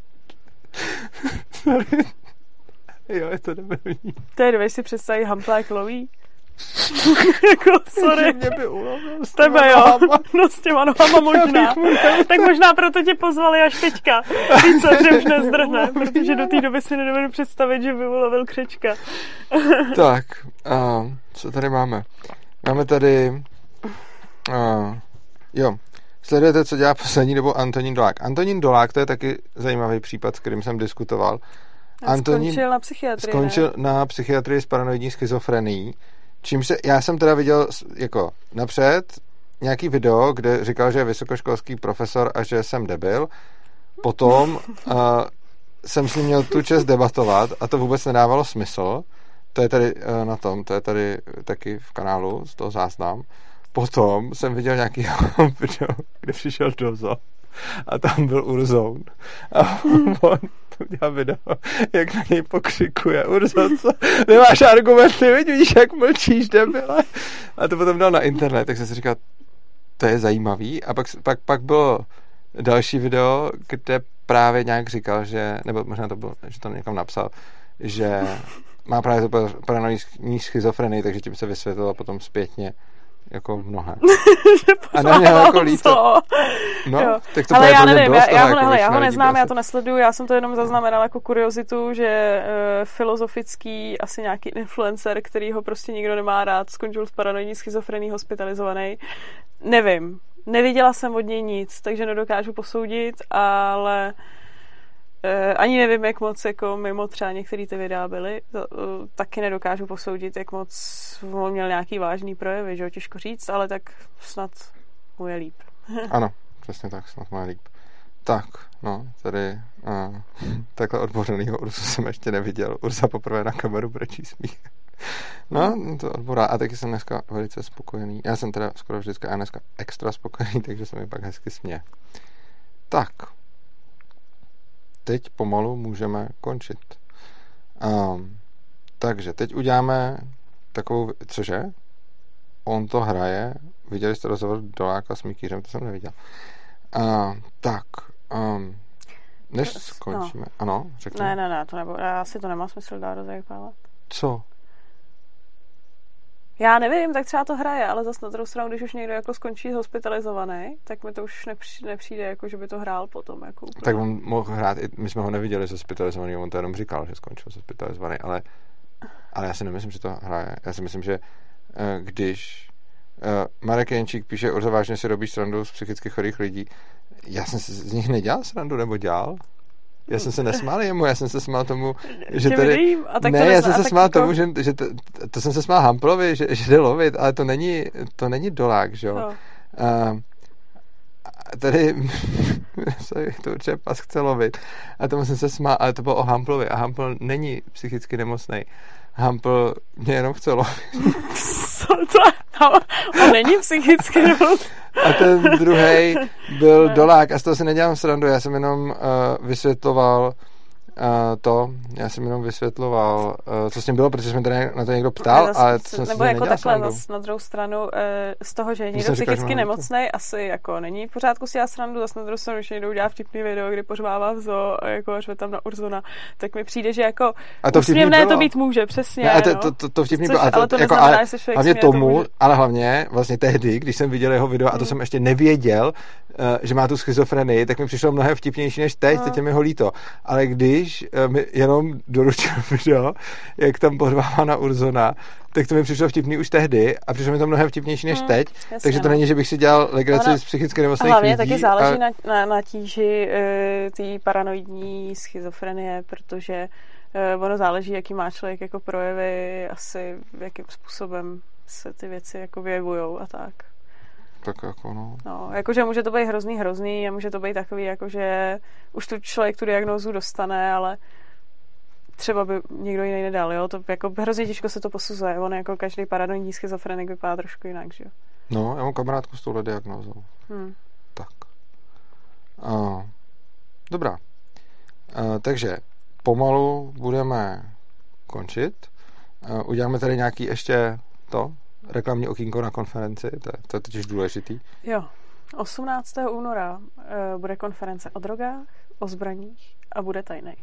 Sorry. Jo, je to debilní. To je, si představit Hampla jak loví. Jako, sorry. Mě by ulovil s tebe, jo. No s těma nohama možná. Tak možná proto tě pozvali až teďka. Víš co, že už nezdrhne, protože do té doby si nedovedu představit, že by ulovil křečka. Tak, co tady máme? Máme tady sledujete, co dělá poslední dobou Antonín Dolák. Antonín Dolák, to je taky zajímavý případ, s kterým jsem diskutoval. Skončil na psychiatrii, Skončil na psychiatrii s paranoidní schizofrenií. Já jsem teda viděl jako napřed nějaký video, kde říkal, že je vysokoškolský profesor a že jsem debil. Potom jsem s ním měl tu čest debatovat a to vůbec nedávalo smysl. To je tady to je tady taky v kanálu, z toho záznam. Potom jsem viděl nějaký video, kde přišel do zoo a tam byl Urzoun. A on udělal video, jak na něj pokřikuje. Urzo, co? Nemáš argumenty, vidíš, jak mlčíš, debile. A to potom dal na internet, tak jsem si říkal, to je zajímavý. A pak bylo další video, kde právě nějak říkal, že, nebo možná to bylo, že to někam napsal, že má právě to paranoidní schizofrenii, takže tím se vysvětlilo potom zpětně jako mnohé. A na mě jako líto. No, jo. Tak to ale já nevím, já ho neznám, já to nesleduju, já jsem to jenom zaznamenala jako kuriozitu, že filozofický asi nějaký influencer, který ho prostě nikdo nemá rád, skončil s paranoidní schizofrenií hospitalizovaný. Nevím. Neviděla jsem od něj nic, takže nedokážu posoudit, ale ani nevím, jak moc jako mimo třeba některé ty videa byly. Taky nedokážu posoudit, jak moc on měl nějaký vážný projevy, že jo, těžko říct, ale tak snad mu je líp. Ano, přesně tak, snad mu je líp. Tak, no, tady takhle odbořenýho Urzu jsem ještě neviděl. Urza poprvé na kameru brečí smích. No, to odborá. A taky jsem dneska velice spokojený. Já jsem teda skoro vždycky a dneska extra spokojený, takže se mi pak hezky směje. Tak. Teď pomalu můžeme končit. Takže teď uděláme takovou... Cože? On to hraje. Viděli jste rozhovor Doláka s Mikýřem? To jsem neviděl. Tak. Než skončíme... No. Ano, řekni. Ne, to nebo... Asi to nemá smysl dát rozejpávat. Co? Já nevím, tak třeba to hraje, ale zase na druhou stranu, když už někdo jako skončí hospitalizovaný, tak mi to už nepřijde, jako že by to hrál potom. Jako úplně. Tak on mohl hrát, my jsme ho neviděli hospitalizovaný, on to jenom říkal, že skončil hospitalizovaný, ale já si nemyslím, že to hraje. Já si myslím, že když Marek Jenčík píše, Urza, vážně si robíš srandu z psychicky chorých lidí, já jsem si z nich nedělal srandu, nebo dělal? Já jsem se nesmál jemu, já jsem se smál tomu, že tady... já jsem se smál tomu, že to jsem se smál Hamplovi, že jde lovit, ale to není Dolák, že jo? No. Tady to určitě pas chce lovit. A tomu jsem se smál, ale to bylo o Hamplovi. A Hampl není psychicky nemocnej. Hampl mě jenom chce lovit. Co to? On není psychicky nemocnej. A ten druhej byl Dolák a z toho si nedělám srandu, já jsem jenom vysvětloval co s tím bylo, protože jsme tady na to někdo ptal, ale to jsem si nebo jako takhle na druhou stranu z toho, že je někdo psychicky nemocnej, asi jako není v pořádku si já srandu, zase na druhou stranu, když někdo udělá vtipný video, kdy pořvává v zoo a jako řve tam na Urzona, tak mi přijde, že jako úsměvné to být může, přesně. Ne, to vtipný bylo, ale to neznamená, že se hlavně tomu, ale hlavně vlastně tehdy, když jsem viděl jeho video a to jsem ještě nevěděl, že má tu schizofrenii, tak mi přišlo mnohem vtipnější než teď je mi ho líto. Ale když mi jenom doručil video, jak tam podvává na Urzona, tak to mi přišlo vtipný už tehdy a přišlo mi to mnohem vtipnější než teď, jasně, takže to není, že bych si dělal legraci z psychicky nemocných lidí. Hlavně taky záleží na tíži té paranoidní schizofrenie, protože ono záleží, jaký má člověk jako projevy, asi jakým způsobem se ty věci jako vyjevujou a tak. Tak jako no, jakože může to být hrozný a může to být takový, jakože už tu člověk tu diagnózu dostane, ale třeba by někdo jiný nedal, jo? To jako hrozně těžko se to posuzuje. On jako každý paranoidní schizofrenik vypadá trošku jinak, že jo? No, já mám kamarádku s touhle diagnózou. Tak. Dobrá. Takže pomalu budeme končit. Uděláme tady nějaký ještě reklamní okýnko na konferenci, to je totiž důležitý. Jo. 18. února bude konference o drogách, o zbraních a bude tajnej.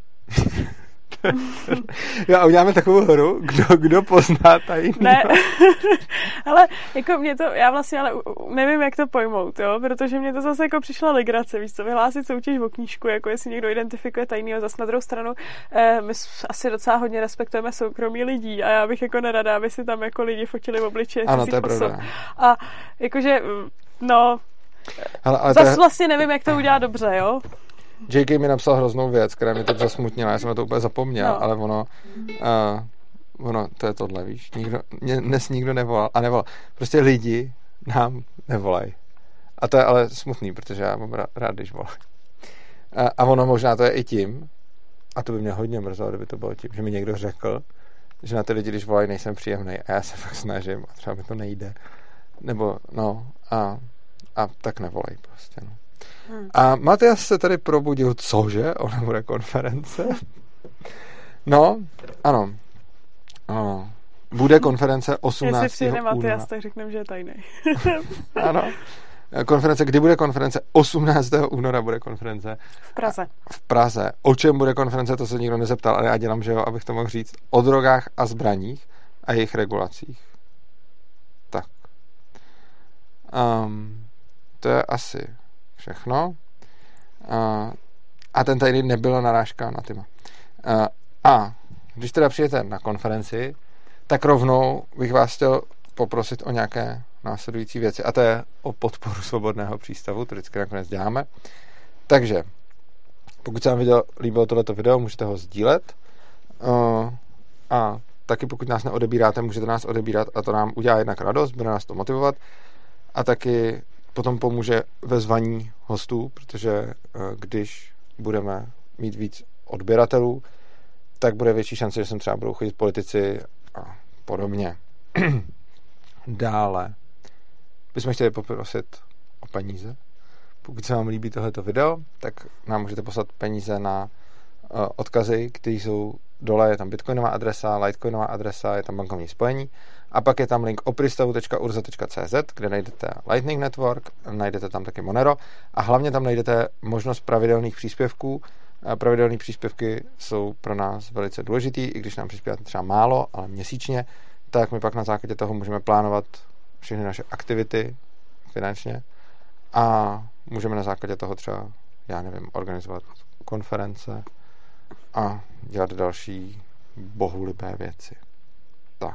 Já uděláme takovou hru, kdo pozná tajný. Ne, ale jako mě to, já vlastně ale nevím, jak to pojmout, jo, protože mě to zase jako přišla legrace, víš co, vyhlásit soutěž o knížku, jako jestli někdo identifikuje tajnýho, zase na druhou stranu my asi docela hodně respektujeme soukromí lidí a já bych jako nerada, aby si tam jako lidi fotili v obličeji. Ano, to je pravda. A jakože, no, ale zase vlastně nevím, jak to udělat dobře, jo. JK mi napsal hroznou věc, která mě teď zasmutnila, já jsem na to úplně zapomněl, ale ono, to je tohle, víš, dnes nikdo nevolal a nevolal. Prostě lidi nám nevolají. A to je ale smutný, protože já mám rád, když volají. A ono možná to je i tím, a to by mě hodně mrzelo, kdyby to bylo tím, že mi někdo řekl, že na ty lidi, když volají, nejsem příjemnej a já se fakt snažím a třeba mi to nejde. Nebo, a tak nevolej prostě, A Matias se tady probudil, cože? Ona bude konference? No, ano. Bude konference 18. Jestli přijde února. Matias, tak řekneme, že je tajný. Ano. Konference, kdy bude konference? 18. února bude konference. V Praze. V Praze. O čem bude konference, to se nikdo nezeptal, ale já dělám, že jo, abych to mohl říct. O drogách a zbraních a jejich regulacích. Tak. To je asi všechno. A ten tady nebyla narážka na téma. A když teda přijete na konferenci, tak rovnou bych vás chtěl poprosit o nějaké následující věci. A to je o podporu Svobodného přístavu, to vždycky nakonec děláme. Takže, pokud se vám líbilo tohleto video, můžete ho sdílet. A taky pokud nás neodebíráte, můžete nás odebírat a to nám udělá jednak radost, bude nás to motivovat. A taky potom pomůže ve zvaní hostů, protože když budeme mít víc odběratelů, tak bude větší šance, že sem třeba budou chodit politici a podobně. Dále bychom chtěli poprosit o peníze. Pokud se vám líbí tohleto video, tak nám můžete poslat peníze na odkazy, které jsou dole, je tam bitcoinová adresa, litecoinová adresa, je tam bankovní spojení a pak je tam link opristavu.urza.cz, kde najdete Lightning Network, najdete tam taky Monero a hlavně tam najdete možnost pravidelných příspěvků. Pravidelné příspěvky jsou pro nás velice důležitý, i když nám přispíváte třeba málo, ale měsíčně, tak my pak na základě toho můžeme plánovat všechny naše aktivity finančně a můžeme na základě toho třeba, já nevím, organizovat konference a dělat další bohulibé věci. Tak.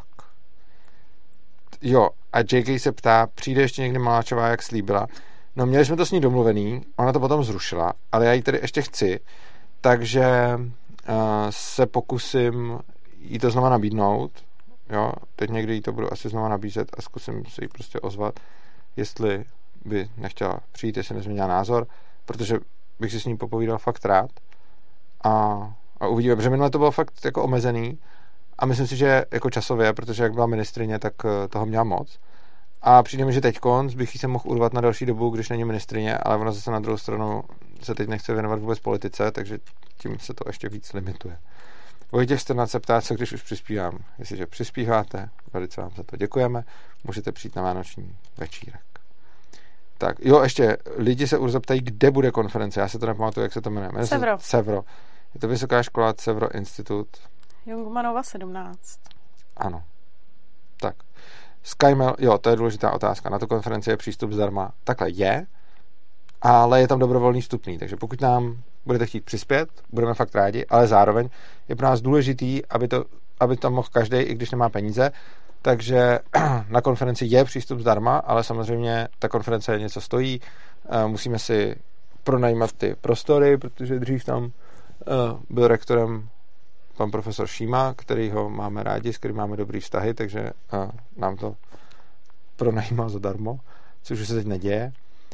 Jo, a JK se ptá, přijde ještě někdy Maláčová, jak slíbila. No, měli jsme to s ní domluvený, ona to potom zrušila, ale já ji tady ještě chci, takže se pokusím jí to znova nabídnout. Jo, teď někdy jí to budu asi znova nabízet a zkusím se jí prostě ozvat, jestli by nechtěla přijít, jestli nezměnila názor, protože bych si s ní popovídal fakt rád a uvidíme, protože minule to bylo fakt jako omezený a myslím si, že jako časově, protože jak byla ministryně, tak toho měla moc a přijde mi, že teďkonc bych jí se mohl urvat na další dobu, když není ministryně, ale ona zase na druhou stranu se teď nechce věnovat vůbec politice, takže tím se to ještě víc limituje. Vojtěch Strnad se ptá, co když už přispívám. Jestliže přispíváte, velice vám za to děkujeme, můžete přijít na vánoční večírek. Tak, jo, ještě lidi se Urzo ptají, kde bude konference. Já se to nepamatuju, jak se to jmenuje. Sevro. Je to vysoká škola Sevro Institut. Jungmanova 17. Ano. Tak. Skymail, jo, to je důležitá otázka. Na tu konferenci je přístup zdarma. Takhle je, ale je tam dobrovolný vstupný, takže pokud nám budete chtít přispět, budeme fakt rádi, ale zároveň je pro nás důležitý, aby tam mohl každý, i když nemá peníze, takže na konferenci je přístup zdarma, ale samozřejmě ta konference něco stojí, musíme si pronajímat ty prostory, protože dřív tam byl rektorem pan profesor Šíma, kterýho máme rádi, s kterým máme dobrý vztahy, takže nám to pronajímal zadarmo, což už se teď neděje.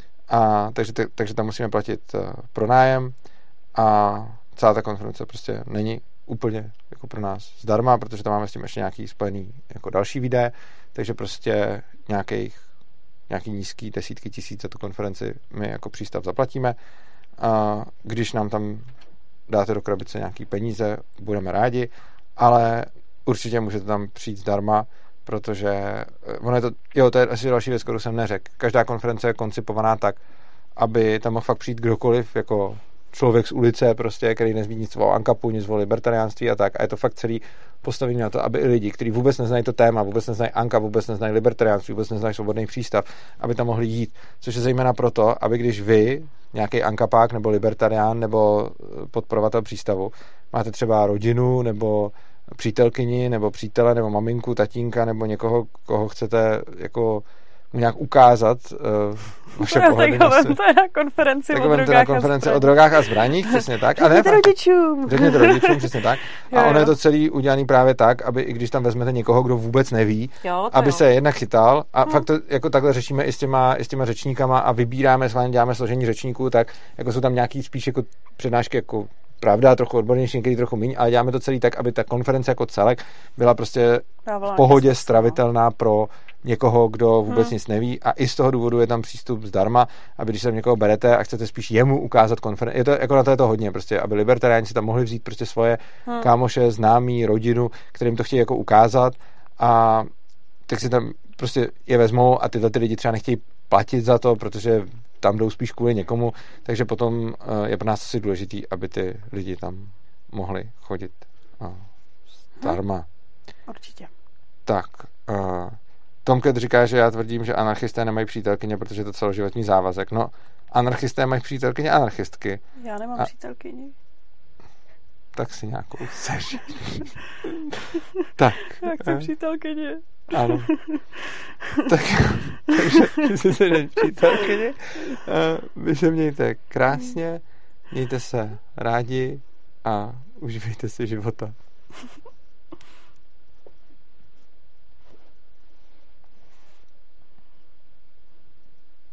Takže tam musíme platit pronájem a celá ta konference prostě není úplně jako pro nás zdarma, protože tam máme s tím ještě nějaký spojený jako další výdaje, takže prostě nějaký nízký desítky tisíc za tu konferenci my jako přístav zaplatíme a když nám tam dáte do krabice nějaký peníze, budeme rádi, ale určitě můžete tam přijít zdarma, protože ono je to, jo, to je asi další věc, kterou jsem neřekl. Každá konference je koncipovaná tak, aby tam mohl fakt přijít kdokoliv, jako člověk z ulice, prostě, který nezví nic o ANCAPu, nic o libertariánství a tak. A je to fakt celý postavení na to, aby i lidi, kteří vůbec neznají to téma, vůbec neznají ANCAP, vůbec neznají libertariánství, vůbec neznají svobodný přístav, aby tam mohli jít. Což je zejména proto, aby když vy, nějaký ANCAPák nebo libertarián nebo podporovatel přístavu, máte třeba rodinu nebo přítelkyni nebo přítele nebo maminku, tatínka nebo někoho, koho chcete jako mu nějak ukázat vaše pohledy na svět. To je na konferenci o drogách a zbraních, přesně tak. Řekněte rodičům. Řekněte rodičům, přesně tak. A ono je to celý udělaný právě tak, aby i když tam vezmete někoho, kdo vůbec neví, aby se jednak chytal a fakt to jako takhle řešíme i s těma řečníkama a vybíráme, děláme složení řečníků, tak jako jsou tam nějaký spíš jako přednášky jako pravda, trochu odbornější, někdy trochu méně, ale děláme to celý tak, aby ta konference jako celek byla prostě v pohodě stravitelná pro někoho, kdo vůbec nic neví a i z toho důvodu je tam přístup zdarma, aby když se tam někoho berete a chcete spíš jemu ukázat konferenci, je to jako na to je to hodně, prostě, aby libertariáni si tam mohli vzít prostě svoje kámoše, známí, rodinu, kterým to chtějí jako ukázat a tak si tam prostě je vezmou a tyhle ty lidi třeba nechtějí platit za to, protože tam jdou spíš kvůli někomu, takže potom je pro nás asi důležitý, aby ty lidi tam mohli chodit zdarma. Určitě. Tak, Tomket říká, že já tvrdím, že anarchisté nemají přítelkyně, protože je to celoživotní závazek. No, anarchisté mají přítelkyně anarchistky. Já nemám přítelkyni. Tak si nějakou seš. Tak. Já chci přítelkyně. Ano. Takže si se přítelkyně. Vy se mějte krásně, mějte se rádi a užívejte si života.